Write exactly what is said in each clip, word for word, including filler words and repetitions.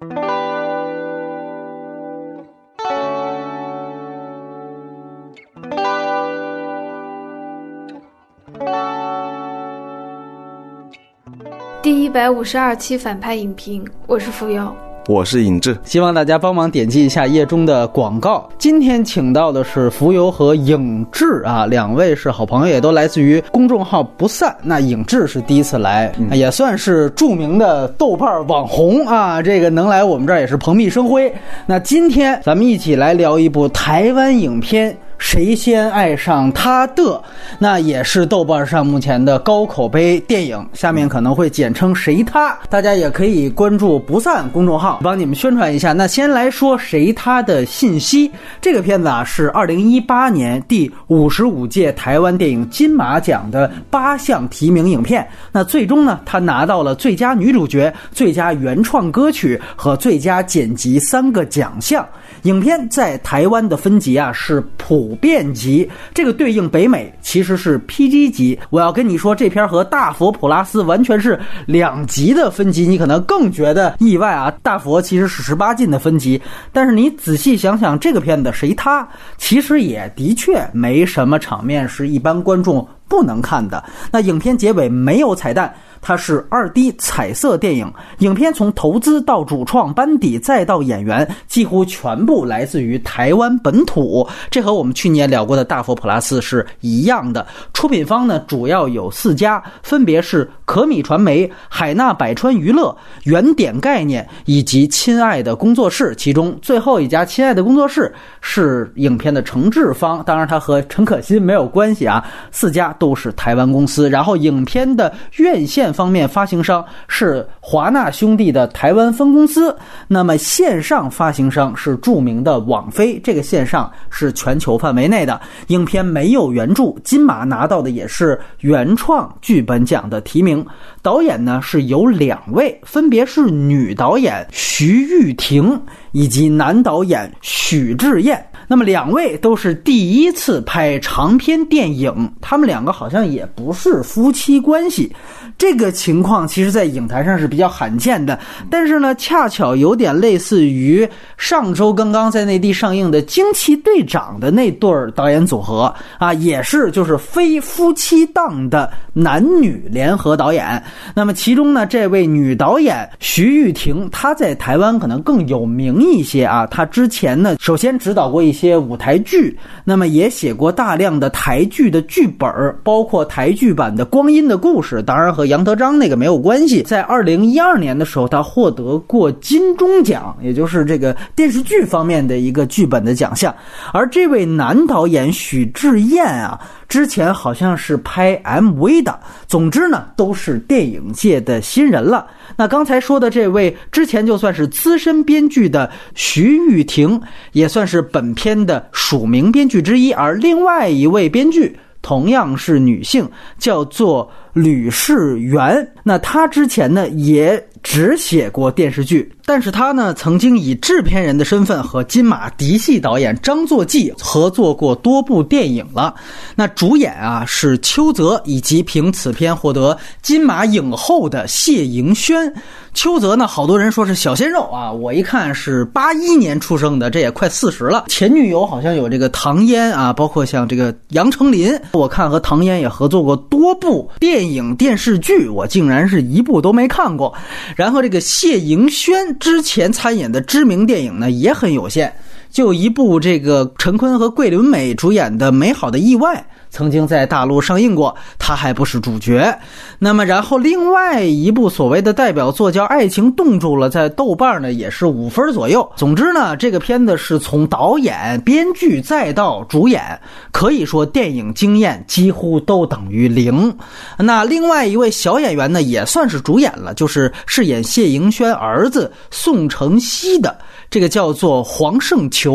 第一百五十二期反派影评，我是扶摇， 我是尹志， 希望大家帮忙点击一下页中的广告。今天请到的是浮游和尹志啊，两位是好朋友，也都来自于公众号不散。那尹志是第一次来、嗯、也算是著名的豆瓣网红啊，这个能来我们这儿也是蓬荜生辉。那今天咱们一起来聊一部台湾影片，谁先爱上他的，那也是豆瓣上目前的高口碑电影，下面可能会简称谁他，大家也可以关注不散公众号帮你们宣传一下。那先来说谁他的信息，这个片子啊是二零一八年第五十五届台湾电影金马奖的八项提名影片，那最终呢他拿到了最佳女主角、最佳原创歌曲和最佳剪辑三个奖项。影片在台湾的分级啊是普遍级，这个对应北美其实是 P G 级。我要跟你说，这片和大佛普拉斯完全是两级的分级，你可能更觉得意外啊。大佛其实是十八禁的分级，但是你仔细想想，这个片子谁他其实也的确没什么场面是一般观众不能看的。那影片结尾没有彩蛋，它是 二 D 彩色电影，影片从投资到主创班底再到演员几乎全部来自于台湾本土，这和我们去年聊过的大佛普拉斯是一样的。出品方呢主要有四家，分别是可米传媒、海纳百川娱乐、原点概念以及亲爱的工作室，其中最后一家亲爱的工作室是影片的承制方，当然它和陈可辛没有关系啊，四家都是台湾公司。然后影片的院线方面发行商是华纳兄弟的台湾分公司，那么线上发行商是著名的网飞，这个线上是全球范围内的。影片没有原著，金马拿到的也是原创剧本奖的提名。导演呢是有两位，分别是女导演徐玉婷以及男导演许智彦。那么两位都是第一次拍长篇电影，他们两个好像也不是夫妻关系，这个情况其实在影坛上是比较罕见的。但是呢恰巧有点类似于上周刚刚在内地上映的惊奇队长的那对导演组合啊，也是就是非夫妻档的男女联合导演。那么其中呢这位女导演徐玉婷，她在台湾可能更有名一些啊，她之前呢首先指导过一些舞台剧，那么也写过大量的台剧的剧本，包括台剧版的光阴的故事，当然和杨德章那个没有关系。在二零一二年的时候他获得过金钟奖，也就是这个电视剧方面的一个剧本的奖项。而这位男导演许智彦啊，之前好像是拍 M V 的，总之呢都是电影界的新人了。那刚才说的这位之前就算是资深编剧的徐玉婷，也算是本片的署名编剧之一。而另外一位编剧同样是女性，叫做吕世元，那她之前呢也只写过电视剧，但是他呢曾经以制片人的身份和金马嫡系导演张作骥合作过多部电影了。那主演啊是邱泽，以及凭此片获得金马影后的谢盈萱。邱泽呢好多人说是小鲜肉啊，我一看是八一年出生的，这也快四十了。前女友好像有这个唐嫣啊，包括像这个杨丞琳，我看和唐嫣也合作过多部电影电视剧，我竟然是一部都没看过。然后这个谢盈萱之前参演的知名电影呢也很有限，就一部这个陈坤和桂纶镁主演的《美好的意外》曾经在大陆上映过，他还不是主角。那么然后另外一部所谓的代表作叫《爱情冻住了》，在豆瓣呢也是五分左右。总之呢这个片子是从导演编剧再到主演，可以说电影经验几乎都等于零。那另外一位小演员呢也算是主演了，就是饰演谢盈萱儿子宋承熙的，这个叫做黄圣球。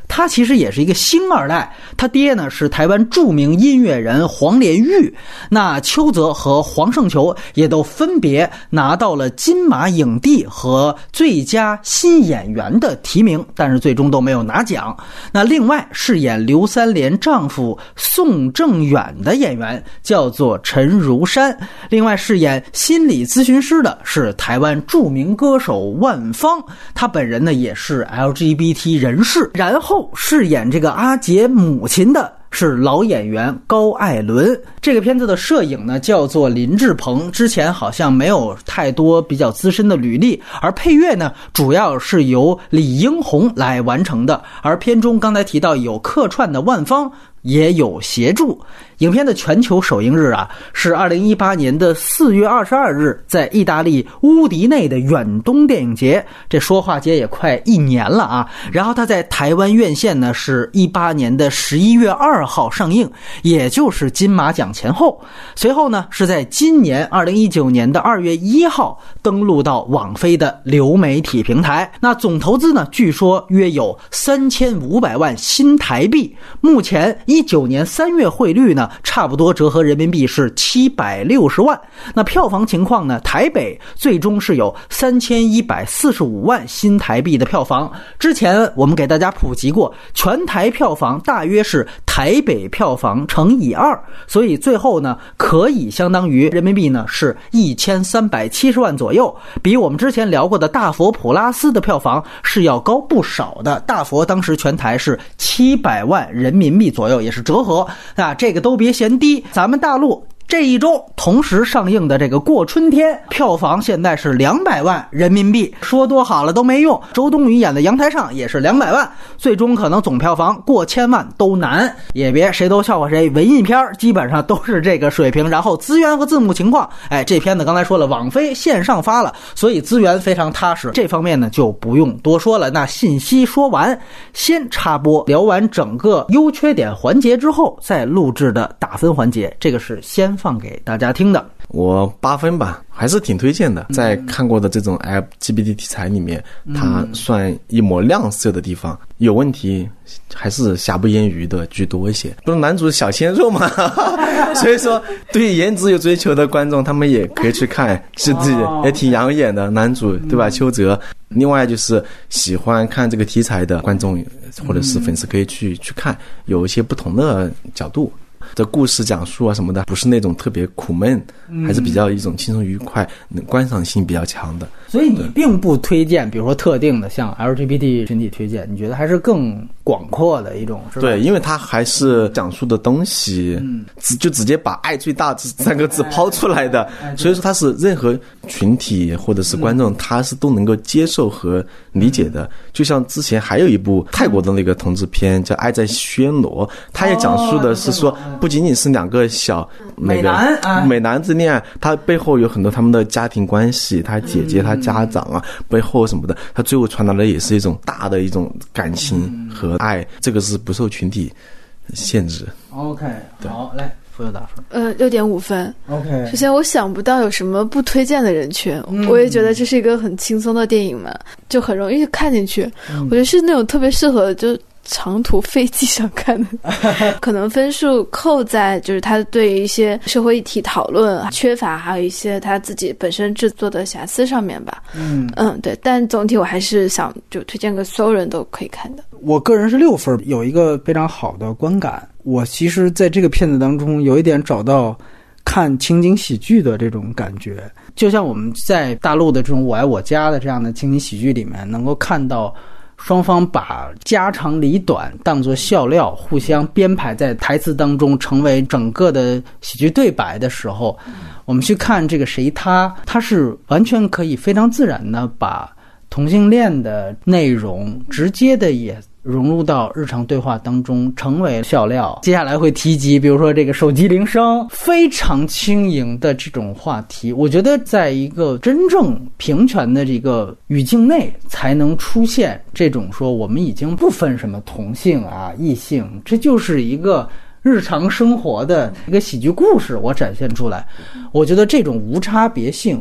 他其实也是一个星二代，他爹呢是台湾著名音乐人黄连玉，那邱泽和黄圣球也都分别拿到了金马影帝和最佳新演员的提名，但是最终都没有拿奖。那另外饰演刘三连丈夫宋正远的演员叫做陈如山，另外饰演心理咨询师的是台湾著名歌手万芳，他本人呢也是 L G B T 人士。然后饰演这个阿杰母亲的是老演员高艾伦。这个片子的摄影呢叫做林志鹏，之前好像没有太多比较资深的履历，而配乐呢主要是由李英宏来完成的，而片中刚才提到有客串的万芳也有协助。影片的全球首映日啊是二零一八年的四月二十二日，在意大利乌迪内的远东电影节，这说话节也快一年了啊。然后它在台湾院线呢是一八年的十一月二号上映，也就是金马奖前后。随后呢是在今年二零一九年的二月一号登陆到网飞的流媒体平台。那总投资呢据说约有三千五百万新台币，目前一九年三月汇率呢差不多折合人民币是七百六十万。那票房情况呢，台北最终是有三千一百四十五万新台币的票房。之前我们给大家普及过，全台票房大约是台北票房乘以二，所以最后呢可以相当于人民币呢是一千三百七十万左右，比我们之前聊过的大佛普拉斯的票房是要高不少的。大佛当时全台是七百万人民币左右，也是折合啊，这个都别嫌低。咱们大陆这一周同时上映的这个过春天，票房现在是两百万人民币，说多好了都没用。周冬雨演的阳台上也是两百万，最终可能总票房过千万都难。也别谁都笑话谁，文艺片基本上都是这个水平。然后资源和字幕情况，哎，这片子刚才说了，网飞线上发了，所以资源非常踏实，这方面呢就不用多说了。那信息说完，先插播，聊完整个优缺点环节之后再录制的打分环节，这个是先放给大家听的。 我八分吧，还是挺推荐的。在看过的这种 L G B T 题材里面，它算一抹亮色的地方，有问题还是瑕不掩瑜的居多一些。不是男主小鲜肉嘛，所以说对颜值有追求的观众，他们也可以去看，是自己也挺养眼的男主，对吧？邱泽。另外就是喜欢看这个题材的观众或者是粉丝可以去去看，有一些不同的角度。这故事讲述啊什么的，不是那种特别苦闷，还是比较一种轻松愉快，观赏性比较强的。 所以你并不推荐比如说特定的像 L G B T 群体推荐，你觉得还是更广阔的一种，是吧？ 对，因为它还是讲述的东西、嗯、就直接把爱最大这三个字抛出来的、哎哎、所以说它是任何群体或者是观众、嗯、他是都能够接受和理解的、嗯、就像之前还有一部泰国的那个同志片叫《爱在暹罗》，它也讲述的是说不仅仅是两个小那个美男美男之恋爱，它背后有很多他们的家庭关系，他姐姐他家长啊、嗯、背后什么的，他最后传达的也是一种大的一种感情和爱、嗯、这个是不受群体限制。 OK， 好，来付友打分。 呃，六点五分。 OK， 首先我想不到有什么不推荐的人群、嗯、我也觉得这是一个很轻松的电影嘛，就很容易看进去、嗯、我觉得是那种特别适合就长途飞机上看的可能分数扣在就是他对一些社会议题讨论缺乏，还有一些他自己本身制作的瑕疵上面吧。嗯嗯，对，但总体我还是想就推荐给所有人都可以看的。 我个人是六分，有一个非常好的观感。我其实在这个片子当中有一点找到看情景喜剧的这种感觉，就像我们在大陆的这种我爱我家的这样的情景喜剧里面能够看到双方把家长里短当作笑料互相编排在台词当中，成为整个的喜剧对白的时候，我们去看这个谁他他是完全可以非常自然的把同性恋的内容直接的也融入到日常对话当中，成为笑料。接下来会提及比如说这个手机铃声，非常轻盈的这种话题，我觉得在一个真正平权的这个语境内才能出现这种说我们已经不分什么同性啊异性，这就是一个日常生活的一个喜剧故事我展现出来。我觉得这种无差别性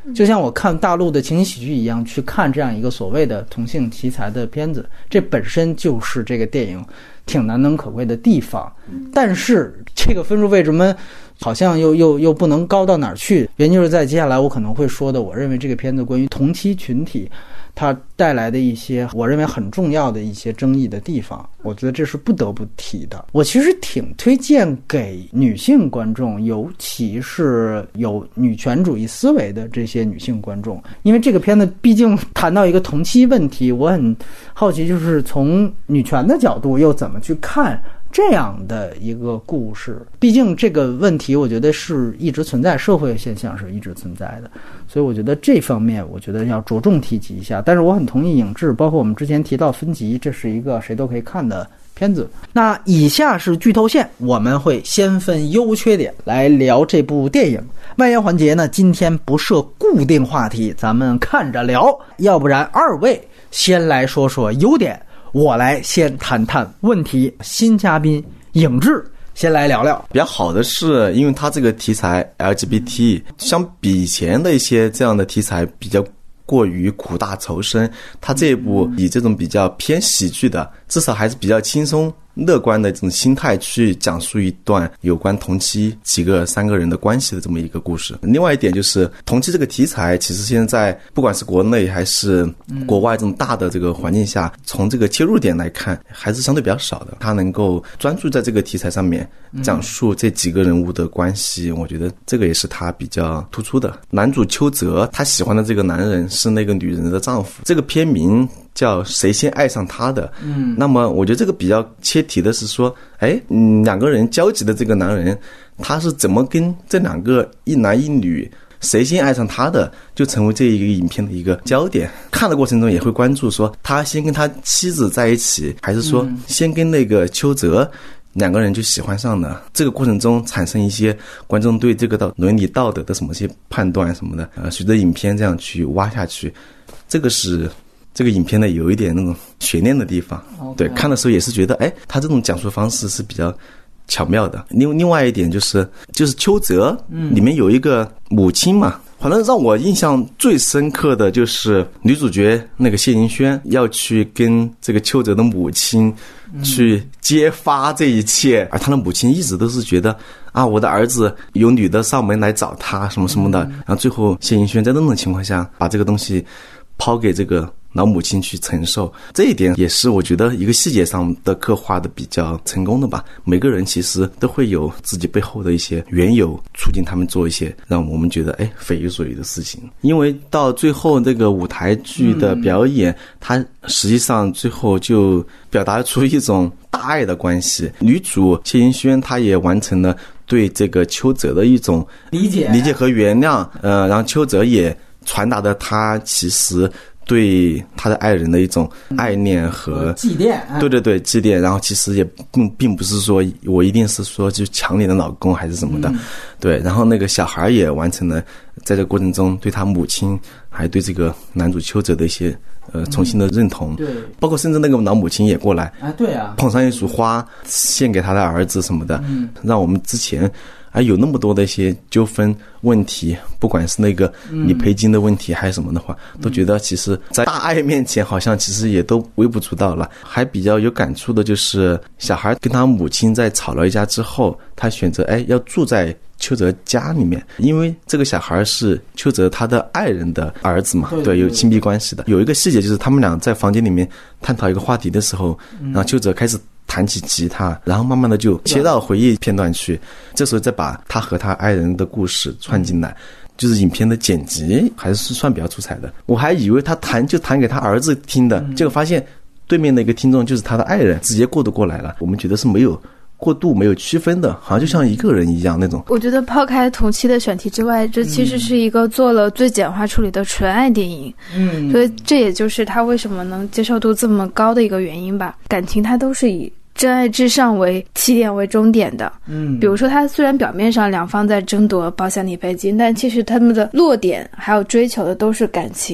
就像我看大陆的情景喜剧一样，去看这样一个所谓的同性题材的片子，这本身就是这个电影挺难能可贵的地方。但是这个分数为什么好像又又又不能高到哪儿去？原因就是在接下来我可能会说的，我认为这个片子关于同期群体它带来的一些我认为很重要的一些争议的地方，我觉得这是不得不提的。我其实挺推荐给女性观众，尤其是有女权主义思维的这些女性观众，因为这个片子毕竟谈到一个同期问题，我很好奇就是从女权的角度又怎么去看这样的一个故事。毕竟这个问题我觉得是一直存在，社会现象是一直存在的，所以我觉得这方面我觉得要着重提及一下。但是我很同意影志，包括我们之前提到分级，这是一个谁都可以看的片子。那以下是剧透线，我们会先分优缺点来聊这部电影。外延环节呢，今天不设固定话题，咱们看着聊，要不然二位先来说说优点，我来先谈谈问题。新嘉宾影志先来聊聊。 比较好的是，因为它这个题材 L G B T 相比以前的一些这样的题材比较过于苦大仇深，它这一部以这种比较偏喜剧的，至少还是比较轻松乐观的这种心态去讲述一段有关同期几个三个人的关系的这么一个故事。另外一点就是同期这个题材其实现在不管是国内还是国外这种大的这个环境下，从这个切入点来看还是相对比较少的。他能够专注在这个题材上面讲述这几个人物的关系，我觉得这个也是他比较突出的。男主邱泽他喜欢的这个男人是那个女人的丈夫，这个片名叫谁先爱上他的。嗯，那么我觉得这个比较切题的是说，哎，嗯，两个人交集的这个男人，他是怎么跟这两个一男一女谁先爱上他的，就成为这一个影片的一个焦点。看的过程中也会关注说，他先跟他妻子在一起，还是说先跟那个邱泽两个人就喜欢上了。这个过程中产生一些观众对这个道伦理道德的什么些判断什么的，呃，随着影片这样去挖下去，这个是这个影片呢有一点那种悬念的地方。Okay. 对，看的时候也是觉得，哎，他这种讲述方式是比较巧妙的。另另外一点就是就是邱泽里面有一个母亲嘛，反正让我印象最深刻的就是女主角那个谢盈萱要去跟这个邱泽的母亲去揭发这一切，而他的母亲一直都是觉得啊，我的儿子有女的上门来找他什么什么的，然后最后谢盈萱在那种情况下把这个东西抛给这个老母亲去承受，这一点也是我觉得一个细节上的刻画的比较成功的吧。每个人其实都会有自己背后的一些缘由，促进他们做一些让我们觉得哎匪夷所思的事情。因为到最后这个舞台剧的表演，嗯、它实际上最后就表达出一种大爱的关系。女主谢盈萱她也完成了对这个邱泽的一种理解、 理解和原谅，呃，然后邱泽也传达的他其实对他的爱人的一种爱念和祭奠， 对对对，祭奠。然后其实也并并不是说我一定是说就抢你的老公还是什么的，嗯、对。然后那个小孩也完成了在这个过程中对他母亲还对这个男主邱泽的一些呃重新的认同， 对， 包括甚至那个老母亲也过来啊，对啊， 捧上一束花献给他的儿子什么的， 嗯， 让我们之前还有那么多的一些纠纷问题，不管是那个理赔金的问题还是什么的话，嗯、都觉得其实在大爱面前好像其实也都微不足道了。还比较有感触的就是小孩跟他母亲在吵了一架之后，他选择哎要住在邱泽家里面，因为这个小孩是邱泽他的爱人的儿子嘛， 对, 对, 对, 对，有亲密关系的。有一个细节就是他们俩在房间里面探讨一个话题的时候，嗯、然后邱泽开始弹起吉他，然后慢慢的就切到回忆片段去，这时候再把他和他爱人的故事串进来，就是影片的剪辑还是算比较出彩的。我还以为他弹就弹给他儿子听的，结果发现对面的一个听众就是他的爱人，直接过渡过来了。我们觉得是没有过度没有区分的，好像就像一个人一样那种。 我觉得抛开同期的选题之外，这其实是一个做了最简化处理的纯爱电影。嗯，所以这也就是他为什么能接受度这么高的一个原因吧。感情它都是以真爱至上为起点为终点的。嗯，比如说他虽然表面上两方在争夺保险理赔金，但其实他们的落点还有追求的都是感情。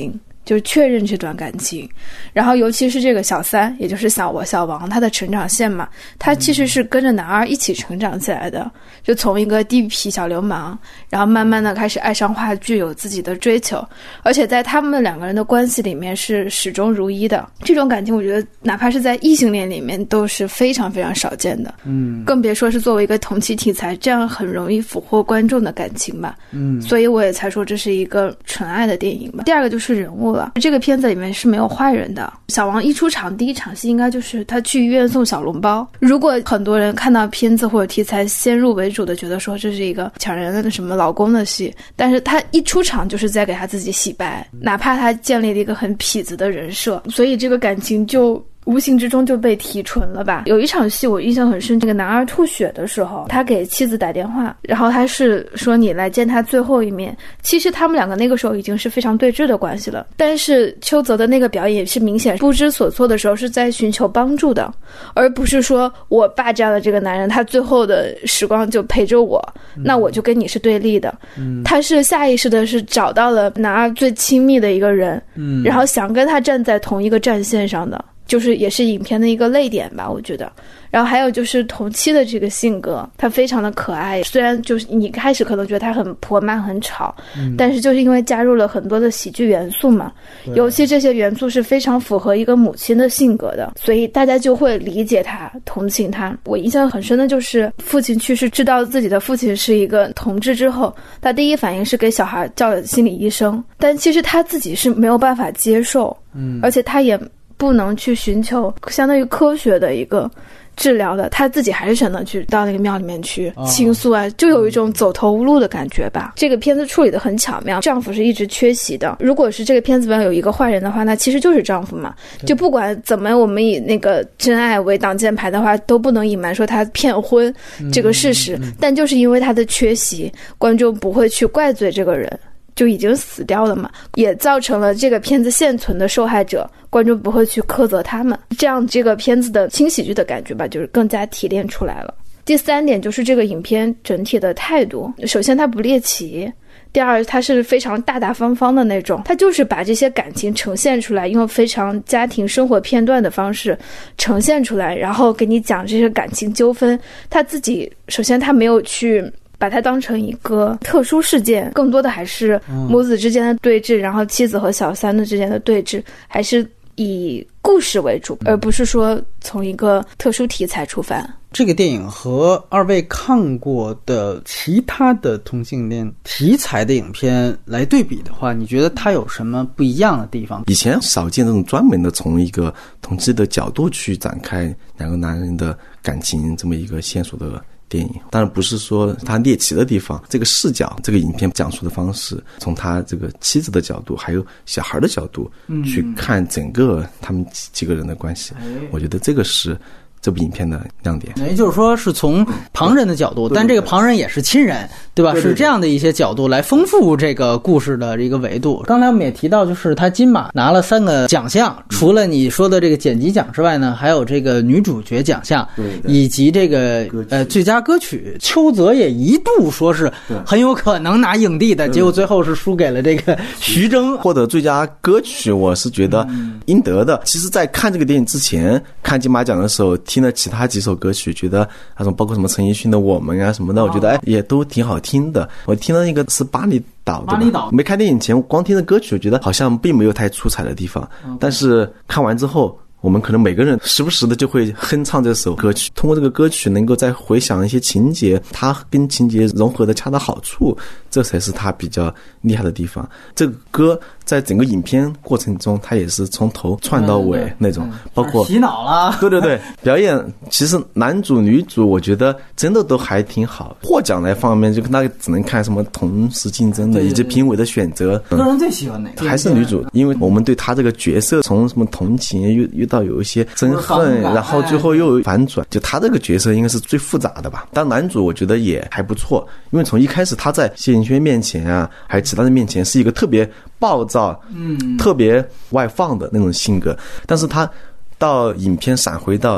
就是确认这段感情。然后尤其是这个小三，也就是小我小王，他的成长线嘛，他其实是跟着男二一起成长起来的，就从一个地痞小流氓，然后慢慢的开始爱上话剧，有自己的追求，而且在他们两个人的关系里面是始终如一的。这种感情我觉得哪怕是在异性恋里面都是非常非常少见的，嗯，更别说是作为一个同期题材，这样很容易俘获观众的感情吧，嗯，所以我也才说这是一个纯爱的电影吧。第二个就是人物了，这个片子里面是没有坏人的。小王一出场第一场戏应该就是他去医院送小笼包。如果很多人看到片子或者题材先入为主的觉得说这是一个抢人的什么老公的戏，但是他一出场就是在给他自己洗白，哪怕他建立了一个很痞子的人设，所以这个感情就无形之中就被提纯了吧。有一场戏我印象很深，这个男二吐血的时候，他给妻子打电话，然后他是说你来见他最后一面。其实他们两个那个时候已经是非常对峙的关系了，但是邱泽的那个表演是明显不知所措的时候是在寻求帮助的，而不是说我霸占了这个男人，他最后的时光就陪着我，那我就跟你是对立的、嗯、他是下意识的是找到了男二最亲密的一个人、嗯、然后想跟他站在同一个战线上的，就是也是影片的一个泪点吧，我觉得。然后还有就是同期的这个性格，他非常的可爱，虽然就是你开始可能觉得他很婆妈很吵、嗯、但是就是因为加入了很多的喜剧元素嘛，尤其这些元素是非常符合一个母亲的性格的，所以大家就会理解他，同情他。我印象很深的就是父亲去世，知道自己的父亲是一个同志之后，他第一反应是给小孩叫心理医生，但其实他自己是没有办法接受，嗯，而且他也不能去寻求相当于科学的一个治疗的，他自己还是选择去到那个庙里面去倾诉啊，就有一种走投无路的感觉吧。这个片子处理得很巧妙，丈夫是一直缺席的，如果是这个片子里面有一个坏人的话，那其实就是丈夫嘛，就不管怎么我们以那个真爱为挡箭牌的话，都不能隐瞒说他骗婚这个事实、嗯嗯、但就是因为他的缺席，观众不会去怪罪这个人，就已经死掉了嘛，也造成了这个片子现存的受害者，观众不会去苛责他们，这样这个片子的轻喜剧的感觉吧，就是更加提炼出来了。第三点就是这个影片整体的态度，首先它不猎奇，第二它是非常大大方方的那种，它就是把这些感情呈现出来，用非常家庭生活片段的方式呈现出来，然后给你讲这些感情纠纷。他自己首先他没有去把它当成一个特殊事件，更多的还是母子之间的对峙、嗯、然后妻子和小三的之间的对峙，还是以故事为主，而不是说从一个特殊题材出发。 这个电影和二位看过的其他的同性恋题材的影片来对比的话，你觉得它有什么不一样的地方？ 以前少见这种专门的从一个同志的角度去展开两个男人的感情这么一个线索的电影，当然不是说他猎奇的地方，这个视角，这个影片讲述的方式，从他这个妻子的角度还有小孩的角度去看整个他们几个人的关系、嗯、我觉得这个是这部影片的亮点。 也就是说是从旁人的角度、嗯、但这个旁人也是亲人，对吧？对对对，是这样的一些角度来丰富这个故事的这个维度。刚才我们也提到，就是他金马拿了三个奖项、嗯、除了你说的这个剪辑奖之外呢，还有这个女主角奖项，对对，以及这个呃最佳歌曲。邱泽也一度说是很有可能拿影帝的，结果最后是输给了这个徐峥。 获得最佳歌曲我是觉得应得的、嗯、其实在看这个电影之前，看金马奖的时候听了其他几首歌曲，觉得那种包括什么陈奕迅的《我们》啊什么的，我觉得哎也都挺好听的。我听到那个是巴厘岛的，巴厘岛没看电影前光听的歌曲，我觉得好像并没有太出彩的地方，但是看完之后，我们可能每个人时不时的就会哼唱这首歌曲，通过这个歌曲能够再回想一些情节，它跟情节融合的恰到好处，这才是它比较厉害的地方。这个歌在整个影片过程中，它也是从头串到尾、嗯、那种、嗯、包括洗脑了， 对对对，表演其实男主女主我觉得真的都还挺好。获奖来方面就那只能看什么同时竞争的，对对对，以及评委的选择。 个人最喜欢哪个？ 还是女主，因为我们对她这个角色从什么同情又又到有一些憎恨，然后最后又有反转，就她这个角色应该是最复杂的吧。当男主我觉得也还不错，因为从一开始他在谢颖轩面前啊还有其他人面前是一个特别暴躁嗯特别外放的那种性格，但是他到影片闪回到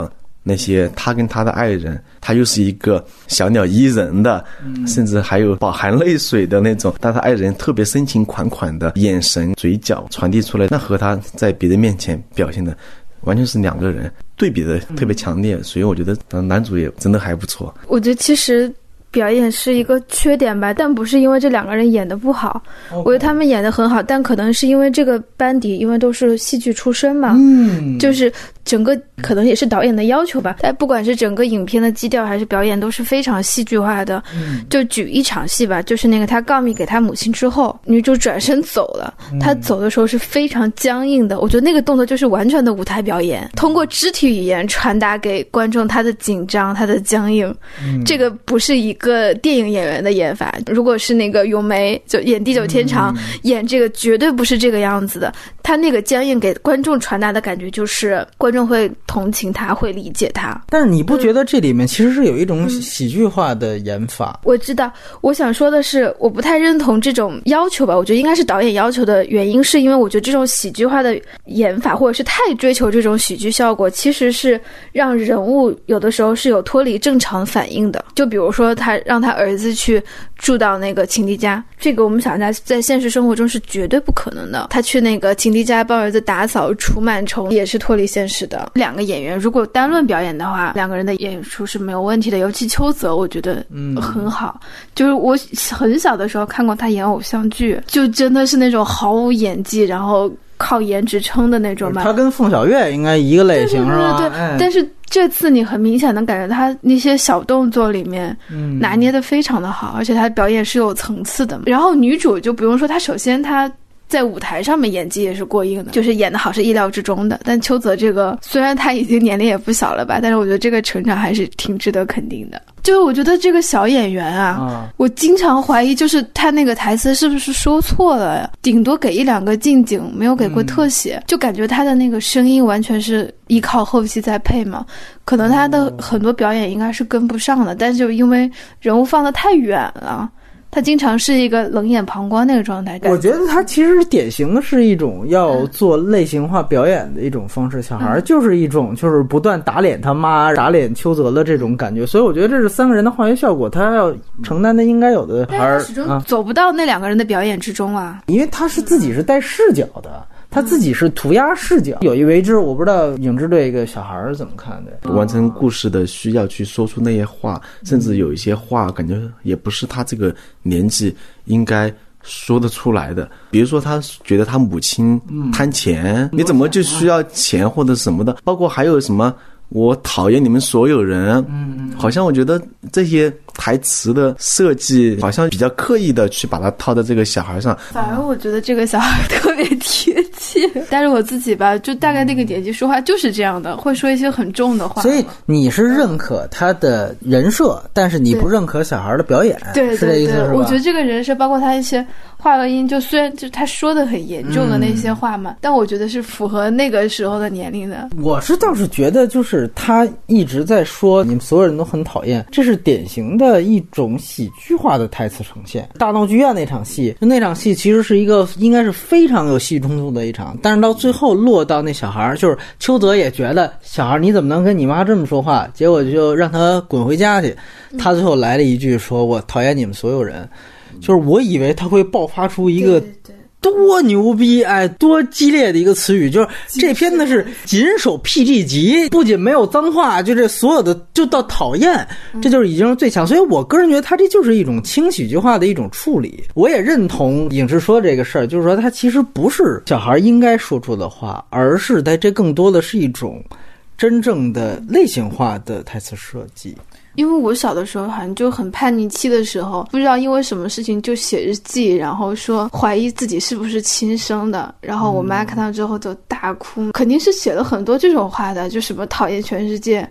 那些他跟他的爱人，他又是一个小鸟依人的，嗯、甚至还有饱含泪水的那种，但他爱人特别深情款款的眼神、嘴角传递出来，那和他在别人面前表现的完全是两个人，对比的特别强烈，所以我觉得男主也真的还不错。 我觉得其实表演是一个缺点吧，但不是因为这两个人演得不好， okay. 我觉得他们演得很好，但可能是因为这个班底因为都是戏剧出身嘛，嗯，就是整个可能也是导演的要求吧，但不管是整个影片的基调还是表演都是非常戏剧化的。嗯，就举一场戏吧，就是那个他告密给他母亲之后，女主转身走了，他走的时候是非常僵硬的，我觉得那个动作就是完全的舞台表演，通过肢体语言传达给观众他的紧张他的僵硬，嗯，这个不是一个个电影演员的演法，如果是那个咏梅就演地久天长，嗯、演这个绝对不是这个样子的，他那个僵硬给观众传达的感觉就是观众会同情他，会理解他。 但是你不觉得这里面其实是有一种喜剧化的演法？ 嗯、我知道，我想说的是我不太认同这种要求吧，我觉得应该是导演要求的原因是因为我觉得这种喜剧化的演法或者是太追求这种喜剧效果，其实是让人物有的时候是有脱离正常反应的。就比如说他让他儿子去住到那个情敌家，这个我们想在在现实生活中是绝对不可能的。他去那个情敌家帮儿子打扫除螨虫也是脱离现实的。两个演员如果单论表演的话，两个人的演出是没有问题的，尤其邱泽我觉得很好。嗯、就是我很小的时候看过他演偶像剧，就真的是那种毫无演技，然后靠颜值撑的那种吧。 他跟凤小岳应该一个类型，是吧？ 对对对对、哎、但是这次你很明显能感觉他那些小动作里面拿捏得非常的好、嗯、而且他表演是有层次的。然后女主就不用说，她首先她在舞台上面演技也是过硬的，就是演得好是意料之中的。但邱泽这个虽然他已经年龄也不小了吧，但是我觉得这个成长还是挺值得肯定的。就是我觉得这个小演员啊、嗯、我经常怀疑就是他那个台词是不是说错了呀，顶多给一两个近景，没有给过特写、嗯、就感觉他的那个声音完全是依靠后期再配嘛，可能他的很多表演应该是跟不上的，但是就因为人物放得太远了，他经常是一个冷眼旁观那个状态。 我觉得他其实典型的是一种要做类型化表演的一种方式，小孩就是一种就是不断打脸他妈打脸邱泽的这种感觉，所以我觉得这是三个人的化学效果，他要承担的应该有的。 但是他始终走不到那两个人的表演之中啊， 因为他是自己是带视角的，他自己是涂鸦视角，有意为之。我不知道影之对一个小孩怎么看的， 完成故事的需要去说出那些话，甚至有一些话感觉也不是他这个年纪应该说得出来的。比如说他觉得他母亲贪钱、嗯、你怎么就需要钱或者什么的，包括还有什么我讨厌你们所有人，嗯，好像我觉得这些台词的设计好像比较刻意的去把它套在这个小孩上， 反而我觉得这个小孩特别贴切。但是我自己吧，就大概那个年纪说话就是这样的，会说一些很重的话。 所以你是认可他的人设，但是你不认可小孩的表演， 对， 是这意思是吧？ 我觉得这个人设包括他一些话和音，就虽然就他说的很严重的那些话嘛、嗯，但我觉得是符合那个时候的年龄的。 我是倒是觉得就是他一直在说你们所有人都很讨厌，这是典型的一种喜剧化的台词呈现。大闹剧院那场戏，那场戏其实是一个应该是非常有戏剧冲突的一场，但是到最后落到那小孩，就是邱泽也觉得小孩你怎么能跟你妈这么说话，结果就让他滚回家去。他最后来了一句说我讨厌你们所有人，就是我以为他会爆发出一个多牛逼哎，多激烈的一个词语，就是这片子是谨守 P G 级，不仅没有脏话，就这所有的就到讨厌，这就是已经是最强。所以我个人觉得他这就是一种轻喜剧化的一种处理。我也认同影视说这个事儿，就是说他其实不是小孩应该说出的话，而是在这更多的是一种真正的类型化的台词设计。 因为我小的时候好像就很叛逆期的时候，不知道因为什么事情就写日记，然后说怀疑自己是不是亲生的，然后我妈看到之后就大哭、嗯、肯定是写了很多这种话的，就什么讨厌全世界，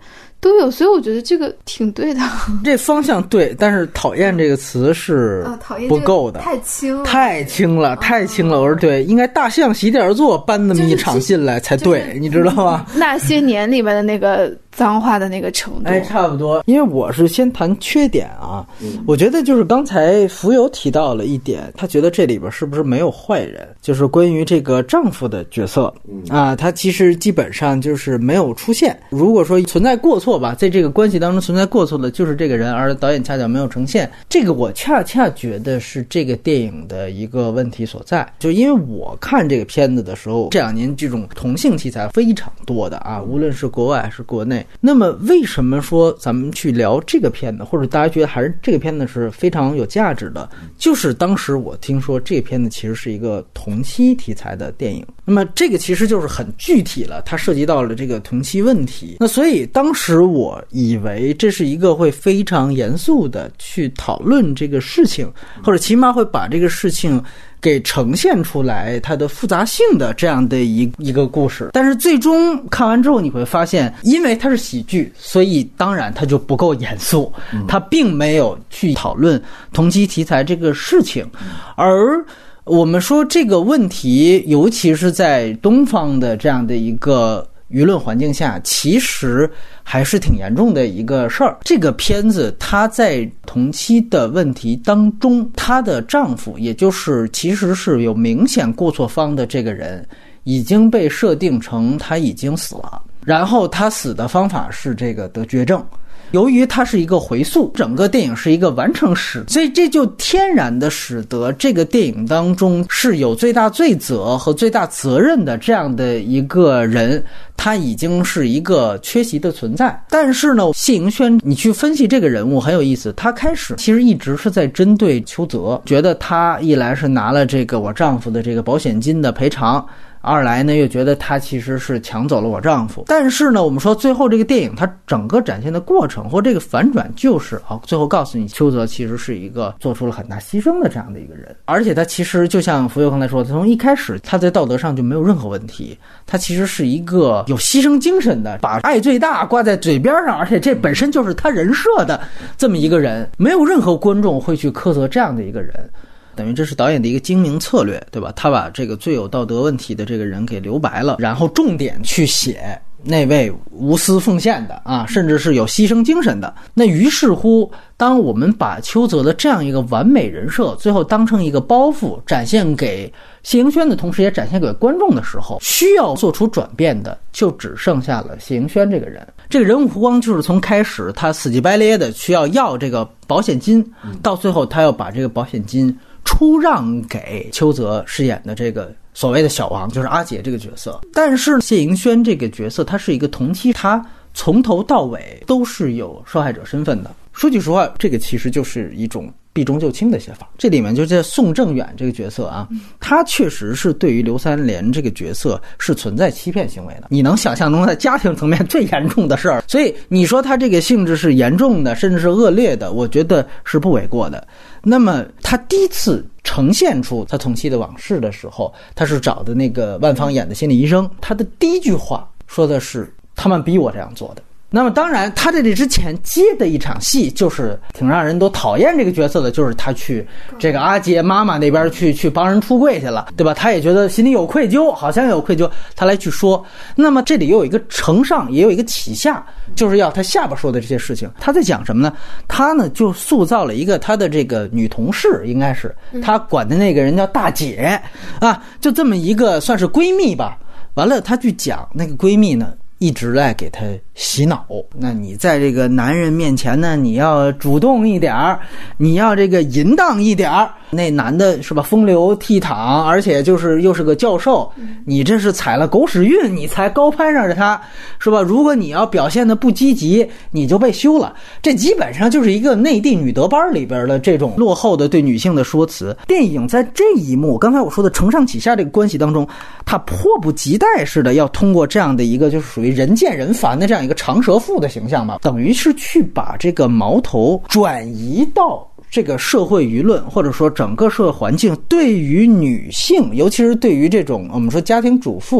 都有，所以我觉得这个挺对的。 这方向对，但是讨厌这个词是不够的， 啊、太轻了， 太轻了，太轻了。我说对，应该大象席地而坐搬那么一场进来才对，就是、你知道吗？ 那些年里面的那个脏话的那个程度， 哎，差不多。因为我是先谈缺点啊，嗯、我觉得就是刚才浮游提到了一点，他觉得这里边是不是没有坏人，就是关于这个丈夫的角色、嗯、啊，他其实基本上就是没有出现。如果说存在过错吧，在这个关系当中存在过错的就是这个人，而导演恰巧没有呈现，这个我恰恰觉得是这个电影的一个问题所在。就因为我看这个片子的时候，这两年这种同性题材非常多的啊，无论是国外还是国内。那么为什么说咱们去聊这个片子，或者大家觉得还是这个片子是非常有价值的，就是当时我听说这个片子其实是一个同妻题材的电影，那么这个其实就是很具体了，它涉及到了这个同妻问题。那所以当时我以为这是一个会非常严肃的去讨论这个事情，或者起码会把这个事情给呈现出来它的复杂性的这样的一一个故事。但是最终看完之后你会发现，因为它是喜剧，所以当然它就不够严肃，它并没有去讨论同妻题材这个事情。而我们说这个问题尤其是在东方的这样的一个舆论环境下，其实还是挺严重的一个事儿。这个片子它在同妻的问题当中，她的丈夫也就是其实是有明显过错方的这个人已经被设定成他已经死了，然后他死的方法是这个得绝症。由于它是一个回溯，整个电影是一个完成史，所以这就天然的使得这个电影当中是有最大罪责和最大责任的这样的一个人，他已经是一个缺席的存在。但是呢，谢盈萱你去分析这个人物很有意思，他开始其实一直是在针对邱泽，觉得他一来是拿了这个我丈夫的这个保险金的赔偿，二来呢又觉得他其实是抢走了我丈夫。但是呢，我们说最后这个电影它整个展现的过程或这个反转就是啊，最后告诉你邱泽其实是一个做出了很大牺牲的这样的一个人，而且他其实就像浮游刚才说的，从一开始他在道德上就没有任何问题，他其实是一个有牺牲精神的，把爱最大挂在嘴边上，而且这本身就是他人设的这么一个人，没有任何观众会去苛责这样的一个人。等于这是导演的一个精明策略，对吧？他把这个最有道德问题的这个人给留白了，然后重点去写那位无私奉献的啊，甚至是有牺牲精神的。那于是乎，当我们把邱泽的这样一个完美人设最后当成一个包袱展现给谢盈萱的同时也展现给观众的时候，需要做出转变的就只剩下了谢盈萱这个人。这个人物弧光就是从开始他死乞白咧的需要要这个保险金，到最后他要把这个保险金出让给邱泽饰演的这个所谓的小王，就是阿杰这个角色。但是谢盈萱这个角色他是一个同妻，他从头到尾都是有受害者身份的。说句实话，这个其实就是一种避重就轻的写法。这里面就这宋正远这个角色啊，他确实是对于刘三连这个角色是存在欺骗行为的，你能想象中在家庭层面最严重的事儿，所以你说他这个性质是严重的甚至是恶劣的，我觉得是不为过的。那么他第一次呈现出他同妻的往事的时候，他是找的那个万芳演的心理医生，他的第一句话说的是他们逼我这样做的。那么当然他在这之前接的一场戏就是挺让人都讨厌这个角色的，就是他去这个阿杰妈妈那边去去帮人出柜去了，对吧？他也觉得心里有愧疚，好像有愧疚，他来去说。那么这里又有一个承上也有一个启下，就是要他下边说的这些事情。他在讲什么呢？他呢就塑造了一个他的这个女同事，应该是他管的那个人叫大姐啊，就这么一个算是闺蜜吧。完了他去讲那个闺蜜呢一直在给他洗脑，那你在这个男人面前呢，你要主动一点儿，你要这个淫荡一点儿。那男的是吧，风流倜傥，而且就是又是个教授，你这是踩了狗屎运，你才高攀上着他，是吧？如果你要表现的不积极，你就被休了。这基本上就是一个内地女德班里边的这种落后的对女性的说辞。电影在这一幕，刚才我说的承上启下这个关系当中，他迫不及待似的要通过这样的一个就是属于人见人烦的这样一个长舌妇的形象吧，等于是去把这个矛头转移到这个社会舆论或者说整个社会环境对于女性，尤其是对于这种我们说家庭主妇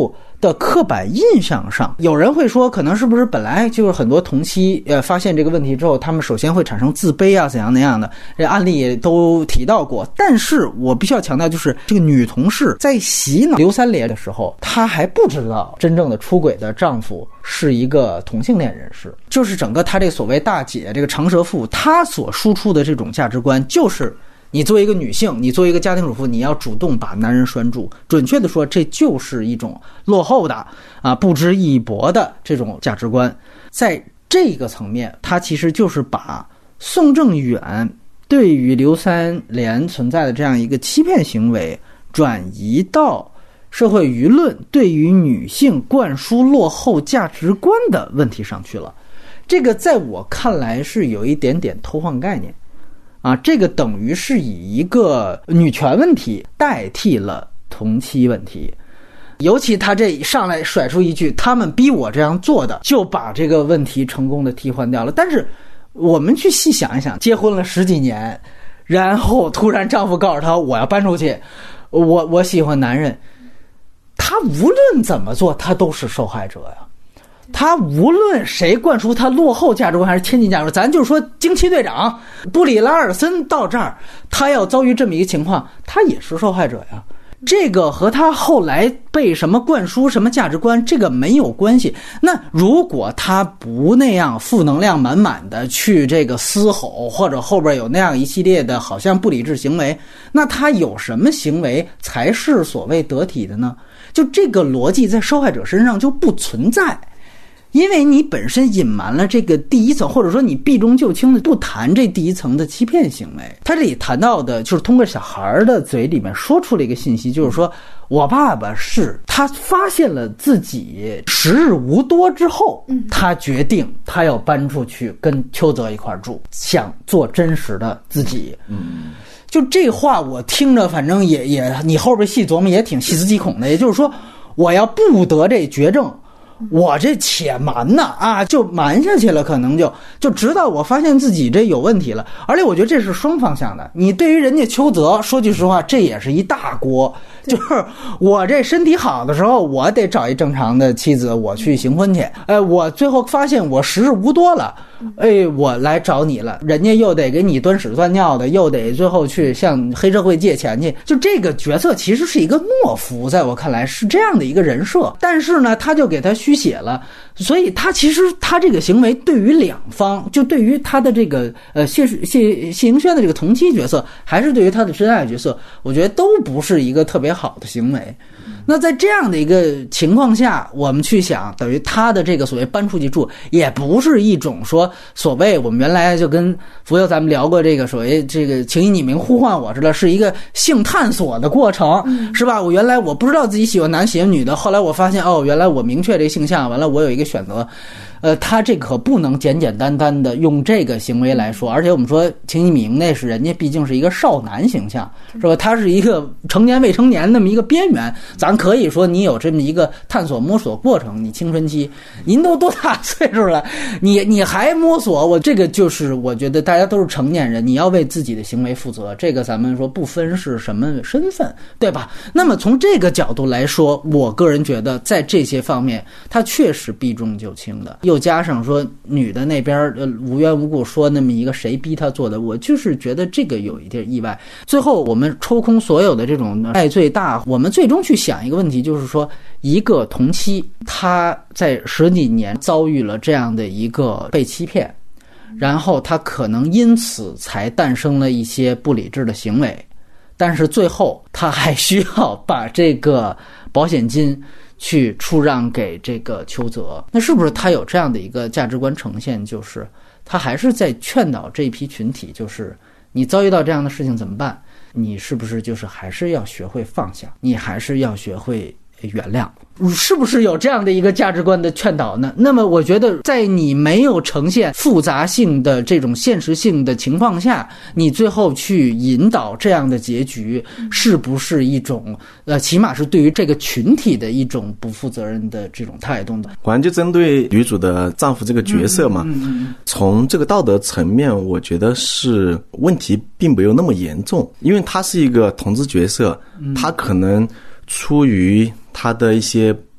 的刻板印象上，有人会说，可能是不是本来就是很多同妻呃发现这个问题之后，他们首先会产生自卑啊，怎样那样的，这案例也都提到过。但是我必须要强调，就是这个女同事在洗脑刘三连的时候，她还不知道真正的出轨的丈夫是一个同性恋人士，就是整个她这所谓大姐这个长舌妇，她所输出的这种价值观就是。你作为一个女性，你作为一个家庭主妇，你要主动把男人拴住。准确的说，这就是一种落后的啊、不知一搏的这种价值观。在这个层面，它其实就是把宋正远对于刘三连存在的这样一个欺骗行为，转移到社会舆论对于女性灌输落后价值观的问题上去了。这个在我看来是有一点点偷换概念。啊，这个等于是以一个女权问题代替了同妻问题，尤其他这上来甩出一句“他们逼我这样做的”，就把这个问题成功的替换掉了。但是我们去细想一想，结婚了十几年，然后突然丈夫告诉她我要搬出去，我我喜欢男人，她无论怎么做，她都是受害者呀。他无论谁灌输他落后价值观还是先进价值观，咱就说惊奇队长布里拉尔森到这儿，他要遭遇这么一个情况，他也是受害者呀。这个和他后来被什么灌输什么价值观这个没有关系。那如果他不那样负能量满满的去这个嘶吼，或者后边有那样一系列的好像不理智行为，那他有什么行为才是所谓得体的呢？就这个逻辑在受害者身上就不存在。因为你本身隐瞒了这个第一层，或者说你避重就轻的不谈这第一层的欺骗行为。他这里谈到的就是通过小孩的嘴里面说出了一个信息，就是说我爸爸是他发现了自己时日无多之后，他决定他要搬出去跟邱泽一块住，想做真实的自己。嗯，就这话我听着反正也也你后边细琢磨也挺细思极恐的。也就是说我要不得这绝症，我这且瞒呢啊，就瞒下去了，可能就就直到我发现自己这有问题了。而且我觉得这是双方向的，你对于人家邱泽说句实话，这也是一大锅。就是我这身体好的时候，我得找一正常的妻子，我去行婚去。哎，我最后发现我时日无多了，哎，我来找你了，人家又得给你端屎端尿的，又得最后去向黑社会借钱去。就这个角色其实是一个懦夫，在我看来是这样的一个人设，但是呢，他就给他虚写了。所以他其实他这个行为对于两方，就对于他的这个呃谢谢谢盈萱的这个同妻角色，还是对于他的真爱角色，我觉得都不是一个特别好的行为。那在这样的一个情况下，我们去想，等于他的这个所谓搬出去住，也不是一种说所谓我们原来就跟福佑咱们聊过这个所谓这个请以你名呼唤我似的，是一个性探索的过程，是吧？我原来我不知道自己喜欢男喜欢女的，后来我发现哦，原来我明确这个性向，完了我有一个选择。呃，他这可不能简简单单的用这个行为来说，而且我们说秦一鸣那是人家毕竟是一个少男形象，是吧？他是一个成年未成年那么一个边缘，咱可以说你有这么一个探索摸索过程，你青春期，您都多大岁数了，你你还摸索，我这个就是我觉得大家都是成年人，你要为自己的行为负责，这个咱们说不分是什么身份，对吧？那么从这个角度来说，我个人觉得在这些方面，他确实避重就轻的。又加上说女的那边呃无缘无故说那么一个谁逼她做的，我就是觉得这个有一点意外。最后我们抽空所有的这种爱最大，我们最终去想一个问题，就是说一个同妻她在十几年遭遇了这样的一个被欺骗，然后她可能因此才诞生了一些不理智的行为，但是最后她还需要把这个保险金去出让给这个邱泽，那是不是他有这样的一个价值观呈现，就是他还是在劝导这一批群体，就是你遭遇到这样的事情怎么办，你是不是就是还是要学会放下，你还是要学会原谅，是不是有这样的一个价值观的劝导呢？那么我觉得在你没有呈现复杂性的这种现实性的情况下，你最后去引导这样的结局，是不是一种呃，起码是对于这个群体的一种不负责任的这种态度呢？ 果然就针对女主的丈夫这个角色嘛， 嗯嗯嗯、 从这个道德层面，我觉得是问题并没有那么严重，因为他是一个同志角色，他可能出于他的一些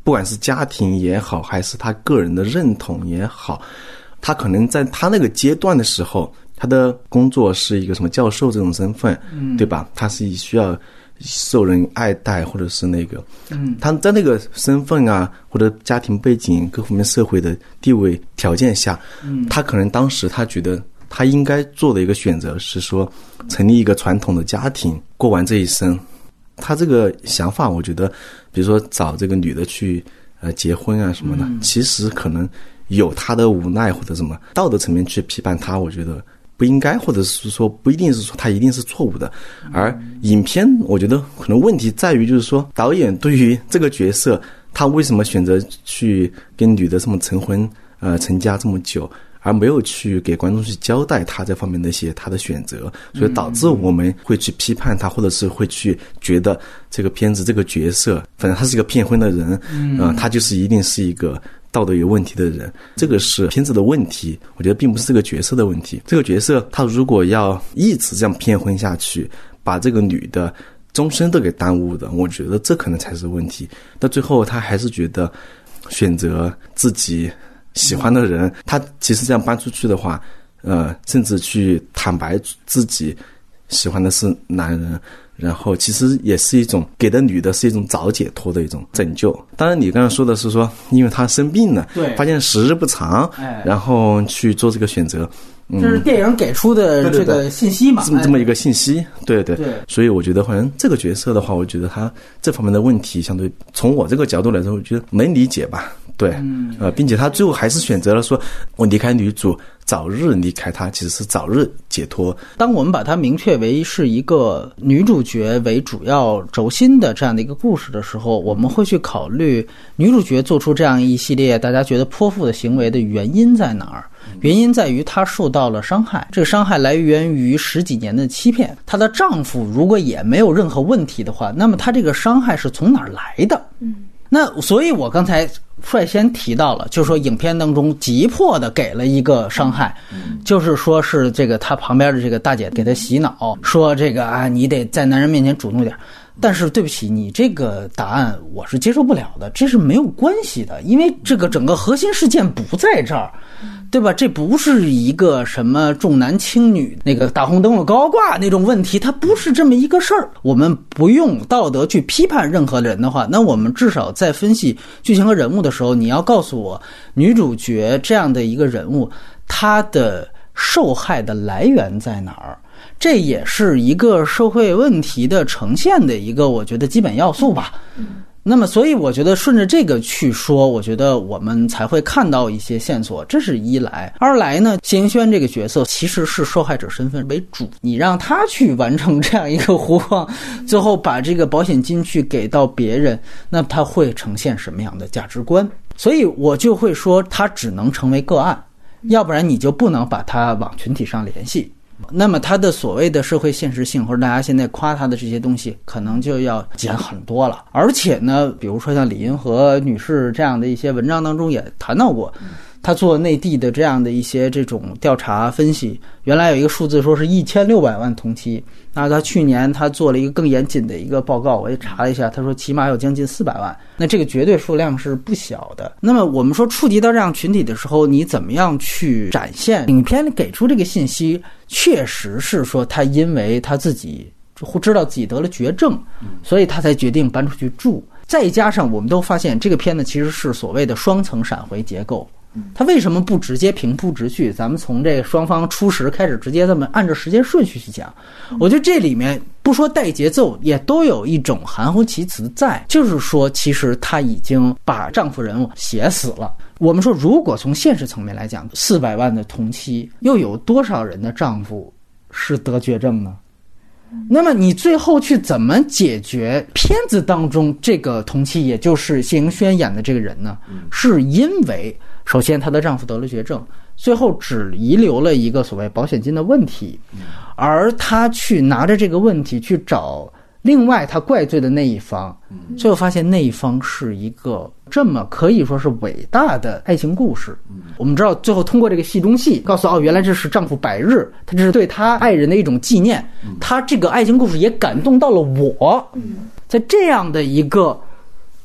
不管是家庭也好，还是他个人的认同也好，他可能在他那个阶段的时候，他的工作是一个什么教授这种身份，嗯，对吧？他是需要受人爱戴，或者是那个，嗯，他在那个身份啊，或者家庭背景各方面社会的地位条件下，嗯，他可能当时他觉得他应该做的一个选择是说，成立一个传统的家庭，过完这一生。他这个想法，我觉得，比如说找这个女的去呃结婚啊什么的，嗯，其实可能有他的无奈或者什么道德层面去批判他，我觉得不应该，或者是说不一定是说他一定是错误的。而影片我觉得可能问题在于就是说，导演对于这个角色，他为什么选择去跟女的这么成婚呃成家这么久，而没有去给观众去交代他这方面的一些他的选择，所以导致我们会去批判他，或者是会去觉得这个片子这个角色，反正他是一个骗婚的人，嗯、呃，他就是一定是一个道德有问题的人，这个是片子的问题，我觉得并不是这个角色的问题。这个角色他如果要一直这样骗婚下去，把这个女的终身都给耽误的，我觉得这可能才是问题。到最后他还是觉得选择自己喜欢的人，他其实这样搬出去的话，呃，甚至去坦白自己喜欢的是男人，然后其实也是一种给的女的是一种早解脱的一种拯救。当然你刚才说的是说因为他生病了，对，发现时日不长，哎，然后去做这个选择， 嗯，这是电影给出的这个信息嘛， 这么这么一个信息，对对对。所以我觉得好像这个角色的话，我觉得他这方面的问题相对从我这个角度来说，我觉得能理解吧。对，呃，并且他最后还是选择了说，我离开女主，早日离开她，其实是早日解脱。 当我们把它明确为是一个女主角为主要轴心的这样的一个故事的时候，我们会去考虑女主角做出这样一系列大家觉得泼妇的行为的原因在哪儿。原因在于她受到了伤害，这个伤害来源于十几年的欺骗。她的丈夫如果也没有任何问题的话，那么她这个伤害是从哪儿来的？嗯，那所以我刚才率先提到了，就是说影片当中急迫的给了一个伤害，嗯，就是说是这个他旁边的这个大姐给他洗脑，说这个啊你得在男人面前主动点。但是对不起，你这个答案我是接受不了的，这是没有关系的，因为这个整个核心事件不在这儿，对吧？这不是一个什么重男轻女那个大红灯笼高挂那种问题，它不是这么一个事儿。我们不用道德去批判任何人的话，那我们至少在分析剧情和人物的时候，你要告诉我女主角这样的一个人物，她的受害的来源在哪儿？这也是一个社会问题的呈现的一个我觉得基本要素吧。那么所以我觉得顺着这个去说，我觉得我们才会看到一些线索，这是一来。二来呢，谢盈萱这个角色其实是受害者身份为主，你让他去完成这样一个胡况，最后把这个保险金去给到别人，那他会呈现什么样的价值观？所以我就会说他只能成为个案，要不然你就不能把它往群体上联系。那么他的所谓的社会现实性，或者大家现在夸他的这些东西，可能就要减很多了。而且呢，比如说像李银河女士这样的一些文章当中也谈到过，他做内地的这样的一些这种调查分析，原来有一个数字说是一千六百万同期，那他去年他做了一个更严谨的一个报告，我也查了一下，他说起码有将近四百万，那这个绝对数量是不小的。那么我们说触及到这样群体的时候，你怎么样去展现？影片给出这个信息，确实是说他因为他自己知道自己得了绝症，所以他才决定搬出去住。再加上我们都发现这个片子其实是所谓的双层闪回结构，他为什么不直接平铺直叙？咱们从这个双方初始开始，直接这么按照时间顺序去讲。我觉得这里面不说带节奏，也都有一种含糊其辞在，就是说其实他已经把丈夫人物写死了。我们说如果从现实层面来讲，四百万的同期，又有多少人的丈夫是得绝症呢？那么你最后去怎么解决片子当中这个同期，也就是谢盈萱演的这个人呢？是因为首先她的丈夫得了绝症，最后只遗留了一个所谓保险金的问题，而她去拿着这个问题去找另外她怪罪的那一方，最后发现那一方是一个这么可以说是伟大的爱情故事。我们知道最后通过这个戏中戏告诉哦，原来这是丈夫百日，他这是对他爱人的一种纪念，他这个爱情故事也感动到了我。在这样的一个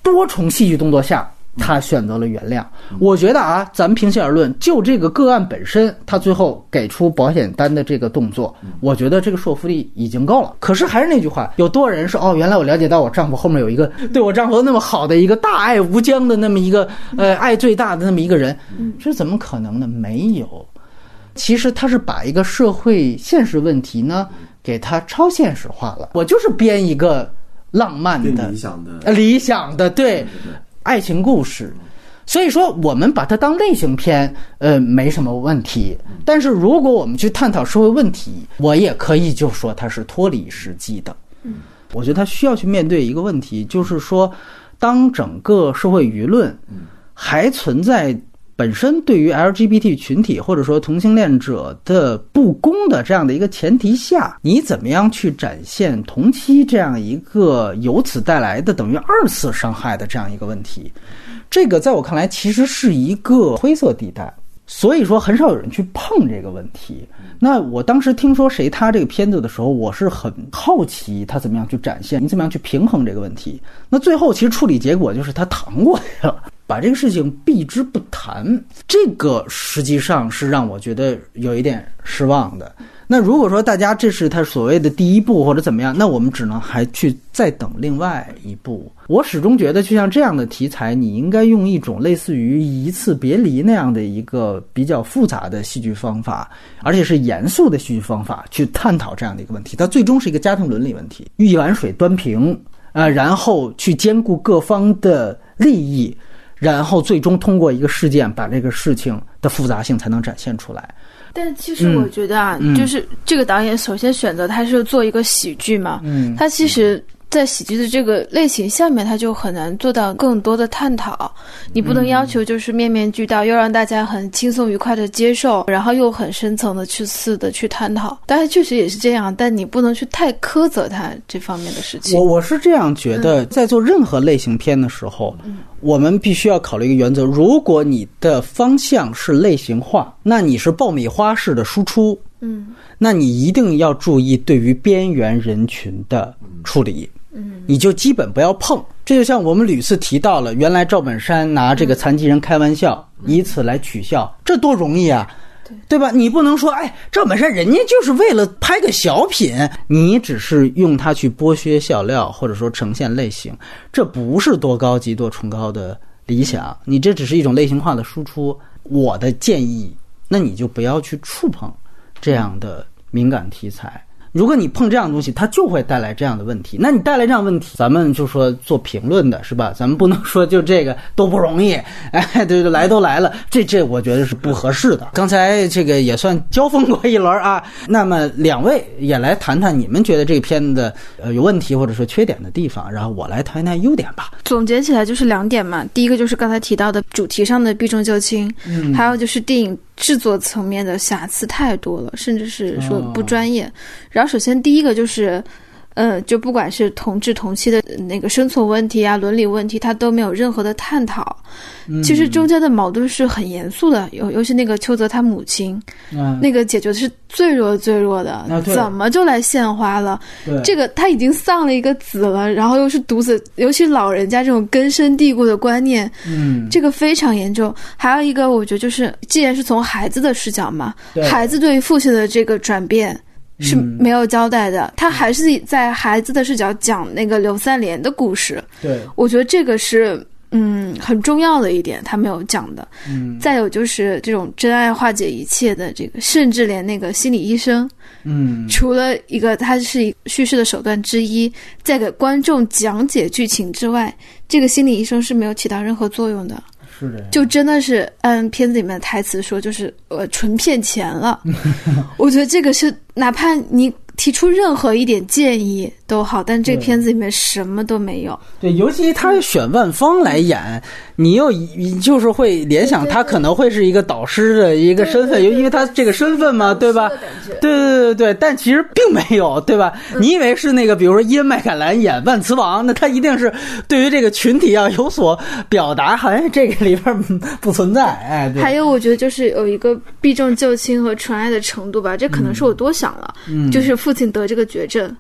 多重戏剧动作下，他选择了原谅。我觉得啊，咱们平心而论，就这个个案本身，他最后给出保险单的这个动作，我觉得这个说服力已经够了。可是还是那句话，有多少人说哦，原来我了解到我丈夫后面有一个对我丈夫那么好的一个大爱无疆的那么一个呃爱最大的那么一个人，这怎么可能呢？没有。其实他是把一个社会现实问题呢，给他超现实化了。我就是编一个浪漫的、 理想的、 理想的对爱情故事。所以说，我们把它当类型片，呃，没什么问题。但是如果我们去探讨社会问题，我也可以就说它是脱离实际的。我觉得他需要去面对一个问题，就是说，当整个社会舆论还存在本身对于 L G B T 群体或者说同性恋者的不公的这样的一个前提下，你怎么样去展现同妻这样一个由此带来的等于二次伤害的这样一个问题？这个在我看来其实是一个灰色地带，所以说很少有人去碰这个问题。那我当时听说谁他这个片子的时候，我是很好奇他怎么样去展现，你怎么样去平衡这个问题。那最后其实处理结果就是他搪过去了，把这个事情避之不谈，这个实际上是让我觉得有一点失望的。那如果说大家这是他所谓的第一步或者怎么样，那我们只能还去再等另外一步。我始终觉得就像这样的题材，你应该用一种类似于一次别离那样的一个比较复杂的戏剧方法，而且是严肃的戏剧方法去探讨这样的一个问题。它最终是一个家庭伦理问题，一碗水端平，呃，然后去兼顾各方的利益，然后最终通过一个事件把这个事情的复杂性才能展现出来。 但其实我觉得啊，嗯、就是这个导演首先选择他是做一个喜剧嘛，嗯，他其实在喜剧的这个类型下面，他就很难做到更多的探讨。你不能要求就是面面俱到，又让大家很轻松愉快的接受，然后又很深层的去次的去探讨。当然确实也是这样，但你不能去太苛责他这方面的事情。 我我是这样觉得，在做任何类型片的时候，嗯、我们必须要考虑一个原则：如果你的方向是类型化，那你是爆米花式的输出，嗯，那你一定要注意对于边缘人群的处理。嗯，你就基本不要碰。这就像我们屡次提到了，原来赵本山拿这个残疾人开玩笑，嗯、以此来取笑，这多容易啊，对对吧？你不能说，哎，赵本山人家就是为了拍个小品，你只是用它去剥削笑料，或者说呈现类型，这不是多高级多崇高的理想，你这只是一种类型化的输出。我的建议，那你就不要去触碰这样的敏感题材。如果你碰这样的东西，它就会带来这样的问题。那你带来这样的问题，咱们就说做评论的是吧？咱们不能说就这个都不容易，哎，对对，来都来了，这这我觉得是不合适的。刚才这个也算交锋过一轮啊。那么两位也来谈谈你们觉得这个片子呃有问题或者说缺点的地方，然后我来谈谈优点吧。 总结起来就是两点嘛，第一个就是刚才提到的主题上的避重就轻，嗯，还有就是电影制作层面的瑕疵太多了，甚至是说不专业。哦、然后首先第一个就是，呃，就不管是同志同妻的那个生存问题啊、伦理问题，它都没有任何的探讨。嗯、其实中间的矛盾是很严肃的，尤尤其那个邱泽他母亲，嗯、那个解决的是最弱最弱的，啊、怎么就来献花了？这个他已经丧了一个子了，然后又是独子，尤其老人家这种根深蒂固的观念，嗯，这个非常严重。还有一个，我觉得就是，既然是从孩子的视角嘛，孩子对于父亲的这个转变是没有交代的，嗯、他还是在孩子的视角讲那个刘三连的故事。对，我觉得这个是。嗯，很重要的一点他没有讲的。嗯，再有就是这种真爱化解一切的这个，甚至连那个心理医生，嗯，除了一个他是叙事的手段之一，在给观众讲解剧情之外，这个心理医生是没有起到任何作用的。是的，就真的是按片子里面的台词说，就是呃纯骗钱了。我觉得这个是哪怕你提出任何一点建议都好，但这个片子里面什么都没有。对，尤其他选万芳来演，你又就是会联想他可能会是一个导师的一个身份，因为他这个身份嘛，对吧？对对对对，但其实并没有，对吧？嗯、你以为是那个，比如说伊恩麦凯兰演万磁王，那他一定是对于这个群体要有所表达，好像这个里边不存在。哎，对，还有我觉得就是有一个避重就轻和纯爱的程度吧，这可能是我多想了，嗯、就是父亲得这个绝症。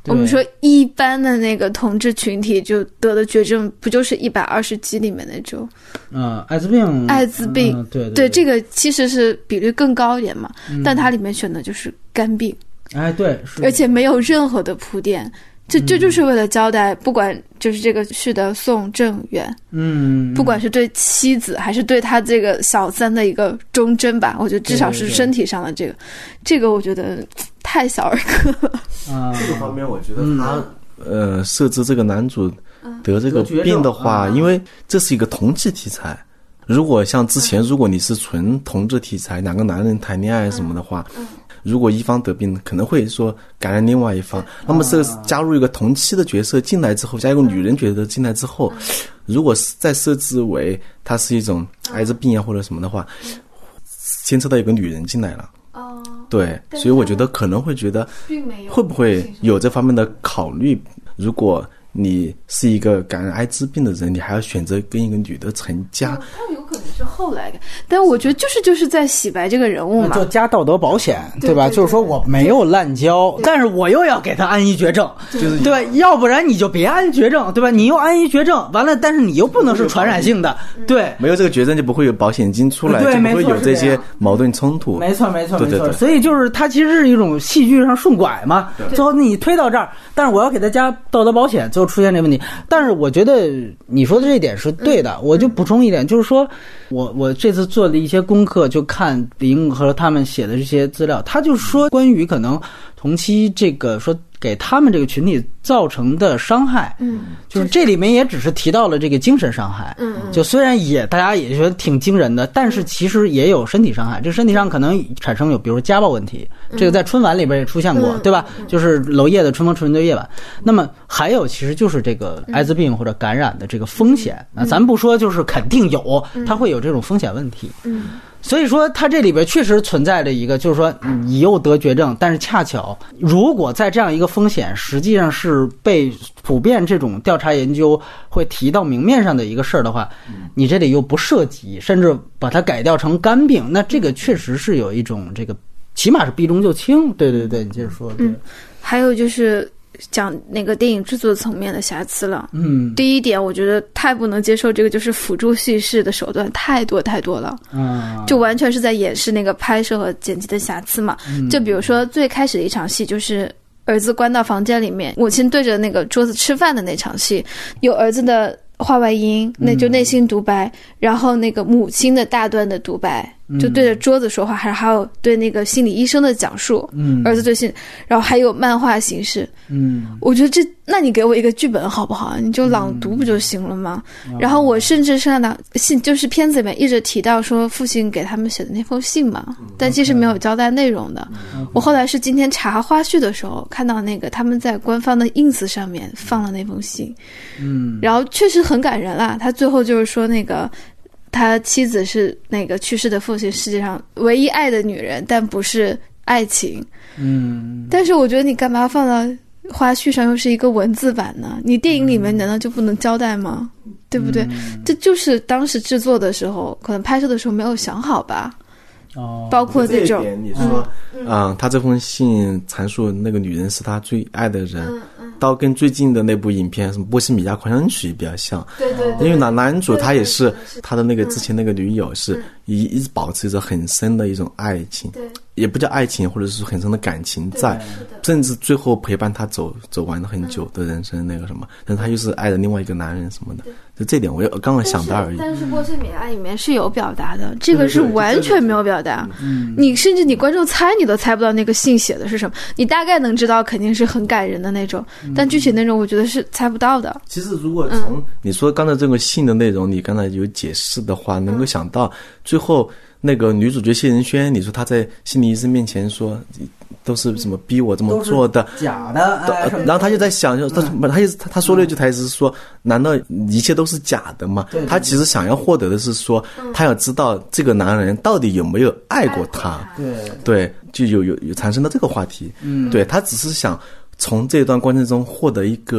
我们说一般的那个同志群体就得的绝症，不就是一百二十几里面那种， 嗯，艾滋病， 艾滋病， 嗯、对对, 对, 对，这个其实是比率更高一点嘛， 嗯、 但它里面选的就是肝病， 哎，对，是， 而且没有任何的铺垫。这这就是为了交代，不管就是这个是的宋郑元， 嗯， 不管是对妻子还是对他这个小三的一个忠贞吧，我觉得至少是身体上的这个，对对对这个我觉得太小儿科了。 啊， 这个方面我觉得他、嗯、呃设置这个男主得这个嗯、 病的话，因为这是一个同志题材。如果像之前，如果你是纯同志题材，两个男人谈恋爱什么的话。嗯嗯如果一方得病，可能会说感染另外一方。那么这个加入一个同妻的角色进来之后，加一个女人角色进来之后，如果再设置为它是一种艾滋病啊或者什么的话，牵扯到一个女人进来了。哦，对，所以我觉得可能会觉得，会不会有这方面的考虑？如果你是一个感染艾滋病的人，你还要选择跟一个女的成家， 他有可能是后来的，但我觉得就是就是在洗白这个人物嘛， 就加道德保险， 对吧？ 对对对就是说我没有滥交，但是我又要给他安一绝症，对对吧？要不然你就别安绝症，对吧？你又安一绝症，完了，但是你又不能是传染性的，对， 没有这个绝症就不会有保险金出来， 对， 就不会有这些矛盾冲突。 没错，没错， 没错。 所以就是它其实是一种戏剧上顺拐嘛，最后你推到这儿，但是我要给他加道德保险，最后出现这问题。但是我觉得你说的这一点是对的，我就补充一点，就是说我我这次做的一些功课，就看李英和他们写的这些资料，他就是说关于可能同期这个说给他们这个群体造成的伤害，嗯，就是这里面也只是提到了这个精神伤害，嗯，就虽然也大家也觉得挺惊人的，但是其实也有身体伤害，这个身体上可能产生有比如说家暴问题，这个在春晚里边也出现过，对吧？就是娄烨的《春风吹人的夜晚》，那么还有其实就是这个艾滋病或者感染的这个风险啊，咱不说就是肯定有，它会有这种风险问题，嗯。所以说它这里边确实存在着一个，就是说你又得绝症，但是恰巧如果在这样一个风险实际上是被普遍这种调查研究会提到明面上的一个事儿的话，你这里又不涉及，甚至把它改掉成肝病，那这个确实是有一种这个起码是避重就轻。对对对，你接着说。对， 嗯，还有就是讲那个电影制作层面的瑕疵了。 嗯， 第一点我觉得太不能接受，这个就是辅助叙事的手段太多太多了，嗯，就完全是在掩饰那个拍摄和剪辑的瑕疵嘛。嗯，就比如说最开始的一场戏，就是儿子关到房间里面，母亲对着那个桌子吃饭的那场戏，有儿子的话外音，那就内心独白，嗯，然后那个母亲的大段的独白，就对着桌子说话，还还有对那个心理医生的讲述，嗯，儿子对心，然后还有漫画形式，嗯，我觉得这，那你给我一个剧本好不好？你就朗读不就行了吗？嗯，然后我甚至是那信，就是片子里面一直提到说父亲给他们写的那封信嘛，嗯，但其实没有交代内容的。嗯，我后来是今天查花絮的时候看到那个他们在官方的 ins 上面放了那封信，嗯，然后确实很感人啦。他最后就是说那个。他妻子是那个去世的父亲世界上唯一爱的女人，但不是爱情。嗯，但是我觉得你干嘛放到花絮上又是一个文字版呢？你电影里面难道就不能交代吗？嗯，对不对？嗯，这就是当时制作的时候，可能拍摄的时候没有想好吧。哦，包括这种， 你说，嗯，嗯，他这封信阐述那个女人是他最爱的人。嗯嗯，到跟最近的那部影片什么《波西米亚狂想曲》比较像， 对对对， 因为男男主他也是他的那个之前那个女友是一一直保持着很深的一种爱情，对，也不叫爱情，或者是很深的感情在，甚至最后陪伴他走走完了很久的人生那个什么，但是他又是爱的另外一个男人什么的，就这点我也刚刚想到而已。 但是《波西米亚》里面是有表达的，这个是完全没有表达。嗯，你甚至你观众猜你都猜不到那个信写的是什么，你大概能知道肯定是很感人的那种。但具体内容我觉得是猜不到的。 其实如果从你说刚才这个信的内容，你刚才有解释的话，能够想到最后那个女主角谢仁轩，你说她在心理医生面前说都是怎么逼我这么做的， 假的，哎， 然后他就在想，他他他他说了一句台词说，难道一切都是假的吗？他其实想要获得的是说，他要知道这个男人到底有没有爱过他， 对对，就有有有产生了这个话题，嗯，对他只是想从这段过程中获得一个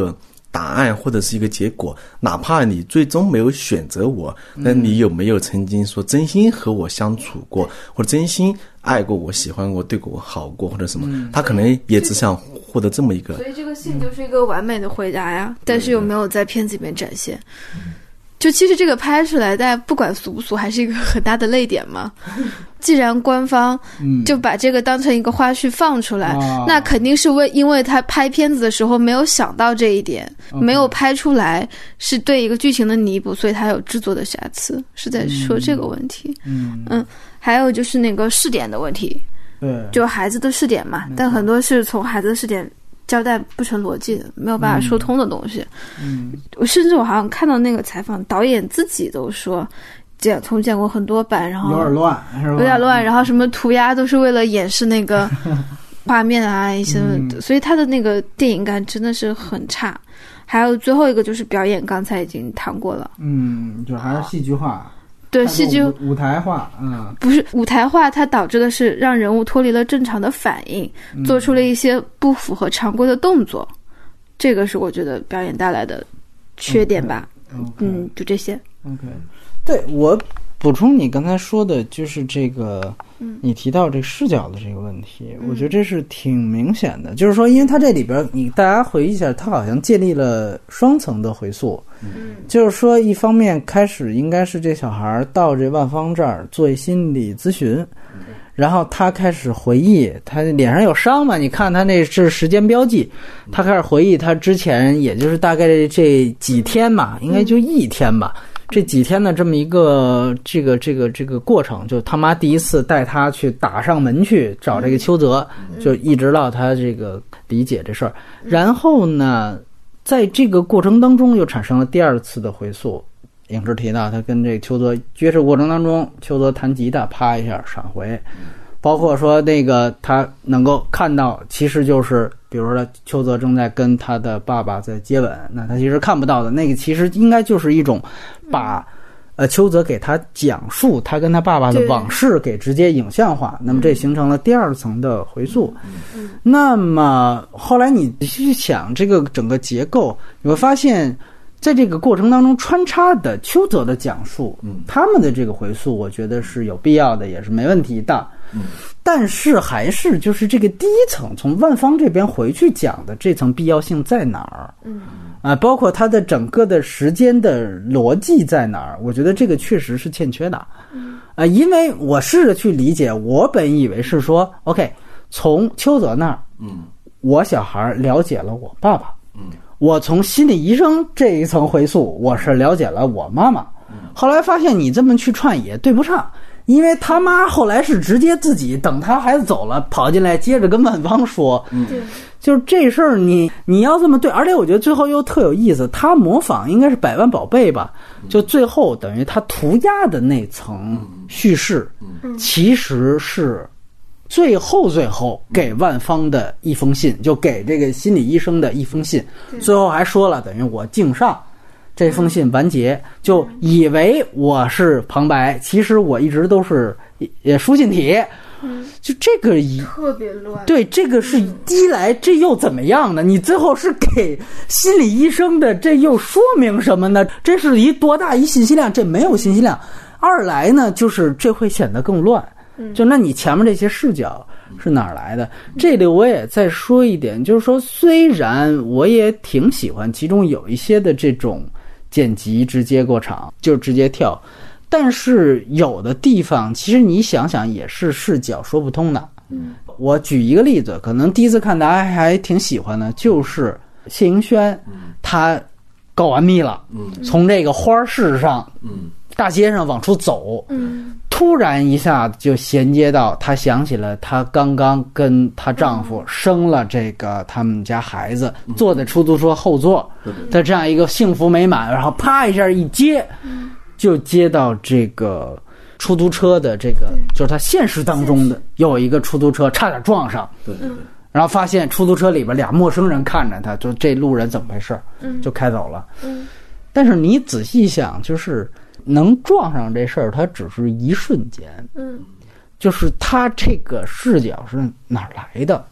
答案或者是一个结果，哪怕你最终没有选择我，那你有没有曾经说真心和我相处过，或者真心爱过我、喜欢过、对过我好过，或者什么？嗯、他可能也只想获得这么一个。 所以这个信就是一个完美的回答呀，嗯、但是有没有在片子里面展现？嗯、就其实这个拍出来，大家不管俗不俗，还是一个很大的泪点嘛。既然官方就把这个当成一个花絮放出来，嗯、那肯定是为因为他拍片子的时候没有想到这一点，嗯、没有拍出来，是对一个剧情的弥补，所以他有制作的瑕疵，是在说这个问题。嗯嗯，还有就是那个试点的问题，对，就孩子的试点嘛，但很多是从孩子的试点交代不成逻辑的，没有办法说通的东西。嗯，我甚至我好像看到那个采访，导演自己都说。剪从剪过很多版，然后有点乱，是吧？ 有点乱，然后什么涂鸦都是为了掩饰那个画面啊一些，嗯、所以他的那个电影感真的是很差。还有最后一个就是表演，刚才已经谈过了， 嗯，就还是戏剧化， 对，戏剧舞台化，嗯， 不是舞台化，它导致的是让人物脱离了正常的反应，嗯、做出了一些不符合常规的动作，这个是我觉得表演带来的缺点吧。 Okay, okay. 嗯，就这些。 OK。对，我补充你刚才说的就是这个，你提到这个视角的这个问题，嗯、我觉得这是挺明显的。就是说，因为它这里边，你大家回忆一下，它好像建立了双层的回溯。嗯，就是说，一方面开始应该是这小孩到这万芳这儿做心理咨询，嗯、然后他开始回忆，他脸上有伤嘛，你看他那是时间标记，他开始回忆他之前，也就是大概这几天嘛，应该就一天吧。这几天的这么一个这个这个这个过程，就他妈第一次带他去打上门去找这个邱泽，就一直到他这个理解这事儿。然后呢，在这个过程当中又产生了第二次的回溯。影视提到他跟这个邱泽约束过程当中，邱泽弹吉他，啪一下闪回。包括说那个他能够看到，其实就是比如说邱泽正在跟他的爸爸在接吻，那他其实看不到的那个其实应该就是一种把呃邱泽给他讲述他跟他爸爸的往事给直接影像化，那么这形成了第二层的回溯。那么后来你去想这个整个结构，你会发现在这个过程当中穿插的邱泽的讲述，他们的这个回溯我觉得是有必要的，也是没问题的。嗯，但是还是就是这个第一层从万芳这边回去讲的这层必要性在哪儿？嗯，啊，包括它的整个的时间的逻辑在哪儿？我觉得这个确实是欠缺的。嗯，啊，因为我试着去理解，我本以为是说 ，OK， 从邱泽那儿，嗯，我小孩了解了我爸爸，嗯，我从心理医生这一层回溯，我是了解了我妈妈。嗯，后来发现你这么去串也对不上。因为他妈后来是直接自己等他孩子走了跑进来接着跟万芳说，嗯，就是这事儿你你要这么对，而且我觉得最后又特有意思，他模仿应该是百万宝贝吧，就最后等于他涂鸦的那层叙事，其实是最后最后给万芳的一封信，就给这个心理医生的一封信，最后还说了等于我敬上。这封信完结，就以为我是旁白，其实我一直都是也书信体，就这个特别乱。 对，这个是一来这又怎么样呢？你最后是给心理医生的，这又说明什么呢？这是一多大一信息量？这没有信息量。二来呢，就是这会显得更乱。就那你前面这些视角是哪儿来的？这里我也再说一点，就是说，虽然我也挺喜欢其中有一些的这种。剪辑直接过场就直接跳，但是有的地方其实你想想也是视角说不通的。嗯，我举一个例子，可能第一次看大家还挺喜欢的，就是谢盈萱，他告完密了，嗯，从这个花市上，嗯，大街上往出走，嗯，突然一下就衔接到她想起了她刚刚跟她丈夫生了这个他们家孩子，坐在出租车后座的这样一个幸福美满，然后啪一下一接，就接到这个出租车的这个，就是他现实当中的有一个出租车差点撞上，对对对，然后发现出租车里边俩陌生人看着他，就这路人怎么回事，就开走了。但是你仔细想，就是能撞上这事儿，它只是一瞬间。嗯，就是他这个视角是哪儿来的？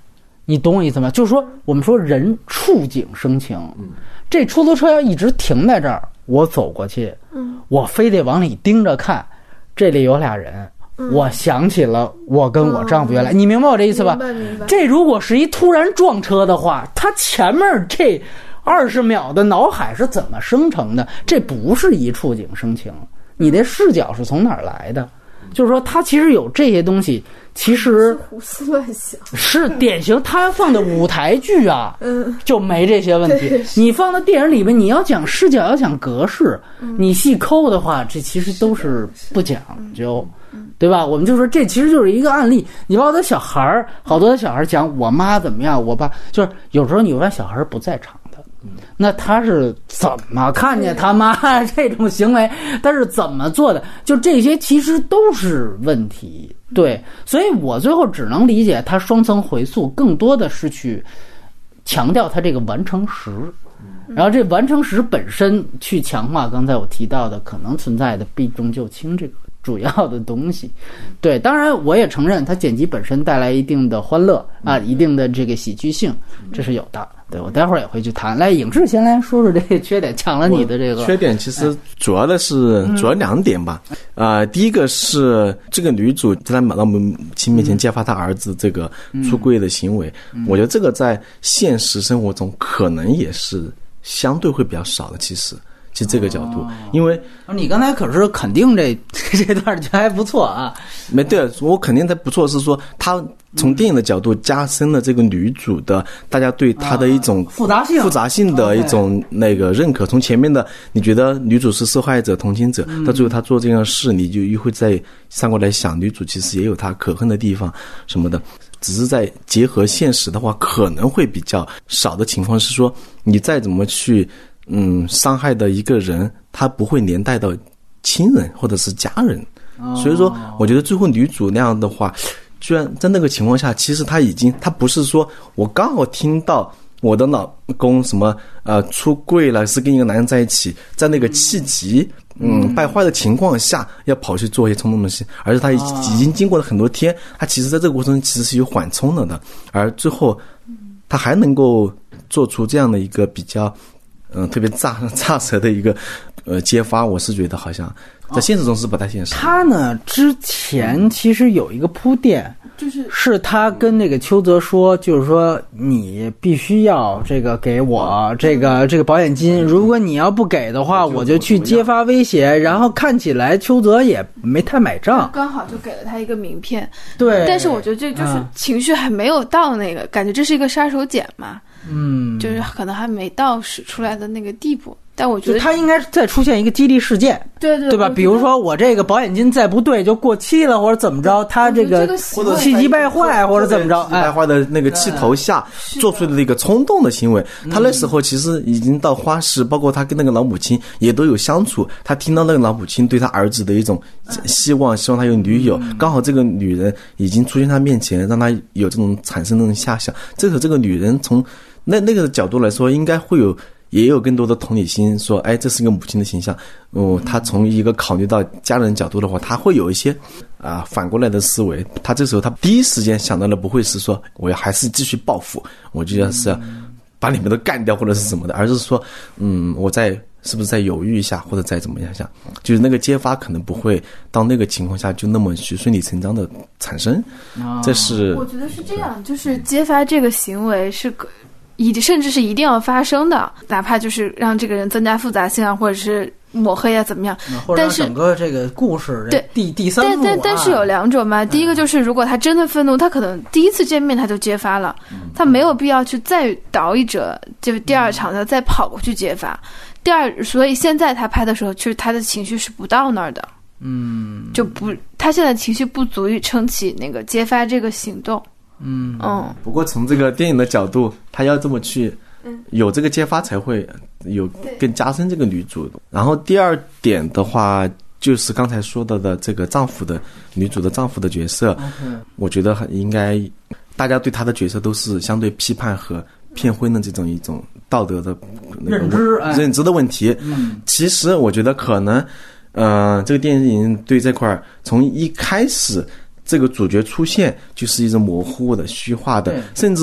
你懂我意思吗？就是说，我们说人触景生情，嗯，这出租车要一直停在这儿，我走过去，嗯，我非得往里盯着看，这里有俩人，嗯，我想起了我跟我丈夫原来，嗯，你明白我这意思吧？ 明白明白。 这如果是一突然撞车的话，他前面这二十秒的脑海是怎么生成的？这不是一触景生情，你的视角是从哪儿来的？就是说，他其实有这些东西。其实胡思乱想是典型，他放的舞台剧啊， 嗯， 就没这些问题。你放到电影里面，你要讲视角，要讲格式，嗯，你细抠的话，这其实都是不讲究，嗯，对吧？我们就说这其实就是一个案例。你包括小孩儿，好多的小孩讲我妈怎么样，我爸就是有时候你发现小孩不在场的，那他是怎么看见他妈这种行为？他是怎么做的？就这些其实都是问题。对，所以我最后只能理解他双层回溯更多的是去强调他这个完成时，然后这完成时本身去强化刚才我提到的可能存在的避重就轻这个主要的东西。对，当然我也承认它剪辑本身带来一定的欢乐啊，一定的这个喜剧性，这是有的。对，我待会儿也会去谈。来，影志先来说说这个缺点，抢了你的这个缺点。其实主要的是、哎、主要两点吧。啊、呃，第一个是这个女主在她母亲面前揭发她儿子这个出柜的行为、嗯，我觉得这个在现实生活中可能也是相对会比较少的。其实。其实这个角度、哦、因为你刚才可是肯定这这段觉得还不错啊。 没对，我肯定的不错是说他从电影的角度加深了这个女主的大家对她的一种复杂性复杂性的一种那个认可。从前面的你觉得女主是受害者同情者、嗯、到最后她做这样的事，你就又会再上过来想女主其实也有她可恨的地方什么的。只是在结合现实的话可能会比较少的情况是说你再怎么去嗯，伤害的一个人，他不会连带到亲人或者是家人，哦、所以说，我觉得最后女主那样的话，居然在那个情况下，其实他已经，他不是说我刚好听到我的老公什么呃出柜了，是跟一个男人在一起，在那个气急嗯败坏的情况下，要跑去做一些冲动的事，而是他已已经经过了很多天，他其实在这个过程中其实是有缓冲了的，而最后他还能够做出这样的一个比较。嗯，特别炸炸舌的一个呃揭发，我是觉得好像在现实中是不太现实。 哦、他呢之前其实有一个铺垫，就是是他跟那个邱泽说，就是说你必须要这个给我这个这个保险金，如果你要不给的话，我就去揭发威胁。然后看起来邱泽也没太买账， 刚好就给了他一个名片。 对， 但是我觉得这就是情绪还没有到那个，嗯、感觉这是一个杀手锏嘛。嗯，就是可能还没到使出来的那个地步，但我觉得他应该再出现一个激励事件， 对对对吧？比如说我这个保险金再不对就过期了，或者怎么着，他这个气急败坏或者怎么着， 气急败坏的那个气头下做出的那个冲动的行为，他那时候其实已经到花市，包括他跟那个老母亲也都有相处，他听到那个老母亲对他儿子的一种希望，希望他有女友，刚好这个女人已经出现他面前，让他有这种产生那种遐想，这个这个女人从那那个角度来说，应该会有也有更多的同理心，说，哎，这是个母亲的形象。哦，他从一个考虑到家人角度的话，他会有一些啊反过来的思维。他这时候他第一时间想到的不会是说，我要还是继续报复，我就要是要把你们都干掉或者是什么的，而是说，嗯，我在是不是再犹豫一下，或者再怎么样下，就是那个揭发可能不会到那个情况下就那么去顺理成章的产生。哦、这是我觉得是这样，就是揭发这个行为是。一甚至是一定要发生的，哪怕就是让这个人增加复杂性啊，或者是抹黑啊，怎么样？ 但是整个这个故事对第第三部、啊，但但但是有两种嘛。第一个就是，如果他真的愤怒，他可能第一次见面他就揭发了，他没有必要去再倒一折，就第二场他再跑过去揭发。第二，所以现在他拍的时候，其实他的情绪是不到那儿的，嗯，就不，他现在情绪不足以撑起那个揭发这个行动。 嗯嗯， 不过从这个电影的角度，他要这么去有这个揭发，才会有更加深这个女主。然后第二点的话，就是刚才说到的这个丈夫的女主的丈夫的角色， okay. 我觉得应该大家对他的角色都是相对批判和偏灰的这种一种道德的认知认知的问题。 嗯， 其实我觉得可能，呃，这个电影对这块从一开始。这个主角出现就是一种模糊的虚化的，甚至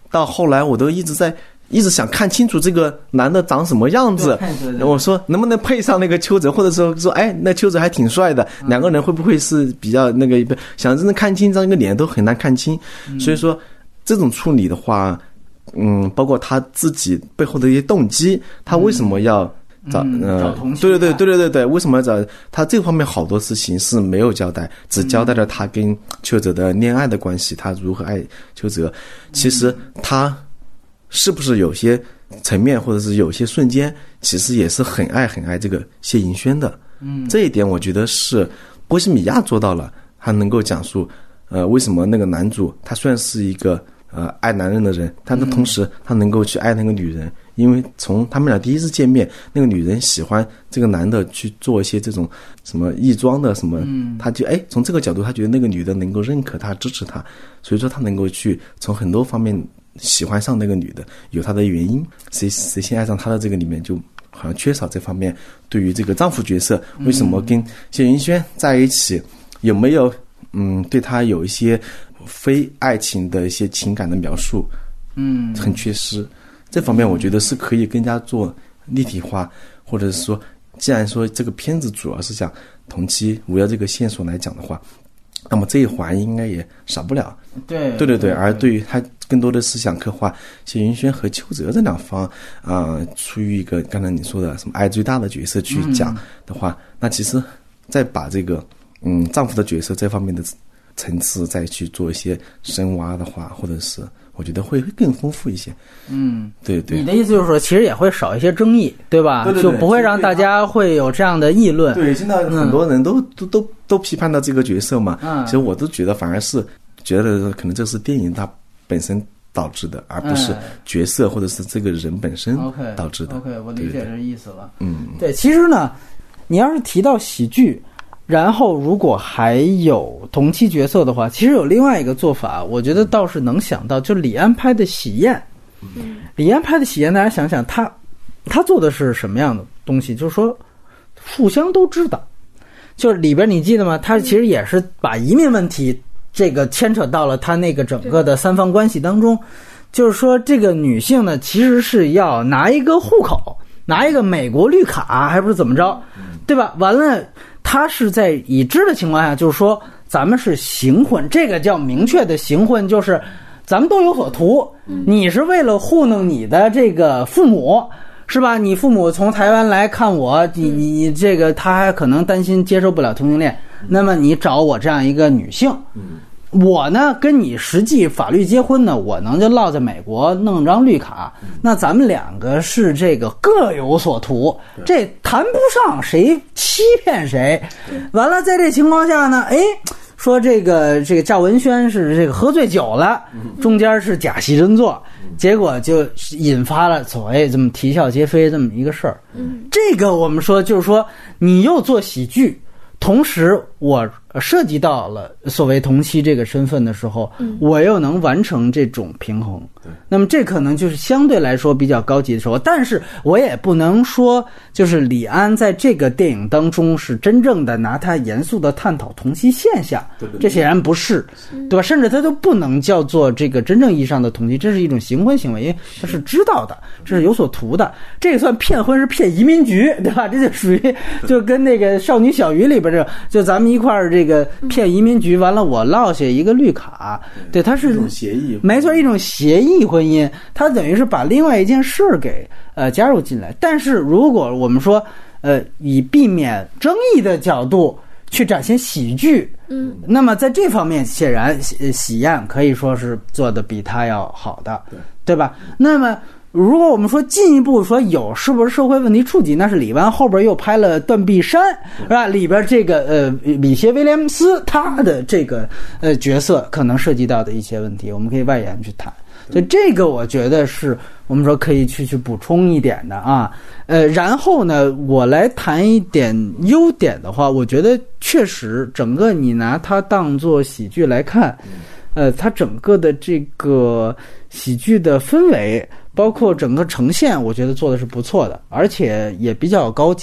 到后来我都一直在一直想看清楚这个男的长什么样子。我说能不能配上那个邱泽，或者说说哎，那邱泽还挺帅的，两个人会不会是比较那个？想真正看清这个脸都很难看清。所以说这种处理的话，嗯，包括他自己背后的一些动机，他为什么要找呃，对对对对对对对，为什么要找他？这方面好多事情是没有交代，只交代了他跟邱泽的恋爱的关系，他如何爱邱泽。其实他是不是有些层面，或者是有些瞬间，其实也是很爱很爱这个谢盈萱的。嗯，这一点我觉得是波西米亚做到了，他能够讲述，呃，为什么那个男主他虽然是一个呃爱男人的人，但他同时他能够去爱那个女人。因为从他们俩第一次见面，那个女人喜欢这个男的去做一些这种什么异装的什么，他就哎从这个角度，他觉得那个女的能够认可他、支持他，所以说他能够去从很多方面喜欢上那个女的，有他的原因。谁谁先爱上他的这个里面，就好像缺少这方面对于这个丈夫角色为什么跟谢盈萱在一起，有没有嗯对他有一些非爱情的一些情感的描述，嗯，很缺失。这方面我觉得是可以更加做立体化，或者是说既然说这个片子主要是讲同期围绕这个线索来讲的话，那么这一环应该也少不了。 对对对对，而对于他更多的是想刻画谢盈萱和邱泽这两方啊、呃，出于一个刚才你说的什么爱最大的角色去讲的话、嗯、那其实再把这个嗯丈夫的角色这方面的层次再去做一些深挖的话，或者是我觉得会更丰富一些。嗯，对对。 你的意思就是说，其实也会少一些争议，对吧？ 对对对， 就不会让大家会有这样的议论。 对，现在很多人都、嗯、都都都批判到这个角色嘛。嗯，其实我都觉得反而是觉得可能这是电影它本身导致的，而不是角色或者是这个人本身导致的。 OK，, okay 我理解这意思了。 嗯， 对，其实呢，你要是提到喜剧。然后如果还有同期角色的话，其实有另外一个做法，我觉得倒是能想到，就李安拍的《喜宴》。嗯，李安拍的《喜宴》，大家想想，他他做的是什么样的东西？就是说，互相都知道，就是里边你记得吗？他其实也是把移民问题这个牵扯到了他那个整个的三方关系当中。就是说，这个女性呢，其实是要拿一个户口，拿一个美国绿卡，还不是怎么着，对吧？完了。他是在已知的情况下，就是说咱们是行婚，这个叫明确的行婚，就是咱们都有所图。你是为了糊弄你的这个父母，是吧？你父母从台湾来看我，你你这个他还可能担心接受不了同性恋，那么你找我这样一个女性。我呢跟你实际法律结婚呢，我能就落在美国弄张绿卡，那咱们两个是这个各有所图，这谈不上谁欺骗谁。完了，在这情况下呢，哎，说这个这个赵文轩是这个喝醉酒了，中间是假戏真做，结果就引发了所谓这么啼笑皆非这么一个事儿。这个我们说就是说，你又做喜剧。同时我涉及到了所谓同期这个身份的时候、嗯、我又能完成这种平衡，那么这可能就是相对来说比较高级的时候，但是我也不能说就是李安在这个电影当中是真正的拿他严肃的探讨同期现象，对对对，这显然不是，对吧？甚至他都不能叫做这个真正意义上的同期，这是一种行婚行为，因为他是知道的，这是有所图的，这个算骗婚，是骗移民局，对吧？这就属于就跟那个少女小鱼里边这就咱们一块儿这个骗移民局，完了我落下一个绿卡，对，它是一种协议， 没错，一种协议婚姻，它等于是把另外一件事给呃加入进来。但是如果我们说呃以避免争议的角度去展现喜剧，嗯，那么在这方面显然喜喜宴可以说是做的比他要好的，对，对吧？那么如果我们说进一步说有是不是社会问题触及，那是李安后边又拍了《断臂山》，是吧？里边这个呃米歇威廉姆斯他的这个呃角色可能涉及到的一些问题，我们可以外延去谈。所以这个我觉得是我们说可以去去补充一点的啊。呃，然后呢，我来谈一点优点的话，我觉得确实整个你拿它当做喜剧来看，呃，它整个的这个喜剧的氛围。包括整个呈现我觉得做的是不错的，而且也比较高级，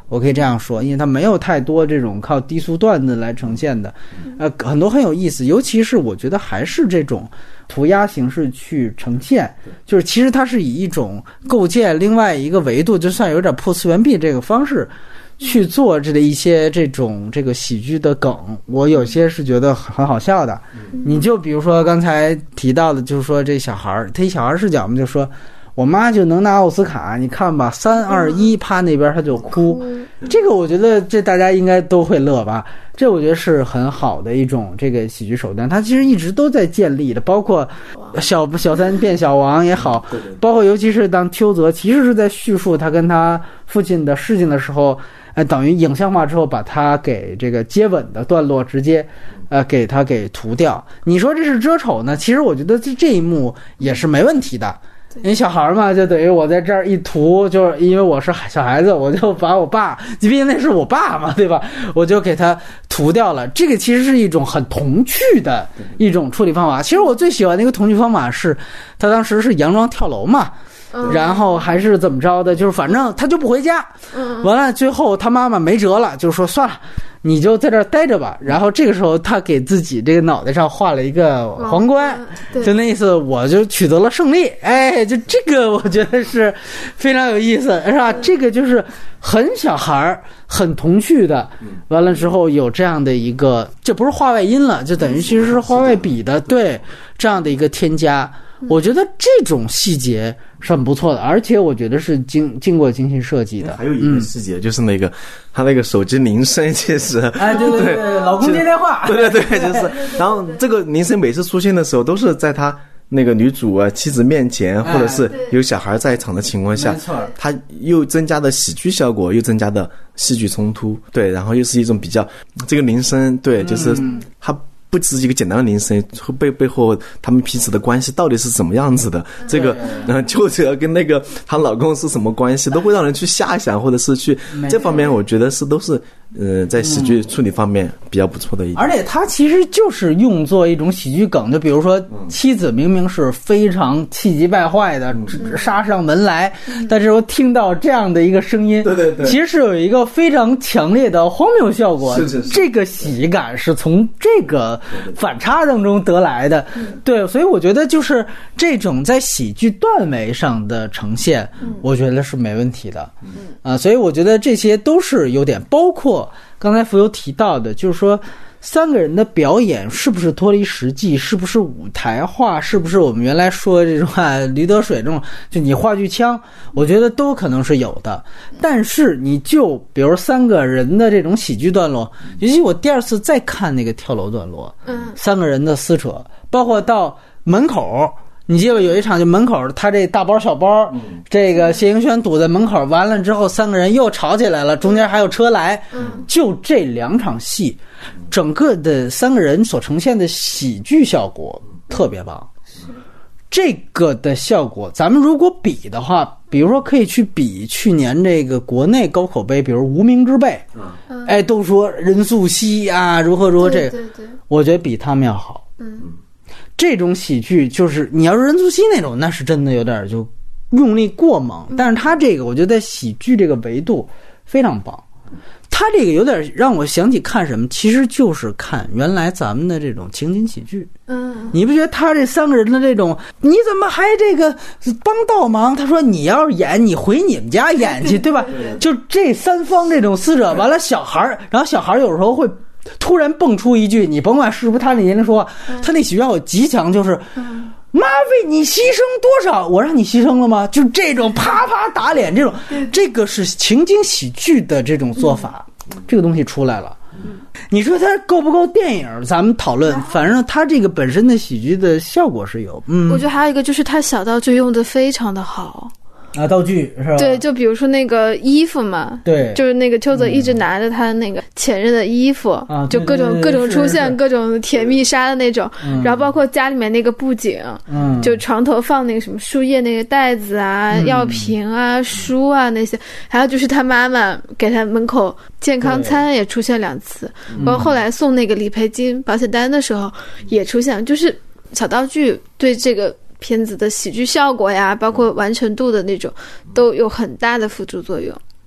我可以这样说，因为它没有太多这种靠低俗段子来呈现的，呃，很多很有意思，尤其是我觉得还是这种涂鸦形式去呈现，就是其实它是以一种构建另外一个维度，就算有点破次元壁这个方式去做这的一些这种这个喜剧的梗，我有些是觉得很好笑的。你就比如说刚才提到的，就是说这小孩他以小孩视角嘛，就说我妈就能拿奥斯卡，你看吧，三二一，啪那边他就哭。这个我觉得这大家应该都会乐吧。这我觉得是很好的一种这个喜剧手段，它其实一直都在建立的，包括小小三变小王也好，包括尤其是当邱泽其实是在叙述他跟他父亲的事情的时候，呃，等于影像化之后把他给这个接吻的段落直接呃给他给涂掉。你说这是遮丑呢？其实我觉得这这一幕也是没问题的。因为小孩嘛，就等于我在这儿一涂，就是因为我是小孩子，我就把我爸，毕竟那是我爸嘛，对吧？我就给他涂掉了。这个其实是一种很童趣的一种处理方法。其实我最喜欢的一个童趣方法是，他当时是佯装跳楼嘛，然后还是怎么着的，就是反正他就不回家。完了，最后他妈妈没辙了，就说算了，你就在这儿待着吧。然后这个时候他给自己这个脑袋上画了一个皇冠，就那意思我就取得了胜利。哎，就这个我觉得是非常有意思，是吧？这个就是很小孩很童趣的，完了之后有这样的一个，这不是话外音了，就等于其实是话外笔的，对，这样的一个添加。我觉得这种细节是很不错的，而且我觉得是经经过精心设计的。 还有一个细节、嗯、就是那个他那个手机铃声，其实哎，对对 对, 对，老公接电话， 对对对，就是。然后这个铃声每次出现的时候，都是在他那个女主啊妻子面前，或者是有小孩在场的情况下，他又增加的喜剧效果，又增加的戏剧冲突，对，然后又是一种比较这个铃声，对，就是他。不只是一个简单的铃声，背背后他们彼此的关系到底是怎么样子的？这个，呃，邱泽跟那个她老公是什么关系，都会让人去遐想，或者是去这方面，我觉得是都是呃在喜剧处理方面比较不错的一点。 而且他其实就是用作一种喜剧梗，就比如说妻子明明是非常气急败坏的杀上门来，但是我听到这样的一个声音， 对对对， 其实是有一个非常强烈的荒谬效果。 是是是， 这个喜感是从这个反差当中得来的，对，所以我觉得就是这种在喜剧段位上的呈现，我觉得是没问题的，啊，所以我觉得这些都是优点，包括刚才浮游提到的，就是说三个人的表演是不是脱离实际，是不是舞台化，是不是我们原来说这种啊驴得水这种，就你话剧腔，我觉得都可能是有的。但是你就比如三个人的这种喜剧段落，尤其我第二次再看那个跳楼段落，嗯，三个人的撕扯，包括到门口。你记得有一场就门口他这大包小包、嗯、这个谢盈萱堵在门口，完了之后三个人又吵起来了，中间还有车来、嗯、就这两场戏整个的三个人所呈现的喜剧效果特别棒。这个的效果咱们如果比的话，比如说可以去比去年这个国内高口碑，比如无名之辈、嗯、哎，都说任素汐啊如何如何，这个对对对，我觉得比他们要好。嗯，这种喜剧就是你要是任素汐那种，那是真的有点就用力过猛，但是他这个我觉得在喜剧这个维度非常棒。他这个有点让我想起看什么，其实就是看原来咱们的这种情景喜剧。嗯，你不觉得他这三个人的这种，你怎么还这个帮倒忙？他说你要是演，你回你们家演去，对吧？就这三方这种撕扯，完了小孩，然后小孩有时候会突然蹦出一句，你甭管是不是他那年龄说，他那喜剧效果极强，就是妈为你牺牲多少，我让你牺牲了吗？就这种啪啪打脸，这种这个是情景喜剧的这种做法，这个东西出来了。你说它够不够电影咱们讨论，反正它这个本身的喜剧的效果是有。嗯， 我觉得还有一个就是它小道具用的非常的好啊，道具是吧？ 对，就比如说那个衣服嘛， 对， 就是那个邱泽一直拿着他那个前任的衣服，嗯、就各种各种出现各种甜蜜杀的那种，嗯、然后包括家里面那个布景，嗯，就床头放那个什么树叶那个袋子啊、嗯、药瓶啊、书啊那些，还有就是他妈妈给他门口健康餐也出现两次，包括后来送那个理赔金、保险单的时候也出现，就是小道具对这个片子的喜剧效果呀，包括完成度的那种，都有很大的辅助作用。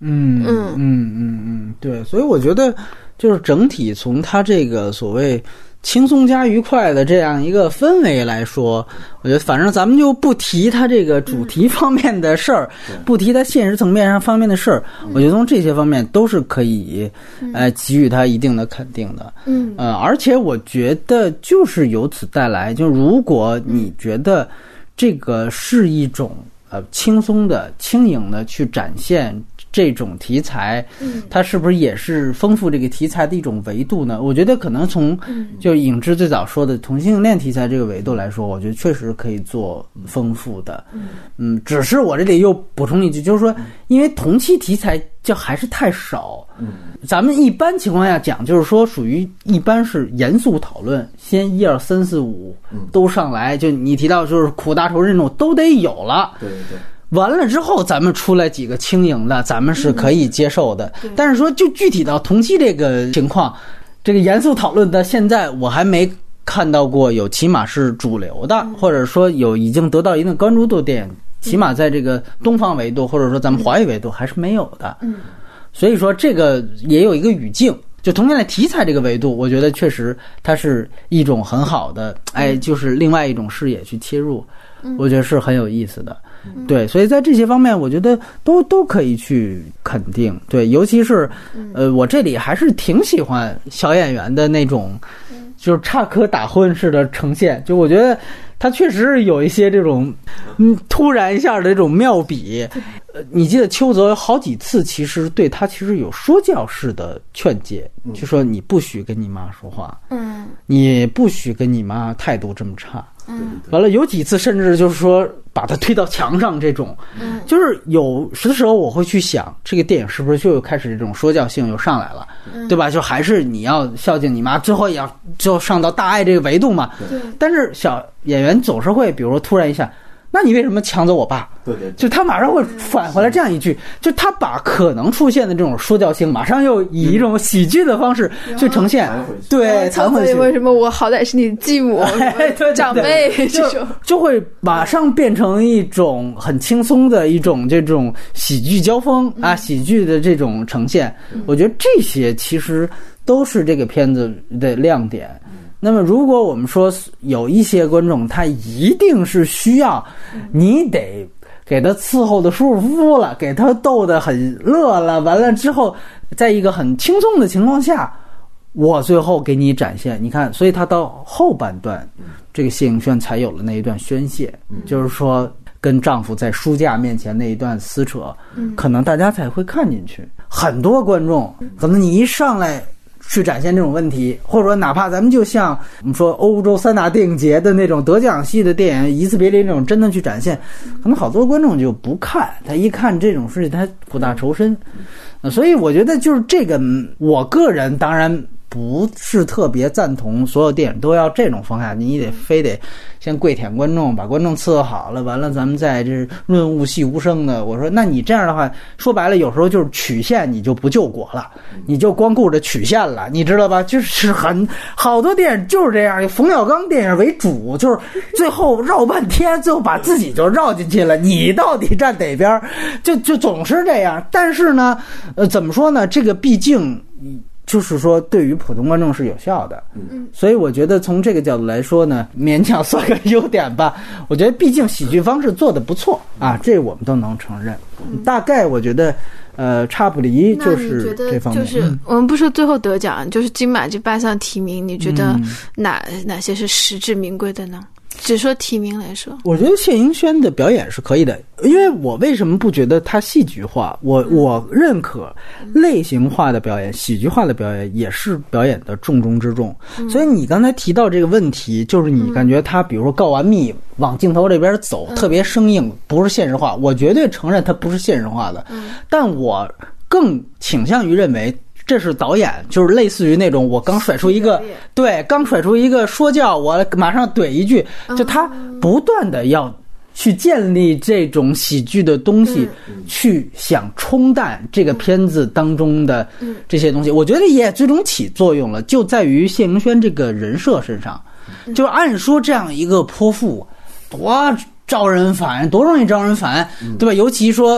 嗯嗯嗯嗯嗯，对，所以我觉得就是整体从他这个所谓轻松加愉快的这样一个氛围来说，我觉得反正咱们就不提他这个主题方面的事儿，嗯、不提他现实层面上方面的事儿，嗯、我觉得从这些方面都是可以，呃，给予他一定的肯定的。嗯，呃，而且我觉得就是由此带来，就如果你觉得这个是一种呃轻松的、轻盈的去展现这种题材，它是不是也是丰富这个题材的一种维度呢？我觉得可能从就影之最早说的同性恋题材这个维度来说，我觉得确实可以做丰富的。嗯，只是我这里又补充一句，就是说，因为同期题材就还是太少。嗯，咱们一般情况下讲，就是说属于一般是严肃讨论，先一二三四五都上来，就你提到就是苦大仇深这种都得有了。对对对。完了之后，咱们出来几个轻盈的，咱们是可以接受的。嗯、但是说，就具体到同期这个情况，这个严肃讨论的，现在我还没看到过有起码是主流的，嗯、或者说有已经得到一定关注度的电影，起码在这个东方维度，或者说咱们华语维度还是没有的。嗯，所以说这个也有一个语境。就同样的题材这个维度，我觉得确实它是一种很好的，哎，就是另外一种视野去切入，我觉得是很有意思的。对，所以在这些方面，我觉得都都可以去肯定。对，尤其是，呃，我这里还是挺喜欢小演员的那种，就是插科打诨式的呈现。就我觉得他确实有一些这种，嗯，突然一下的这种妙笔。呃，你记得邱泽有好几次其实对他其实有说教式的劝诫，就说你不许跟你妈说话，嗯，你不许跟你妈态度这么差。嗯，完了有几次甚至就是说把他推到墙上这种，嗯，就是有时的时候我会去想，这个电影是不是就开始这种说教性又上来了，嗯、对吧？就还是你要孝敬你妈，最后也要就上到大爱这个维度嘛。对。但是小演员总是会，比如说突然一下，那你为什么抢走我爸？对对，就他马上会返回来这样一句，就他把可能出现的这种说教性，马上又以一种喜剧的方式去呈现，对，弹回去。 为什么我好歹是你继母、长辈这种， 就会马上变成一种很轻松的一种这种喜剧交锋啊，喜剧的这种呈现。我觉得这些其实都是这个片子的亮点。那么如果我们说有一些观众他一定是需要你得给他伺候的舒舒服服了，给他逗得很乐了，完了之后在一个很轻松的情况下，我最后给你展现，你看，所以他到后半段这个谢颖轩才有了那一段宣泄，就是说跟丈夫在书架面前那一段撕扯，可能大家才会看进去。很多观众可能你一上来去展现这种问题，或者说哪怕咱们就像我们说欧洲三大电影节的那种得奖系的电影《一次别离》那种真的去展现，可能好多观众就不看，他一看这种事情他苦大仇深。所以我觉得就是这个，我个人当然不是特别赞同所有电影都要这种方向，你得非得先跪舔观众，把观众伺候好了，完了咱们再这润物细无声的。我说那你这样的话，说白了有时候就是曲线你就不救国了，你就光顾着曲线了，你知道吧？就是很好多电影就是这样，以冯小刚电影为主，就是最后绕半天，最后把自己就绕进去了，你到底站哪边？就就总是这样。但是呢，呃，怎么说呢？这个毕竟就是说对于普通观众是有效的，嗯，所以我觉得从这个角度来说呢，勉强算个优点吧。我觉得毕竟喜剧方式做得不错啊，这我们都能承认。大概我觉得呃差不离就是这方面。 就是我们不说最后得奖，就是金马这八项提名，你觉得哪、嗯、哪些是实至名归的呢？只说提名来说， 我觉得谢盈轩的表演是可以的，因为我为什么不觉得他戏剧化？我我认可类型化的表演，喜剧化的表演也是表演的重中之重。嗯、所以你刚才提到这个问题，就是你感觉他比如说告完密往镜头这边走，嗯、特别生硬，不是现实化。我绝对承认他不是现实化的，嗯、但我更倾向于认为。这是导演，就是类似于那种我刚甩出一个，对，刚甩出一个说教，我马上怼一句，就他不断的要去建立这种喜剧的东西，嗯、去想冲淡这个片子当中的这些东西，我觉得也最终起作用了，就在于谢盈轩这个人设身上，就按说这样一个泼妇多招人烦，多容易招人烦，对吧？尤其说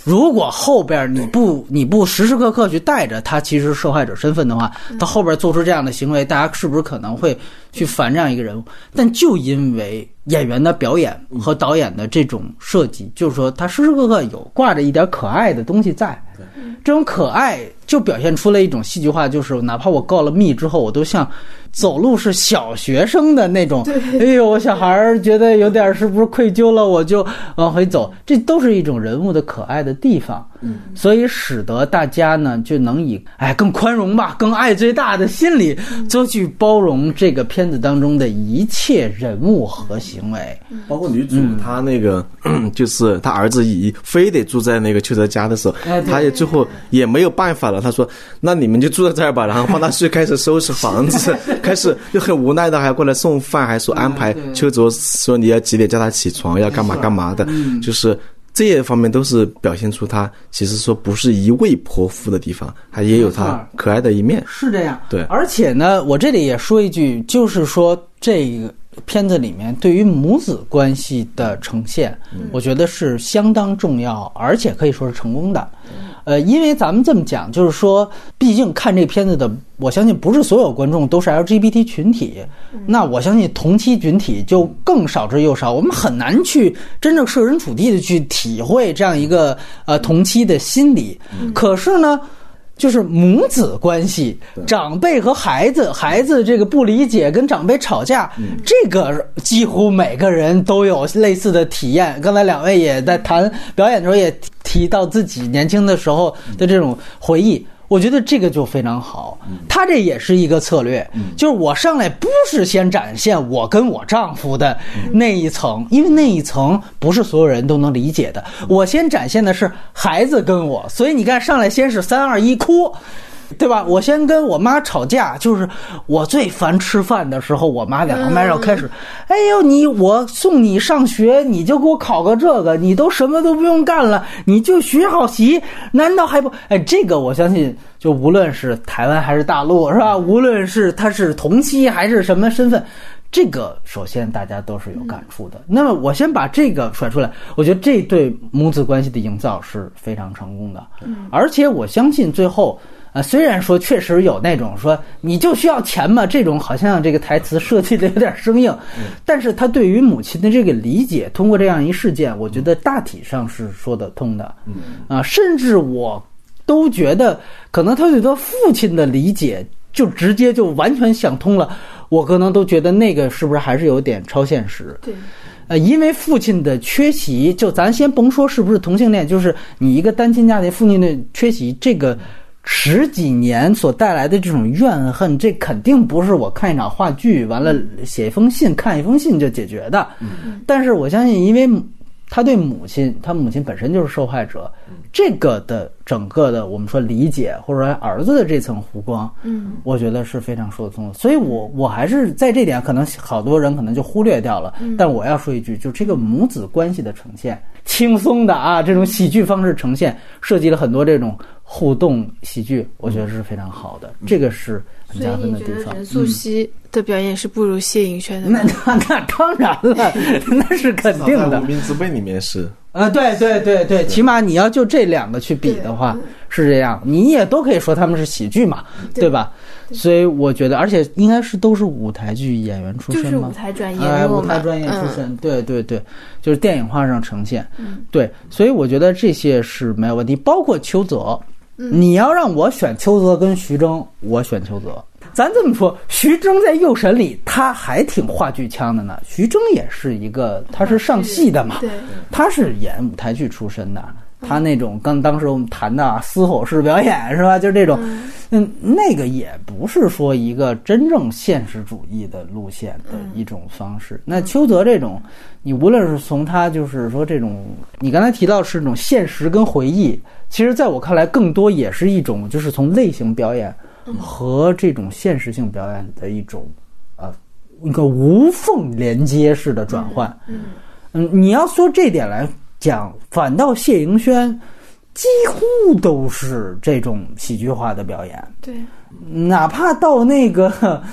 如果后边你不你不时时刻刻去带着他其实受害者身份的话，他后边做出这样的行为，大家是不是可能会去烦这样一个人物？但就因为演员的表演和导演的这种设计，就是说他时时刻刻有挂着一点可爱的东西在，这种可爱就表现出了一种戏剧化，就是哪怕我告了密之后，我都像走路是小学生的那种，哎呦，小孩觉得有点是不是愧疚了，我就往回走，这都是一种人物的可爱的地方。嗯，所以使得大家呢就能以哎更宽容吧，更爱最大的心理，就去包容这个片子当中的一切人物和行为， 包括女主她那个、嗯、就是她儿子乙非得住在那个邱泽家的时候，她也最后也没有办法了，她说那你们就住在这儿吧，然后帮他去开始收拾房子，开始就很无奈的还过来送饭，还说安排邱泽说你要几点叫他起床，要干嘛干嘛的，就是这些方面都是表现出他其实说不是一味泼妇的地方，他也有他可爱的一面。 是这样， 对。 而且呢，我这里也说一句，就是说这个片子里面对于母子关系的呈现，嗯、我觉得是相当重要，而且可以说是成功的。呃，因为咱们这么讲，就是说，毕竟看这片子的，我相信不是所有观众都是 L G B T 群体，嗯、那我相信同期群体就更少之又少，我们很难去真正设身处地的去体会这样一个呃同期的心理。嗯、可是呢，就是母子关系，长辈和孩子，孩子这个不理解跟长辈吵架，嗯、这个几乎每个人都有类似的体验。刚才两位也在谈表演的时候也提到自己年轻的时候的这种回忆，我觉得这个就非常好。他这也是一个策略，就是我上来不是先展现我跟我丈夫的那一层，因为那一层不是所有人都能理解的，我先展现的是孩子跟我，所以你看上来先是三二一哭，对吧？我先跟我妈吵架，就是我最烦吃饭的时候，我妈在旁边要开始，哎呦，你我送你上学，你就给我考个这个，你都什么都不用干了，你就学好习，难道还不？哎，这个我相信，就无论是台湾还是大陆，是吧？无论是他是同期还是什么身份。这个首先大家都是有感触的。嗯、那么我先把这个甩出来，我觉得这对母子关系的营造是非常成功的。嗯、而且我相信最后，呃，虽然说确实有那种说你就需要钱嘛，这种好像这个台词设计的有点生硬，嗯、但是他对于母亲的这个理解，通过这样一事件，我觉得大体上是说得通的。嗯啊，甚至我都觉得可能他对他父亲的理解就直接就完全想通了。我可能都觉得那个是不是还是有点超现实？对，呃，因为父亲的缺席，就咱先甭说是不是同性恋，就是你一个单亲家庭父亲的缺席，这个十几年所带来的这种怨恨，这肯定不是我看一场话剧完了写一封信看一封信就解决的。嗯，但是我相信，因为他对母亲，他母亲本身就是受害者，这个的整个的我们说理解，或者说儿子的这层弧光，嗯，我觉得是非常说得通的。所以我我还是在这点，可能好多人可能就忽略掉了。嗯、但我要说一句，就这个母子关系的呈现，轻松的啊，这种喜剧方式呈现，设计了很多这种互动喜剧，我觉得是非常好的。嗯、这个是很加分的地方。所以你觉得任素汐的表演是不如谢盈萱的？ 那那那当然了，那是肯定的。 无名之辈里面是。 啊，对对对对，起码你要就这两个去比的话是这样，你也都可以说他们是喜剧嘛，对, 对吧？对，所以我觉得，而且应该是都是舞台剧演员出身嘛， 就是舞台专业， 哎，舞台专业出身，嗯、对对对，就是电影化上呈现，嗯、对，所以我觉得这些是没有问题，包括邱泽，嗯、你要让我选邱泽跟徐峥，我选邱泽。咱这么说，徐峥在右神里他还挺话剧腔的呢。徐峥也是一个，他是上戏的嘛，对，他是演舞台剧出身的。他那种刚当时我们谈的啊嘶吼式表演是吧？就这种，嗯，那个也不是说一个真正现实主义的路线的一种方式。那邱泽这种，你无论是从他就是说这种，你刚才提到是这种现实跟回忆，其实在我看来更多也是一种就是从类型表演和这种现实性表演的一种呃一个无缝连接式的转换。嗯嗯，你要说这点来讲，反倒谢盈萱几乎都是这种喜剧化的表演。 对， 哪怕到那个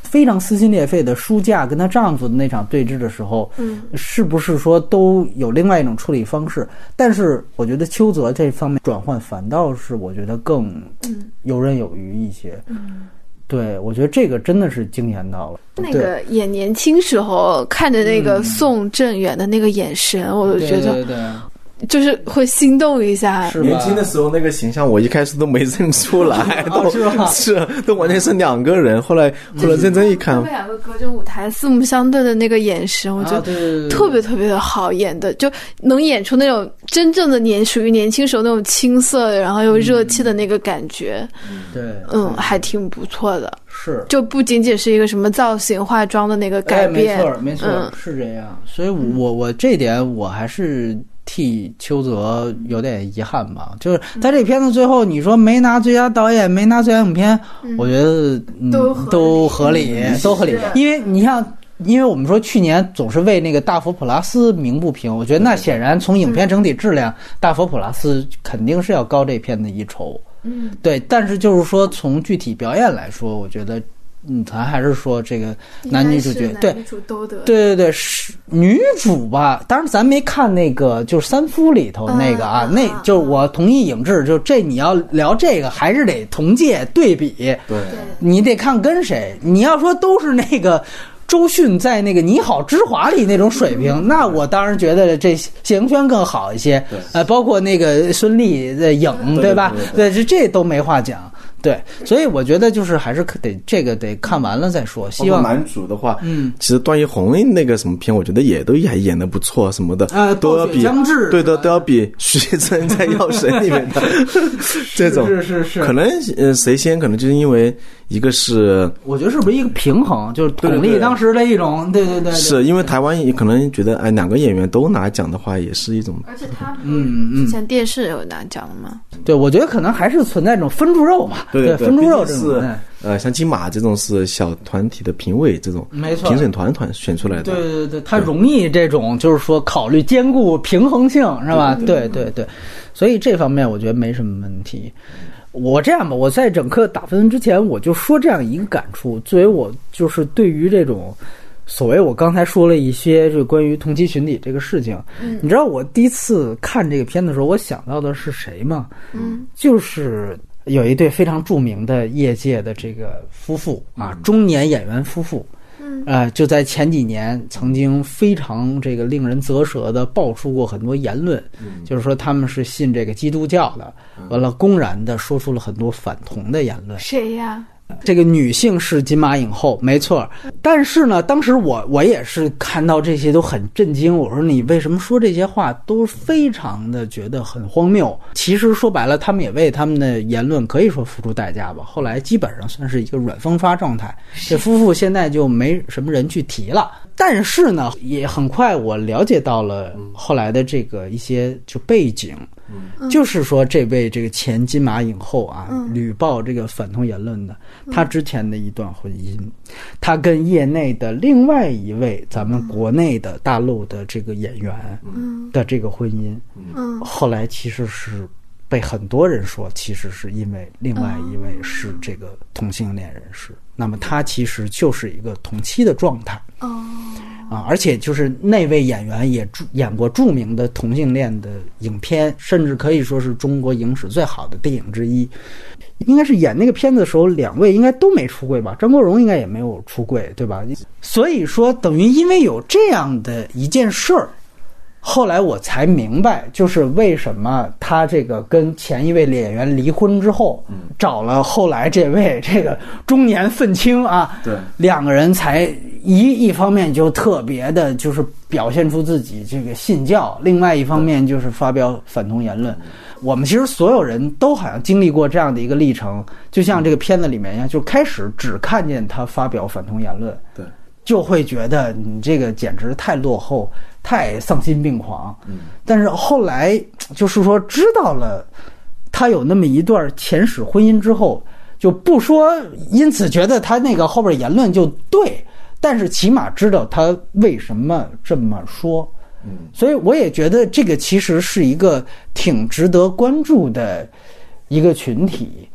非常撕心裂肺的书架跟她丈夫的那场对峙的时候， 嗯， 是不是说都有另外一种处理方式？但是我觉得邱泽这方面转换反倒是我觉得更游刃有余一些。 嗯， 对，我觉得这个真的是惊艳到了。 那个演年轻时候看着那个宋正远的那个眼神，嗯、我就觉得， 对对对， 就是会心动一下。 年轻的时候那个形象，我一开始都没认出来， 哦、 都是吧？ 是都完全是两个人。后来后来认真一看， 他们两个隔着舞台四目相对的那个眼神，我觉得特别特别的好演的，就能演出那种真正的年属于年轻时候那种青涩然后又热气的那个感觉。 嗯、对， 嗯，还挺不错的。 是， 就不仅仅是一个什么造型、化妆的那个改变， 哎、没错，没错、嗯，是这样。所以我，我我这点我还是替邱泽有点遗憾吧。就是在这片子最后，你说没拿最佳导演，没拿最佳影片，嗯、我觉得、嗯、 都都合理，都合理。因为你像。因为我们说去年总是为那个大佛普拉斯鸣不平，我觉得那显然从影片整体质量，大佛普拉斯肯定是要高这片的一筹。 嗯， 对，但是就是说从具体表演来说，我觉得，嗯，咱还是说这个男女主角，对， 女主都得， 对对对，是女主吧？当然咱没看那个，就是三夫里头那个啊， 嗯、 那就是我同意影志，就这你要聊这个，还是得同届对比， 对， 你得看跟谁。你要说都是那个。周迅在那个《你好，之华》里那种水平，那我当然觉得这谢盈萱更好一些。呃，包括那个孙俪的影，对吧？对，这这都没话讲。对，所以我觉得就是还是得这个得看完了再说。希望男主的话，嗯，其实段奕宏那个什么片，我觉得也都也演得不错，什么的， 呃， 都要比对的都要比徐峥在《药神》里面的这种是是是， 可能呃谁先，可能就是因为一个是， 我觉得是不是一个平衡，就是巩俐当时的一种，对对 对, 对, 对， 是因为台湾也可能觉得哎两个演员都拿奖的话，也是一种， 而且他嗯嗯，之前电视有拿奖了吗？ 对，我觉得可能还是存在这种分猪肉嘛。 对对对， 分猪肉这种， 呃，像金马这种是小团体的评委这种， 没错， 评审团团选出来的。 对对对，它容易这种就是说考虑兼顾平衡性，是吧？对对 对, 对，所以这方面我觉得没什么问题。我这样吧，我在整个打分之前，我就说这样一个感触，作为我就是对于这种所谓我刚才说了一些这关于同期群体这个事情，嗯，你知道我第一次看这个片的时候，我想到的是谁吗？ 嗯， 就是有一对非常著名的业界的这个夫妇啊，中年演员夫妇。 嗯， 呃，就在前几年曾经非常这个令人啧舌的爆出过很多言论，嗯，就是说他们是信这个基督教的，完了公然的说出了很多反同的言论。 谁呀？ 这个女性是金马影后，没错。但是呢，当时我我也是看到这些都很震惊。我说你为什么说这些话，都非常的觉得很荒谬。其实说白了，他们也为他们的言论可以说付出代价吧。后来基本上算是一个软封杀状态，这夫妇现在就没什么人去提了。但是呢，也很快我了解到了后来的这个一些就背景。 嗯， 就是说这位这个前金马影后啊， 嗯， 屡爆这个反同言论的，她之前的一段婚姻，她跟业内的另外一位咱们国内的大陆的这个演员的这个婚姻， 嗯， 后来其实是被很多人说，其实是因为另外一位是这个同性恋人士，那么他其实就是一个同妻的状态。 哦。 啊，而且就是那位演员也演过著名的同性恋的影片，甚至可以说是中国影史最好的电影之一。应该是演那个片子的时候，两位应该都没出柜吧？张国荣应该也没有出柜，对吧？所以说，等于因为有这样的一件事儿，后来我才明白，就是为什么他这个跟前一位演员离婚之后，嗯，找了后来这位这个中年愤青啊， 对， 两个人才一一方面就特别的，就是表现出自己这个信教，另外一方面就是发表反同言论。我们其实所有人都好像经历过这样的一个历程，就像这个片子里面一样，就开始只看见他发表反同言论， 对， 就会觉得你这个简直太落后，太丧心病狂。嗯，但是后来就是说知道了他有那么一段前史婚姻之后，就不说因此觉得他那个后边言论就对，但是起码知道他为什么这么说。嗯，所以我也觉得这个其实是一个挺值得关注的一个群体。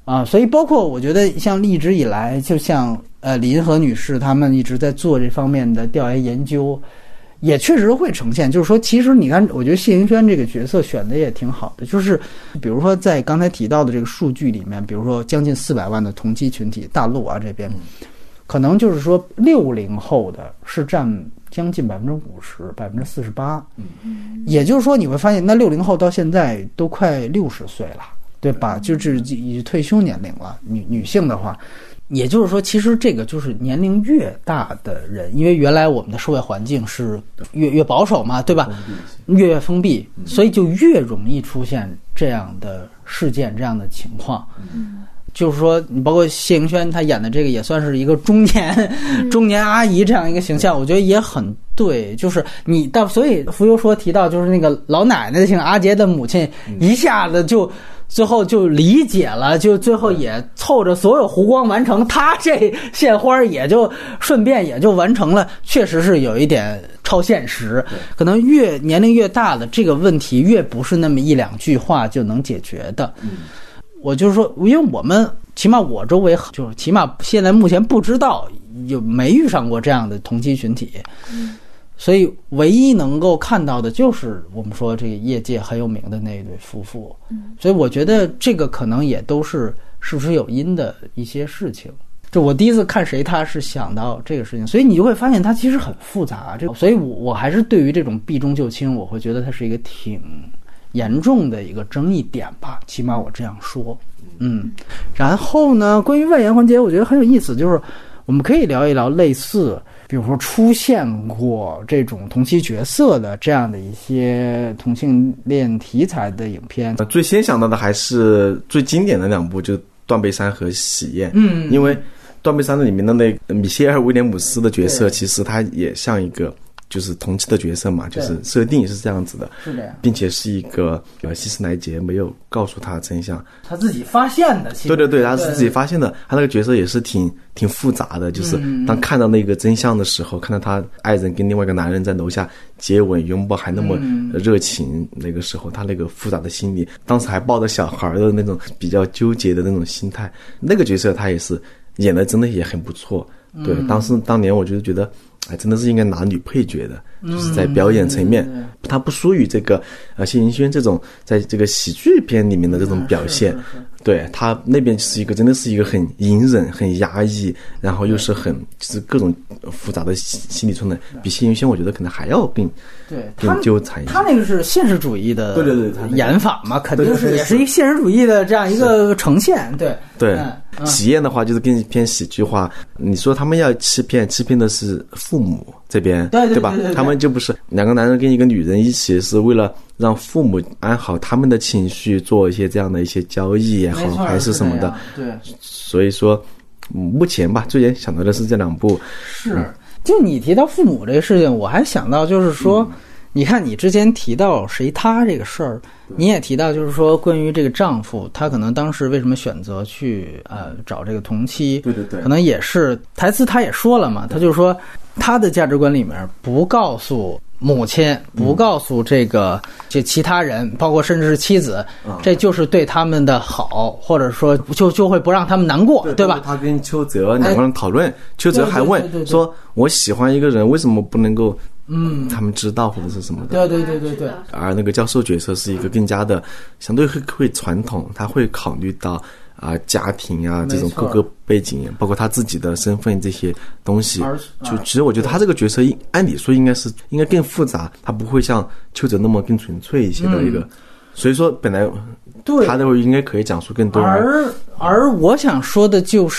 啊，所以包括我觉得像一直以来，就像呃李银河女士他们一直在做这方面的调研研究，也确实会呈现，就是说，其实你看，我觉得谢盈萱这个角色选的也挺好的，就是比如说在刚才提到的这个数据里面，比如说将近四百万的同期群体，大陆啊这边，可能就是说六零后的是占将近百分之五十，百分之四十八，也就是说你会发现，那六零后到现在都快六十岁了。对吧？就是已退休年龄了。女女性的话，也就是说，其实这个就是年龄越大的人，因为原来我们的社会环境是越越保守嘛，对吧？越越封闭，所以就越容易出现这样的事件、这样的情况。嗯，就是说，你包括谢盈萱她演的这个，也算是一个中年、嗯、中年阿姨这样一个形象，我觉得也很对。就是你到，所以浮游说提到，就是那个老奶奶姓阿杰的母亲，一下子就。最后就理解了，就最后也凑着所有弧光完成，他这献花也就顺便也就完成了，确实是有一点超现实。可能越年龄越大的这个问题，越不是那么一两句话就能解决的。嗯，我就是说，因为我们起码我周围就是起码现在目前不知道有没遇上过这样的同期群体。嗯。所以唯一能够看到的就是我们说这个业界很有名的那一对夫妇，所以我觉得这个可能也都是事出有因的一些事情。这我第一次看谁他是想到这个事情，所以你就会发现它其实很复杂。这所以我我还是对于这种避重就轻，我会觉得它是一个挺严重的一个争议点吧，起码我这样说。嗯，然后呢，关于外延环节，我觉得很有意思，就是我们可以聊一聊类似。比如说出现过这种同期角色的这样的一些同性恋题材的影片， 最先想到的还是最经典的两部，就是《断背山》和《喜宴》。 嗯， 因为《断背山》里面的那个米歇尔·威廉姆斯的角色，其实他也像一个就是同期的角色嘛，就是设定是这样子的， 是的， 并且是一个呃希斯莱杰没有告诉他真相， 他自己发现的。其实对对对，他是自己发现的。他那个角色也是挺挺复杂的，就是当看到那个真相的时候，嗯、看到他爱人跟另外一个男人在楼下接吻拥抱还那么热情，嗯、那个时候他那个复杂的心理，当时还抱着小孩的那种比较纠结的那种心态，那个角色他也是演的真的也很不错。对， 嗯、 当时当年我就觉得。哎，真的是应该拿女配角的，就是在表演层面， 嗯、 他不输于这个呃谢盈萱这种在这个喜剧片里面的这种表现。 嗯、是是是对他那边是一个真的是一个很隐忍、很压抑，然后又是很就是各种复杂的心理状态，比谢盈萱我觉得可能还要更对更纠缠一些。 他那个是现实主义的， 对对对， 演法嘛，肯定是也是一现实主义的这样一个呈现。对对。 嗯喜宴的话就是更偏喜剧化，你说他们要欺骗，欺骗的是父母这边， 对对对吧？ 对对对他们就不是两个男人跟一个女人一起，是为了让父母安好他们的情绪，做一些这样的一些交易也好，还是什么的。 对， 所以说目前吧，最先想到的是这两部。 是，嗯、就你提到父母这个事情，我还想到就是说。嗯你看，你之前提到谁他这个事儿，你也提到就是说关于这个丈夫，他可能当时为什么选择去呃找这个同妻， 对对对， 可能也是台词他也说了嘛，他就说他的价值观里面不告诉母亲，不告诉这个这其他人，包括甚至是妻子，这就是对他们的好，或者说就就会不让他们难过， 对, 对吧？ 他跟邱泽两个人讨论，邱泽还问说：“我喜欢一个人，为什么不能够？”嗯，他们知道或者是什么的， 对对对对对。 而那个教授角色是一个更加的相对会会传统，他会考虑到啊、呃、家庭啊这种各个背景，包括他自己的身份这些东西。就其实我觉得他这个角色按理说应该是应该更复杂，他不会像邱泽那么更纯粹一些的一个。嗯、所以说本来他的应该可以讲述更多。 而而我想说的就是，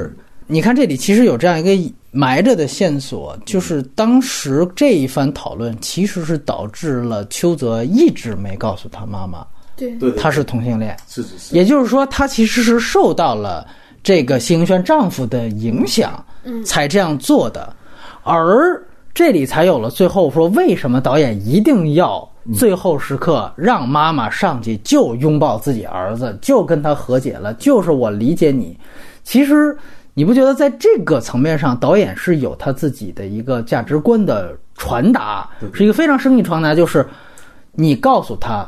你看这里其实有这样一个。埋着的线索就是当时这一番讨论其实是导致了邱泽一直没告诉他妈妈对他是同性恋， 是是是， 也就是说他其实是受到了这个谢盈萱丈夫的影响才这样做的，而这里才有了最后说为什么导演一定要最后时刻让妈妈上去就拥抱自己儿子，就跟他和解了，就是我理解你。其实你不觉得在这个层面上导演是有他自己的一个价值观的传达，是一个非常生硬传达，就是你告诉他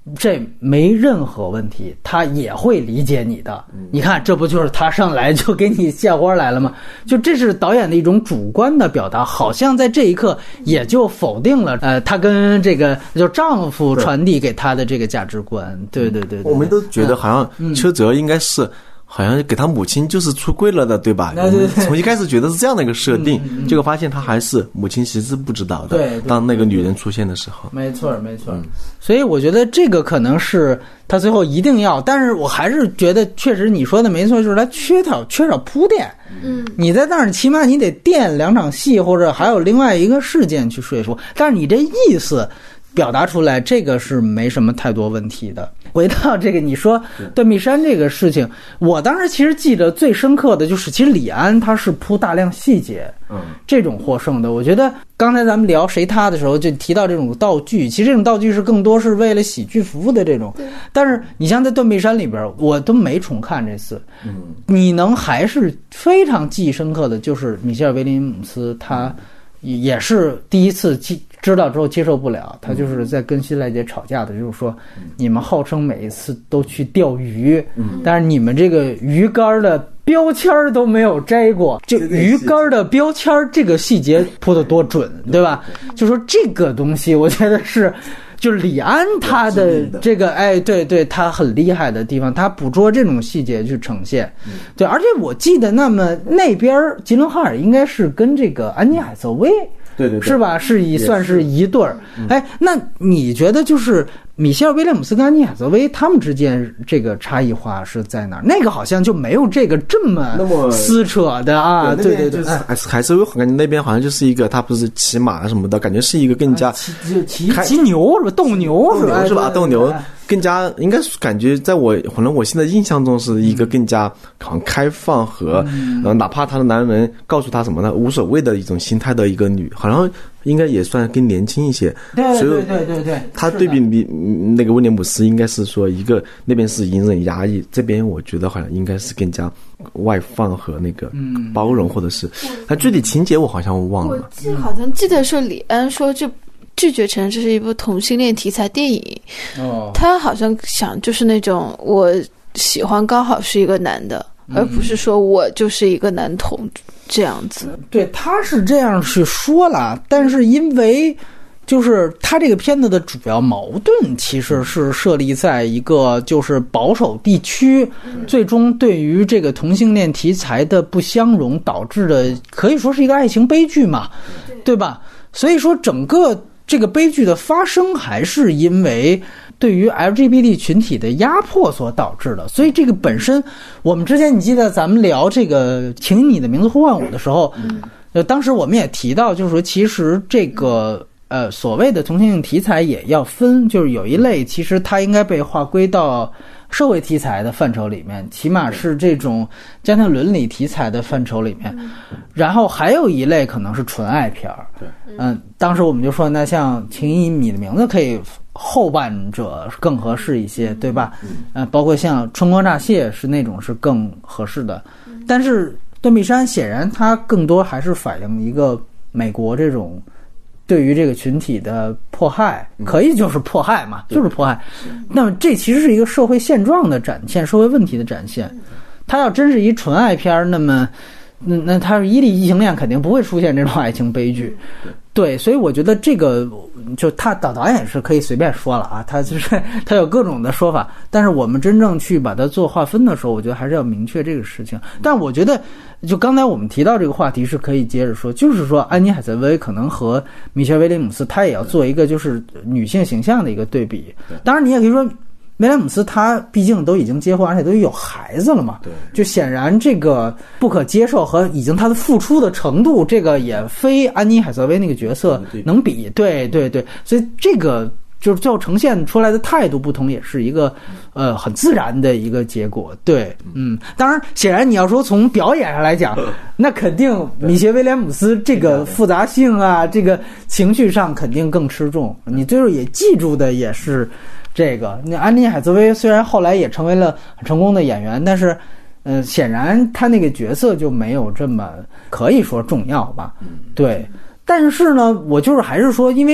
这没任何问题，他也会理解你的。你看，这不就是他上来就给你献花来了吗？就这是导演的一种主观的表达，好像在这一刻也就否定了呃，他跟这个就丈夫传递给他的这个价值观。对对 对, 对, 对， 我们都觉得好像邱泽应该是。好像给他母亲就是出柜了的，对吧？ 对对对， 从一开始觉得是这样的一个设定，嗯嗯、结果发现他还是母亲其实是不知道的。 对，对当那个女人出现的时候， 没错没错、嗯。所以我觉得这个可能是他最后一定要，但是我还是觉得确实你说的没错，就是他缺少缺少铺垫。 嗯， 你在那儿起码你得垫两场戏，或者还有另外一个事件去说服，但是你这意思表达出来，这个是没什么太多问题的。回到这个你说断臂山这个事情，我当时其实记得最深刻的就是，其实李安他是铺大量细节， 嗯， 这种获胜的。我觉得刚才咱们聊谁他的时候就提到这种道具，其实这种道具是更多是为了喜剧服务的这种。但是你像在断臂山里边，我都没重看这次， 嗯， 你能还是非常记忆深刻的就是米歇尔·威廉姆斯他也是第一次记。知道之后接受不了，他就是在跟希赖杰吵架的，就是说，你们号称每一次都去钓鱼，但是你们这个鱼竿的标签都没有摘过，就鱼竿的标签这个细节铺得多准，对吧？就说这个东西，我觉得是。就是李安他的这个哎，对对，他很厉害的地方，他捕捉这种细节去呈现，对，而且我记得，那么那边吉伦哈尔应该是跟这个安妮海瑟薇。 对对对， 是吧？是一算是一对儿。哎，那你觉得就是米歇尔·威廉姆斯跟安妮海瑟薇他们之间这个差异化是在哪儿？那个好像就没有这个这么撕扯的啊。对对对， 海海瑟薇感觉那边好像就是一个，他不是骑马什么的，感觉是一个更加骑骑骑牛是吧？斗牛是吧？ 是吧？斗牛。更加应该感觉，在我可能我现在印象中是一个更加很开放和， 嗯、 呃，哪怕她的男人告诉她什么呢，无所谓的一种心态的一个女，好像应该也算更年轻一些。 对对对对对， 她对比比那个威廉姆斯，应该是说一个那边是隐忍压抑，这边我觉得好像应该是更加外放和那个包容，或者是，但具体情节我好像忘了。 我记得好像记得说李安说这。拒绝承认这是一部同性恋题材电影， 哦， 他好像想就是那种我喜欢刚好是一个男的， 嗯、 而不是说我就是一个男同这样子。 对，他是这样去说了，但是因为就是他这个片子的主要矛盾其实是设立在一个就是保守地区， 嗯、 最终对于这个同性恋题材的不相容导致的，可以说是一个爱情悲剧嘛，对, 对吧？所以说整个。这个悲剧的发生还是因为对于 L G B T 群体的压迫所导致的，所以这个本身，我们之前你记得咱们聊这个《请以你的名字呼唤我》的时候，呃，当时我们也提到，就是说其实这个呃所谓的同性恋题材也要分，就是有一类其实它应该被划归到社会题材的范畴里面，起码是这种家庭伦理题材的范畴里面，然后还有一类可能是纯爱片儿。 对， 嗯，当时我们就说，那像《请以你的名字》可以后半者更合适一些，对吧？嗯，包括像《春光乍泄》是那种是更合适的，但是断臂山显然它更多还是反映一个美国这种。对于这个群体的迫害，可以就是迫害嘛，就是迫害。那么这其实是一个社会现状的展现，社会问题的展现。它要真是一纯爱片，那么那那它是伊利异性恋，肯定不会出现这种爱情悲剧。对，所以我觉得这个就他导导演是可以随便说了啊，他就是他有各种的说法，但是我们真正去把它做划分的时候，我觉得还是要明确这个事情。但我觉得，就刚才我们提到这个话题是可以接着说，就是说安妮海瑟薇可能和米歇尔·威廉姆斯，他也要做一个就是女性形象的一个对比。当然，你也可以说。威廉姆斯他毕竟都已经结婚，而且都有孩子了嘛， 对， 就显然这个不可接受和已经他的付出的程度，这个也非安妮海瑟薇那个角色能比，对对对，所以这个就是最后呈现出来的态度不同，也是一个呃很自然的一个结果，对，嗯，当然显然你要说从表演上来讲，那肯定米歇尔·威廉姆斯这个复杂性啊，这个情绪上肯定更吃重，你最后也记住的也是。这个，那安妮海瑟薇虽然后来也成为了很成功的演员，但是，呃，显然她那个角色就没有这么可以说重要吧？对。但是呢，我就是还是说，因为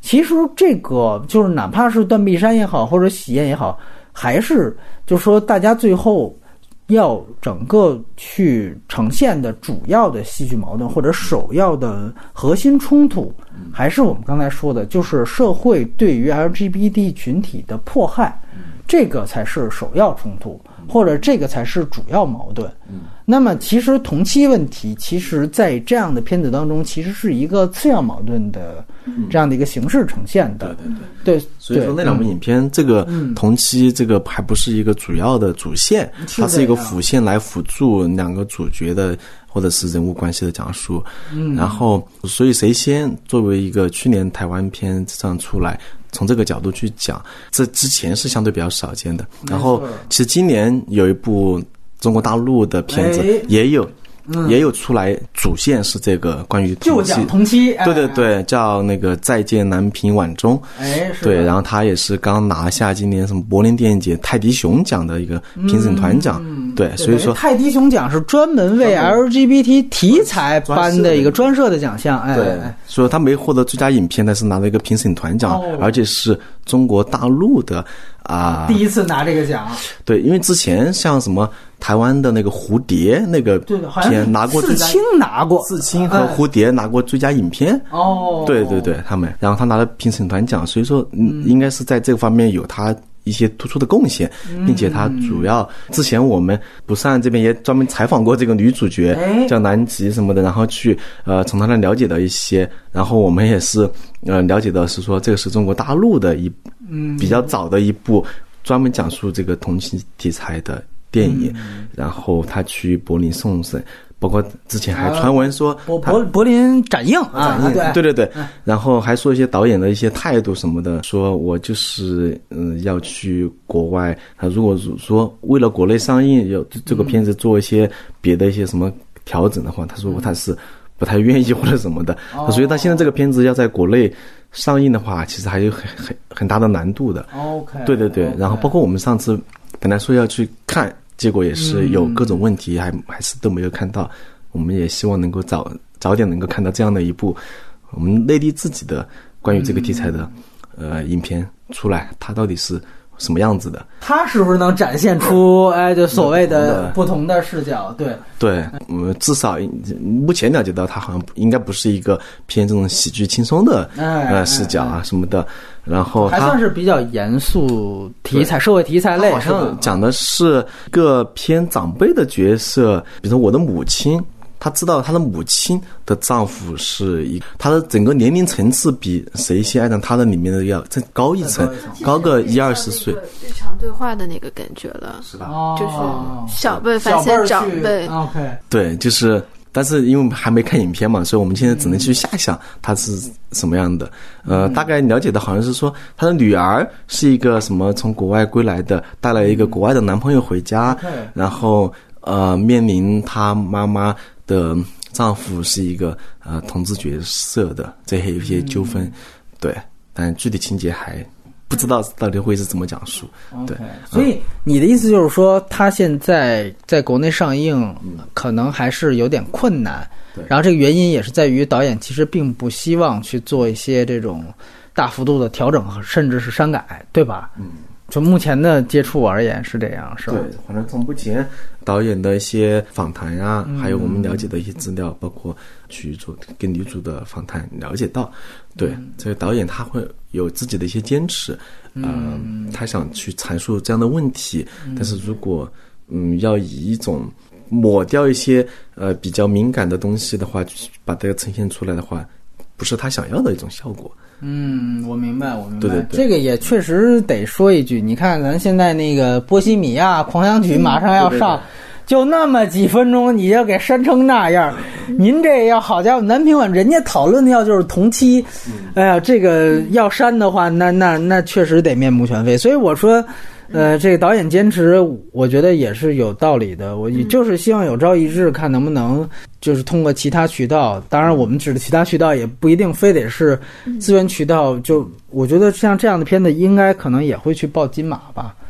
其实这个就是哪怕是断臂山也好，或者喜宴也好，还是就是说大家最后要整个去呈现的主要的戏剧矛盾或者首要的核心冲突，还是我们刚才说的，就是社会对于 L G B T 群体的迫害，这个才是首要冲突，或者这个才是主要矛盾。那么其实同期问题其实在这样的片子当中其实是一个次要矛盾的这样的一个形式呈现的。 对对对，所以说那两部影片这个同期这个还不是一个主要的主线，它是一个辅线来辅助两个主角的或者是人物关系的讲述。然后所以谁先作为一个去年台湾片这样出来，从这个角度去讲，这之前是相对比较少见的。然后其实今年有一部中国大陆的片子也有、嗯、也有出来，主线是这个关于同期， 就讲同期， 对对对，叫那个再见南屏晚钟， 哎，是对，然后他也是刚拿下今年什么柏林电影节泰迪熊奖的一个评审团奖， 嗯、 对，所以说泰迪熊奖是专门为 L G B T 题材颁的一个专设的奖项，哎， 对，所以他没获得最佳影片，但是拿了一个评审团奖、哦，而且是中国大陆的啊、 呃，第一次拿这个奖， 对，因为之前像什么台湾的那个蝴蝶那个片拿过最佳， 刺青拿过， 刺青和蝴蝶拿过最佳影片， 哦， 对对对，他们，然后他拿了评审团奖，所以说嗯，应该是在这个方面有他一些突出的贡献，并且他主要、嗯、之前我们不上这边也专门采访过这个女主角、哎、叫南极什么的，然后去呃从她那了解到一些，然后我们也是呃了解到是说这个是中国大陆的一嗯比较早的一部专门讲述这个同性题材的电影、嗯、然后他去柏林送审，包括之前还传闻说柏柏柏林展映啊， 对对对对，然后还说一些导演的一些态度什么的，说我就是嗯要去国外，他如果说为了国内上映有这个片子做一些别的一些什么调整的话，他说他是不太愿意或者什么的，所以他现在这个片子要在国内上映的话，其实还有很很很大的难度的。 OK， 对对对，然后包括我们上次本来说要去看，结果也是有各种问题，还还是都没有看到。我们也希望能够早早点能够看到这样的一部我们内地自己的关于这个题材的、嗯、呃影片出来，它到底是什么样子的？ 它是不是能展现出哎，就所谓的不同的视角？对对，嗯，至少目前了解到，它好像应该不是一个偏这种喜剧轻松的、哎、呃视角啊、哎、什么的。然后还算是比较严肃题材、社会题材类， 好像讲的是个偏长辈的角色，比如说我的母亲。她知道她的母亲的丈夫是一，她的整个年龄层次比谁先爱上她的里面的要再高一层，高个一二十岁。 日常对话的那个感觉了， 是吧？ 就是小辈发现长辈。 OK， 对，就是，但是因为还没看影片嘛，所以我们现在只能去遐想她是什么样的。呃，大概了解的好像是说，她的女儿是一个什么从国外归来的，带了一个国外的男朋友回家，然后呃面临她妈妈的丈夫是一个呃同志角色的，这些有一些纠纷、嗯，对，但具体情节还不知道到底会是怎么讲述。对， okay, 所以你的意思就是说，他现在在国内上映、嗯、可能还是有点困难，然后这个原因也是在于导演其实并不希望去做一些这种大幅度的调整和甚至是删改，对吧？嗯。从目前的接触而言是这样，是吧？ 对，反正从目前导演的一些访谈呀、嗯，还有我们了解的一些资料，包括去做跟女主的访谈了解到，对、嗯、这个导演他会有自己的一些坚持，嗯、呃，他想去阐述这样的问题，嗯、但是如果嗯要以一种抹掉一些呃比较敏感的东西的话，把这个呈现出来的话，不是他想要的一种效果。 嗯，我明白，我明白。 对对对， 这个也确实得说一句，你看咱现在那个《波西米亚狂想曲》马上要上，嗯、对对对，就那么几分钟，你要给删成那样，您这要好家伙，南屏晚人家讨论的要就是同期，嗯、哎呀，这个要删的话，那那那确实得面目全非。所以我说。呃，这个导演坚持，我觉得也是有道理的。我就是希望有朝一日看能不能，就是通过其他渠道，当然我们指的其他渠道也不一定非得是资源渠道。就我觉得像这样的片子，应该可能也会去报金马吧。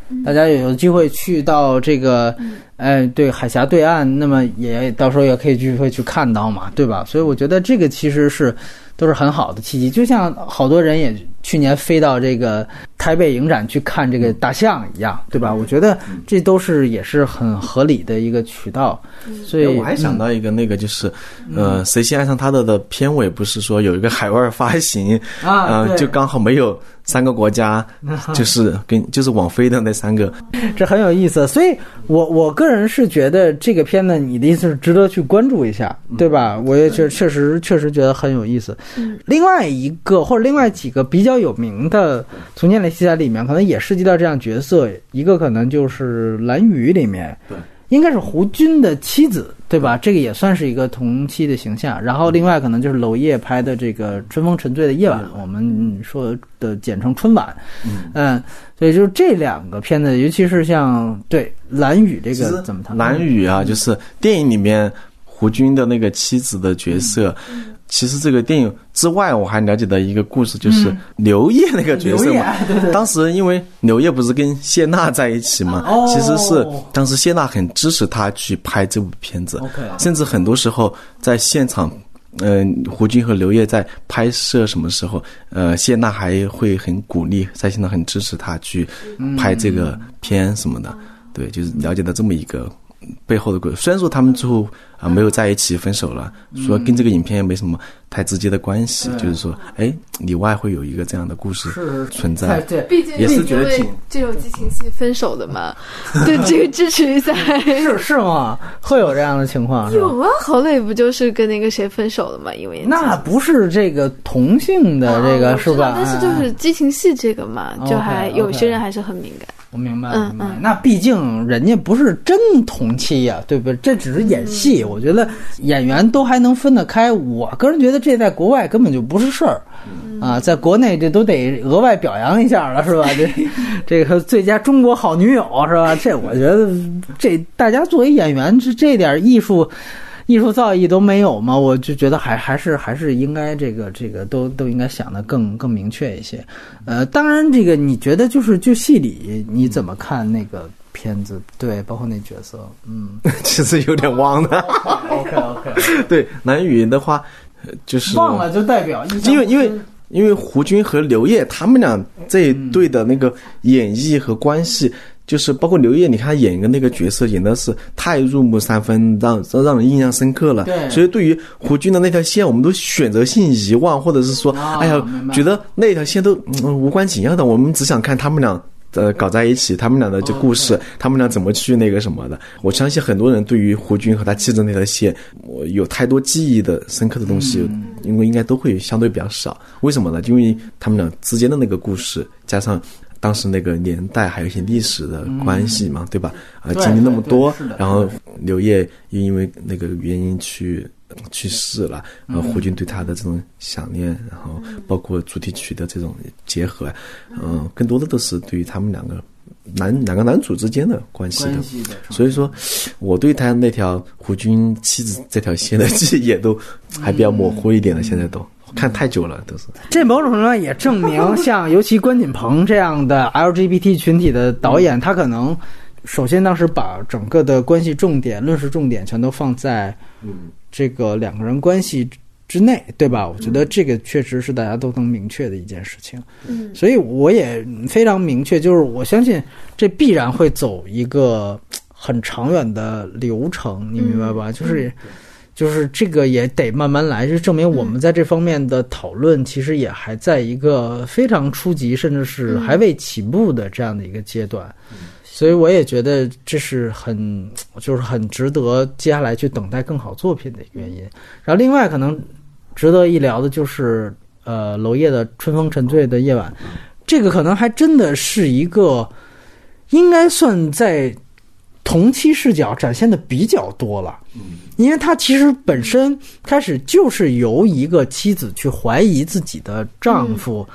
大家有机会去到这个，哎，对，海峡对岸，那么也到时候也可以机会去看到嘛，对吧？所以我觉得这个其实是都是很好的契机，就像好多人也去年飞到这个台北影展去看这个大象一样，对吧？我觉得这都是也是很合理的一个渠道。所以我还想到一个那个就是，呃，谁先爱上他的的片尾不是说有一个海外发行啊， 呃，就刚好没有三个国家，就是跟就是网飞的那三个， 这很有意思。所以我我个人是觉得这个片呢，你的意思是值得去关注一下，对吧？我也确确实确实觉得很有意思。另外一个或者另外几个比较有名的从建类题材里面，可能也涉及到这样角色，一个可能就是蓝宇里面， 对， 应该是胡军的妻子，对吧？这个也算是一个同期的形象。然后另外可能就是娄烨拍的这个《春风沉醉的夜晚》，我们说的简称春晚。嗯, 嗯，所以就是这两个片子，尤其是像对蓝宇这个怎么谈？ 蓝宇啊，就是电影里面胡军的那个妻子的角色。嗯，其实这个电影之外，我还了解到一个故事，就是刘烨那个角色嘛。 嗯、对对， 当时因为刘烨不是跟谢娜在一起嘛， 哦、 其实是当时谢娜很支持他去拍这部片子， okay. 甚至很多时候在现场，嗯、呃，胡军和刘烨在拍摄什么时候，呃，谢娜还会很鼓励，在现场很支持他去拍这个片什么的。嗯、对，就是了解到这么一个背后的故事。虽然说他们最后啊没有在一起，分手了，说跟这个影片也没什么太直接的关系，就是说，哎，里外会有一个这样的故事存在。 对， 毕竟也是觉得挺这种激情戏分手的嘛，对这个支持一下。 是是吗？会有这样的情况？ 有啊，郝蕾不就是跟那个谁分手了嘛？因为那不是这个同性的这个、哦、是吧？ 但是就是激情戏这个嘛，就还有些人还是很敏感。 我明白，明白。嗯、那毕竟人家不是真同期呀、啊，对不对？这只是演戏，嗯、我觉得演员都还能分得开。我个人觉得这在国外根本就不是事儿，嗯、啊，在国内这都得额外表扬一下了，是吧？这这个最佳中国好女友是吧？这我觉得这大家作为演员，这这点艺术。艺术造诣都没有吗？我就觉得还还是还是应该这个这个都都应该想得更更明确一些。呃，当然这个你觉得就是就戏里你怎么看那个片子？对，包括那角色，嗯， 其实有点忘了。 OK OK， 对，蓝宇的话就是忘了就代表因为因为因为胡军和刘烨他们俩这一对的那个演绎和关系。就是包括刘烨，你看他演一个那个角色演的是太入木三分，让让人印象深刻了。 对， 所以对于胡军的那条线，我们都选择性遗忘，或者是说， 哦、 哎呀，觉得那条线都、嗯、无关紧要的，我们只想看他们俩呃搞在一起，他们俩的这故事， okay. 他们俩怎么去那个什么的。我相信很多人对于胡军和他妻子那条线，我有太多记忆的深刻的东西，嗯、因为应该都会相对比较少。为什么呢？因为他们俩之间的那个故事，加上。当时那个年代还有一些历史的关系嘛，嗯、对吧？啊、呃，经历那么多，然后刘烨又因为那个原因去去世了，然后胡军对他的这种想念，然后包括主题曲的这种结合，嗯、呃，更多的都是对于他们两个男两个男主之间的关系的。 关系的所以说，我对他那条胡军妻子这条线的记忆也都还比较模糊一点的，嗯、现在都。看太久了，都是。 这某种程度上也证明，像尤其关锦鹏这样的 L G B T 群体的导演，他可能首先当时把整个的关系重点、论述重点全都放在这个两个人关系之内，对吧？我觉得这个确实是大家都能明确的一件事情。嗯，所以我也非常明确，就是我相信这必然会走一个很长远的流程，你明白吧？就是。就是这个也得慢慢来，就证明我们在这方面的讨论其实也还在一个非常初级，甚至是还未起步的这样的一个阶段。所以我也觉得这是很就是很值得接下来去等待更好作品的原因。然后另外可能值得一聊的就是呃娄烨的《春风沉醉的夜晚》，这个可能还真的是一个应该算在同期视角展现的比较多了，因为他其实本身开始就是由一个妻子去怀疑自己的丈夫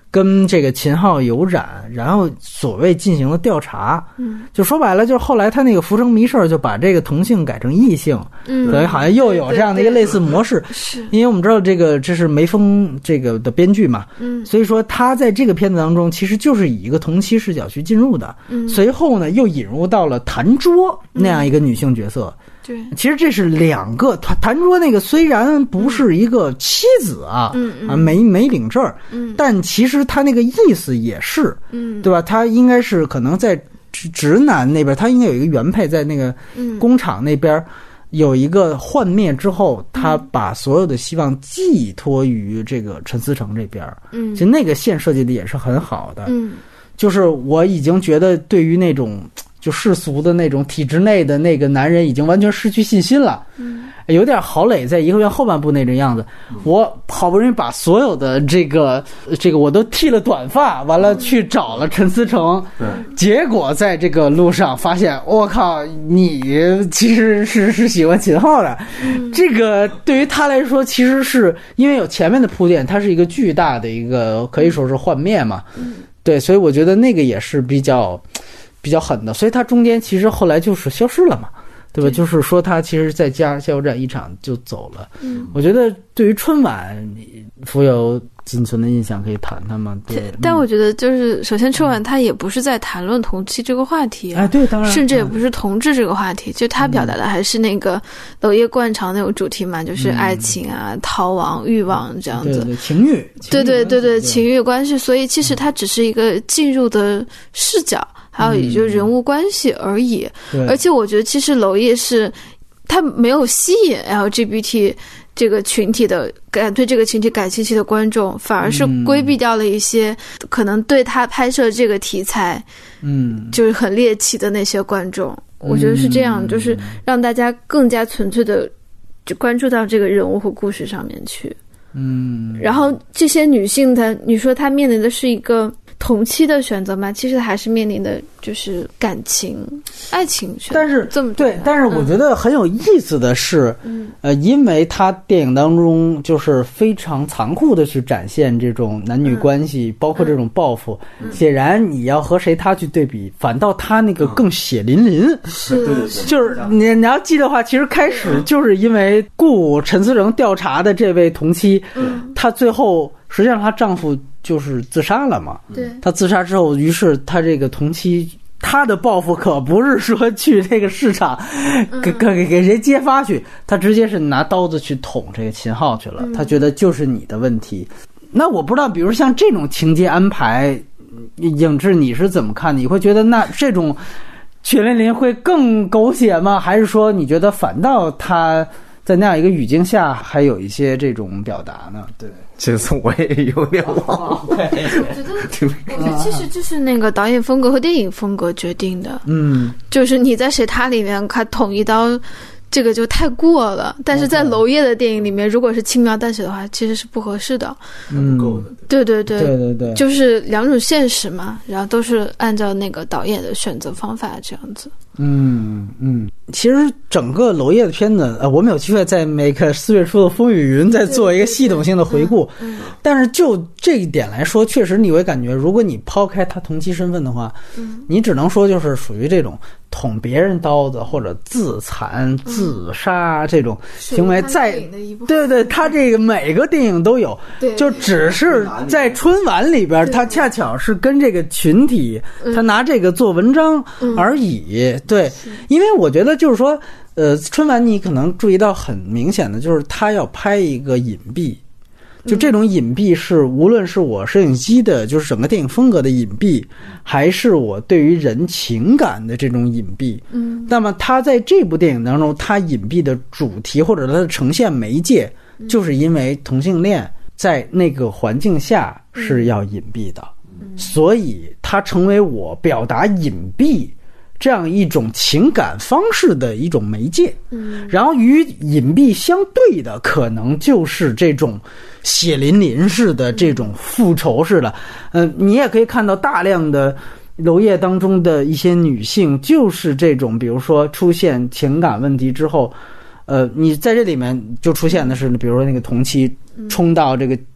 跟这个秦昊有染，然后所谓进行了调查， 嗯， 就说白了，就是后来他那个浮生迷事就把这个同性改成异性， 嗯， 等于好像又有这样的一个类似模式。 是， 因为我们知道这个这是梅峰这个的编剧嘛， 嗯， 所以说他在这个片子当中其实就是以一个同期视角去进入的， 嗯， 随后呢又引入到了谭卓那样一个女性角色。 对， 其实这是两个谭谭卓那个虽然不是一个妻子啊， 嗯嗯啊没没领证， 嗯， 但其实他那个意思也是， 嗯， 对吧？他应该是可能在直直男那边，他应该有一个原配在那个工厂那边。有一个幻灭之后，他把所有的希望寄托于这个陈思诚这边。嗯，其实那个线设计的也是很好的。 嗯， 就是我已经觉得对于那种就世俗的那种体制内的那个男人已经完全失去信心了。 嗯， 有点郝蕾在颐和园后半部那种样子。我好不容易把所有的这个这个我都剃了短发，完了去找了陈思诚，结果在这个路上发现，我靠，你其实是是喜欢秦昊的。这个对于他来说，其实是因为有前面的铺垫，它是一个巨大的一个可以说是幻灭嘛。对，所以我觉得那个也是比较比较狠的，所以他中间其实后来就是消失了嘛。对吧？就是说他其实在加加油站一场就走了。嗯，我觉得对于春晚，浮游仅存的印象可以谈谈吗？对， 但我觉得就是首先春晚他也不是在谈论同期这个话题， 哎，对，当然， 甚至也不是同志这个话题，就他表达的还是那个娄烨惯常那种主题嘛，就是爱情啊、逃亡、欲望这样子， 对对，情欲， 对对对对，情欲关系。所以其实它只是一个进入的视角。还有也就是人物关系而已， 嗯、 而且我觉得其实娄烨是他没有吸引 L G B T 这个群体的感对这个群体感兴趣的观众，反而是规避掉了一些、嗯、可能对他拍摄这个题材嗯就是很猎奇的那些观众、嗯、我觉得是这样，就是让大家更加纯粹的就关注到这个人物和故事上面去。 嗯， 然后这些女性的你说她面临的是一个同期的选择嘛，其实还是面临的就是感情、爱情选择。 但是这么对，但是我觉得很有意思的是，嗯，呃，因为他电影当中就是非常残酷的去展现这种男女关系，嗯、包括这种报复。嗯、显然，你要和谁他去对比，反倒他那个更血淋淋。 是、嗯， 对对对， 就是你你要记得话，其实开始就是因为雇陈思诚调查的这位同期，嗯，他最后实际上她丈夫就是自杀了嘛。 对， 她自杀之后，于是她这个同期，她的报复可不是说去这个市场给给给给谁揭发去，她直接是拿刀子去捅这个秦昊去了。她觉得就是你的问题。那我不知道，比如像这种情节安排，影志你是怎么看的？你会觉得那这种血淋淋会更狗血吗？还是说你觉得反倒他在那样一个语境下还有一些这种表达呢？对， 其实我也有点忘了。 我觉得，我觉得其实就是那个导演风格和电影风格决定的。 嗯， 就是你在谁他里面看捅一刀，这个就太过了。但是在娄烨的电影里面，如果是轻描淡写的话，其实是不合适的。 嗯， 不够的。 对对对对对对， 就是两种现实嘛，然后都是按照那个导演的选择方法这样子。 嗯嗯，其实整个娄烨的片子，呃，我们有机会在每个四月初的风雨云再做一个系统性的回顾。 嗯嗯、 但是就这一点来说，确实你会感觉，如果你抛开他同期身份的话，嗯、你只能说就是属于这种捅别人刀子或者自残、自杀这种行为在，在对对，他这个每个电影都有，就只是在春晚里边，他恰巧是跟这个群体，他拿这个做文章而已。对，因为我觉得就是说，呃，春晚你可能注意到很明显的就是他要拍一个隐蔽。就这种隐蔽是无论是我摄影机的就是整个电影风格的隐蔽，还是我对于人情感的这种隐蔽，嗯，那么他在这部电影当中他隐蔽的主题或者他的呈现媒介，就是因为同性恋在那个环境下是要隐蔽的，所以它成为我表达隐蔽这样一种情感方式的一种媒介。嗯，然后与隐蔽相对的可能就是这种血淋淋式的这种复仇式的。呃，你也可以看到大量的娄烨当中的一些女性就是这种，比如说出现情感问题之后，呃，你在这里面就出现的是比如说那个同期冲到这个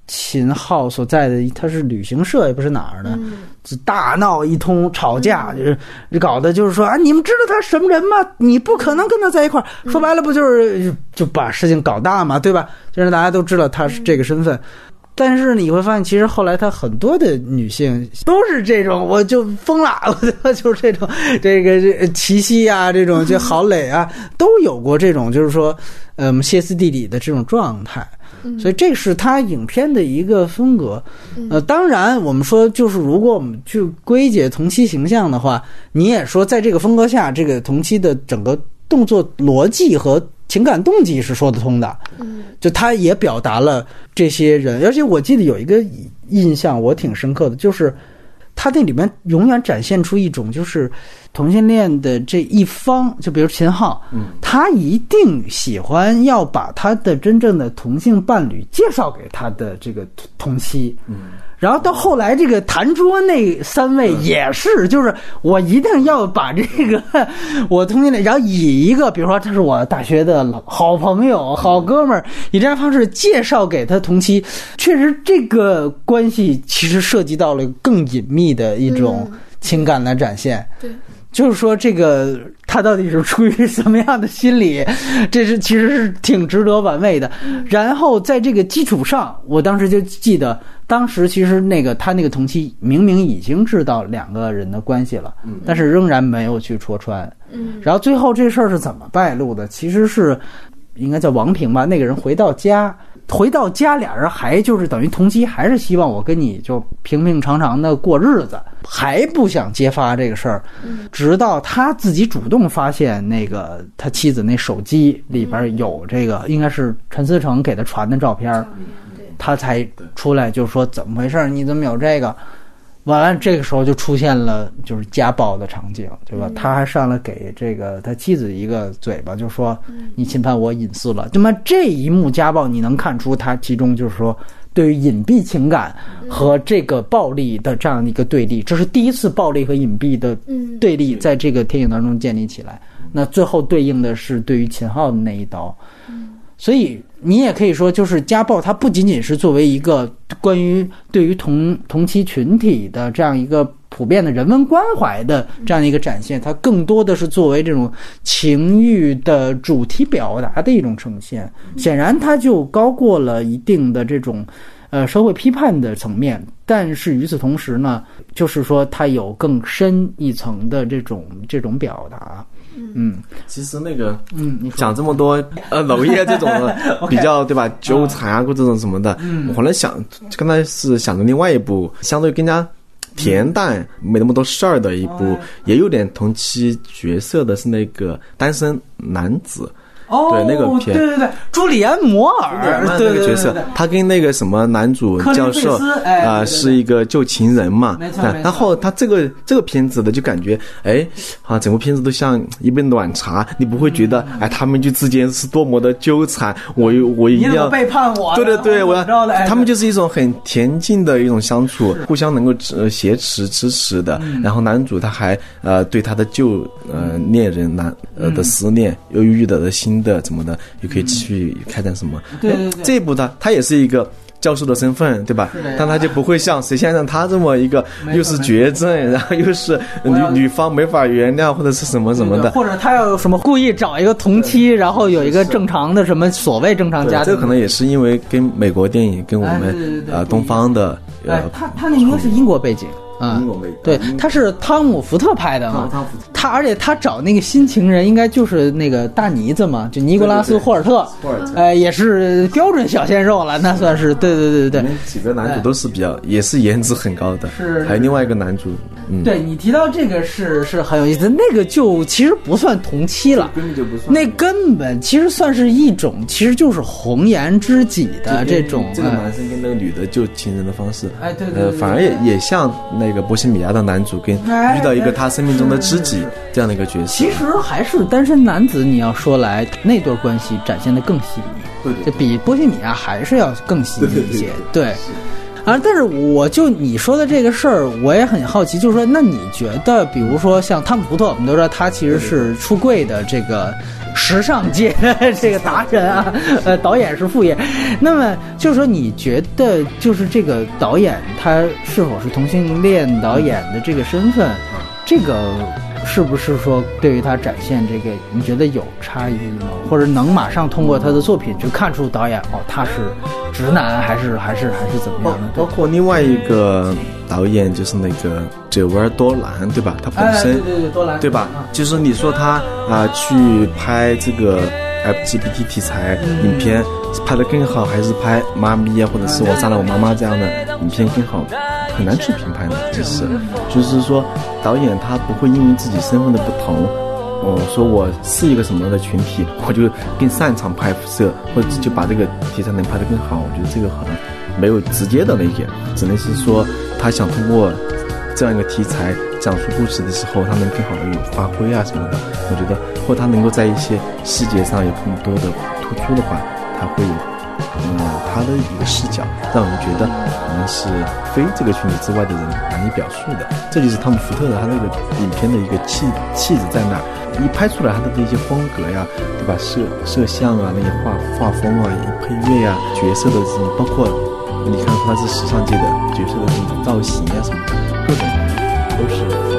秦昊所在的他是旅行社也不是哪儿的， 嗯， 大闹一通吵架，就是搞的就是说啊，你们知道他什么人吗？你不可能跟他在一块儿。说白了不就是就把事情搞大嘛，对吧？就让大家都知道他是这个身份。但是你会发现，其实后来他很多的女性都是这种，我就疯了，我就是这种，这个这齐溪啊，这种这郝蕾啊，都有过这种，就是说，嗯，歇斯底里的这种状态。所以这是他影片的一个风格。呃，当然我们说，就是如果我们去归结同期形象的话，你也说在这个风格下，这个同期的整个动作逻辑和情感动机是说得通的。嗯，就他也表达了这些人，而且我记得有一个印象我挺深刻的，就是他那里面永远展现出一种就是同性恋的这一方，就比如秦昊，嗯，他一定喜欢要把他的真正的同性伴侣介绍给他的这个同妻，嗯，然后到后来这个谈桌那三位也是，就是我一定要把这个我同性恋，然后以一个比如说他是我大学的好朋友、好哥们儿，以这样方式介绍给他同妻，确实这个关系其实涉及到了更隐秘的一种情感的展现。 对。 就是说，这个他到底是出于什么样的心理，这是其实是挺值得玩味的。然后在这个基础上，我当时就记得，当时其实那个他那个同期明明已经知道两个人的关系了，但是仍然没有去戳穿。嗯，然后最后这事儿是怎么败露的？其实是应该叫王平吧，那个人回到家。回到家，俩人还就是等于同期，还是希望我跟你就平平常常的过日子，还不想揭发这个事儿。直到他自己主动发现那个他妻子那手机里边有这个，应该是陈思诚给他传的照片，他才出来就说怎么回事？你怎么有这个？完了，这个时候就出现了就是家暴的场景，对吧？嗯、他还上来给这个他妻子一个嘴巴，就说你侵犯我隐私了。那么这一幕家暴，你能看出他其中就是说对于隐蔽情感和这个暴力的这样的一个对立，这是第一次暴力和隐蔽的对立在这个电影当中建立起来。那最后对应的是对于秦昊的那一刀。所以你也可以说，就是家暴它不仅仅是作为一个关于对于同同期群体的这样一个普遍的人文关怀的这样的一个展现，它更多的是作为这种情欲的主题表达的一种呈现。显然它就高过了一定的这种呃社会批判的层面，但是与此同时呢，就是说它有更深一层的这种这种表达。嗯， 其实那个，嗯，讲这么多，呃，娄烨这种比较对吧，纠缠啊，或这种什么的，嗯，我后来想，刚才是想着另外一部相对更加恬淡、没那么多事儿的一部，也有点同期角色的是那个《单身男子》。 哦， 对那个片， 对对对，朱利安·摩尔， 对那个角色，他跟那个什么男主教授啊、 哎呃、是一个旧情人嘛， 没错。 然后他这个这个片子的就感觉，哎，啊，整部片子都像一杯暖茶，你不会觉得，哎，他们就之间是多么的纠缠，我我一定要背叛我， 对对对，我要， 哎、 他们就是一种很恬静的一种相处，互相能够呃挟持支持的。嗯、然后男主他还呃对他的旧呃恋人男呃的思念，又遇到的新的怎么的，又可以继续开展什么？ 对对对， 这一部呢，他也是一个教授的身份，对吧？但他就不会像谁先生他这么一个，又是绝症，然后又是女女方没法原谅或者是什么什么的， 或者他要有什么故意找一个同妻，然后有一个正常的什么所谓正常家庭。 这个可能也是因为跟美国电影跟我们、哎、对对对呃东方的呃， 哎、他他那应该是英国背景。啊、嗯，对，他是汤姆·福特拍的嘛，他而且他找那个新情人应该就是那个大妮子嘛，就尼古拉斯·霍尔特，呃，也是标准小鲜肉了，那算是，对对对对对。 几个男主都是比较，也是颜值很高的， 是， 还有另外一个男主，嗯， 对你提到这个是是很有意思，那个就其实不算同期了， 根本就不算， 那根本其实算是一种，其实就是红颜知己的这种， 这个男生跟那个女的救情人的方式， 哎，对 对, 对, 对, 对，呃，反而也也像那个波西米亚的男主跟遇到一个他生命中的知己这样的一个角色。 其实还是单身男子，你要说来那段关系展现的更细腻， 对对， 就比波西米亚还是要更细腻一些，对。对啊，但是我就你说的这个事儿，我也很好奇，就是说，那你觉得，比如说像汤姆·福特，我们都知道他其实是出柜的这个时尚界的这个达人啊，呃，导演是副业。那么就是说，你觉得就是这个导演他是否是同性恋导演的这个身份，这个是不是说对于他展现这个，你觉得有差异吗？或者能马上通过他的作品就看出导演哦他是直男还是还是还是怎么样的？ 包括另外一个导演就是那个哲维尔多兰，对吧？他本身、 哎、对对对多兰对吧？ 啊、 就是你说他啊、呃、去拍这个 L G B T 题材影片、嗯、拍得更好，还是拍妈咪啊，或者是我杀了我妈妈这样的影片更好，很难去评判的。其实就是说导演他不会因为自己身份的不同，哦，说我是一个什么样的群体，我就更擅长拍摄，或者就把这个题材能拍得更好。我觉得这个好像没有直接的那些，只能是说他想通过这样一个题材讲述故事的时候，他能更好的有发挥啊什么的。我觉得，或他能够在一些细节上有更多的突出的话，他会有嗯他的一个视角，让人觉得可能是非这个群体之外的人难以表述的。这就是汤姆福特的他那个影片的一个气气质在那儿，一拍出来他的那些风格呀，对吧？摄摄像啊，那些画画风啊，配乐呀，角色的这种，包括你看他是时尚界的角色的这种造型啊什么的，各种都是。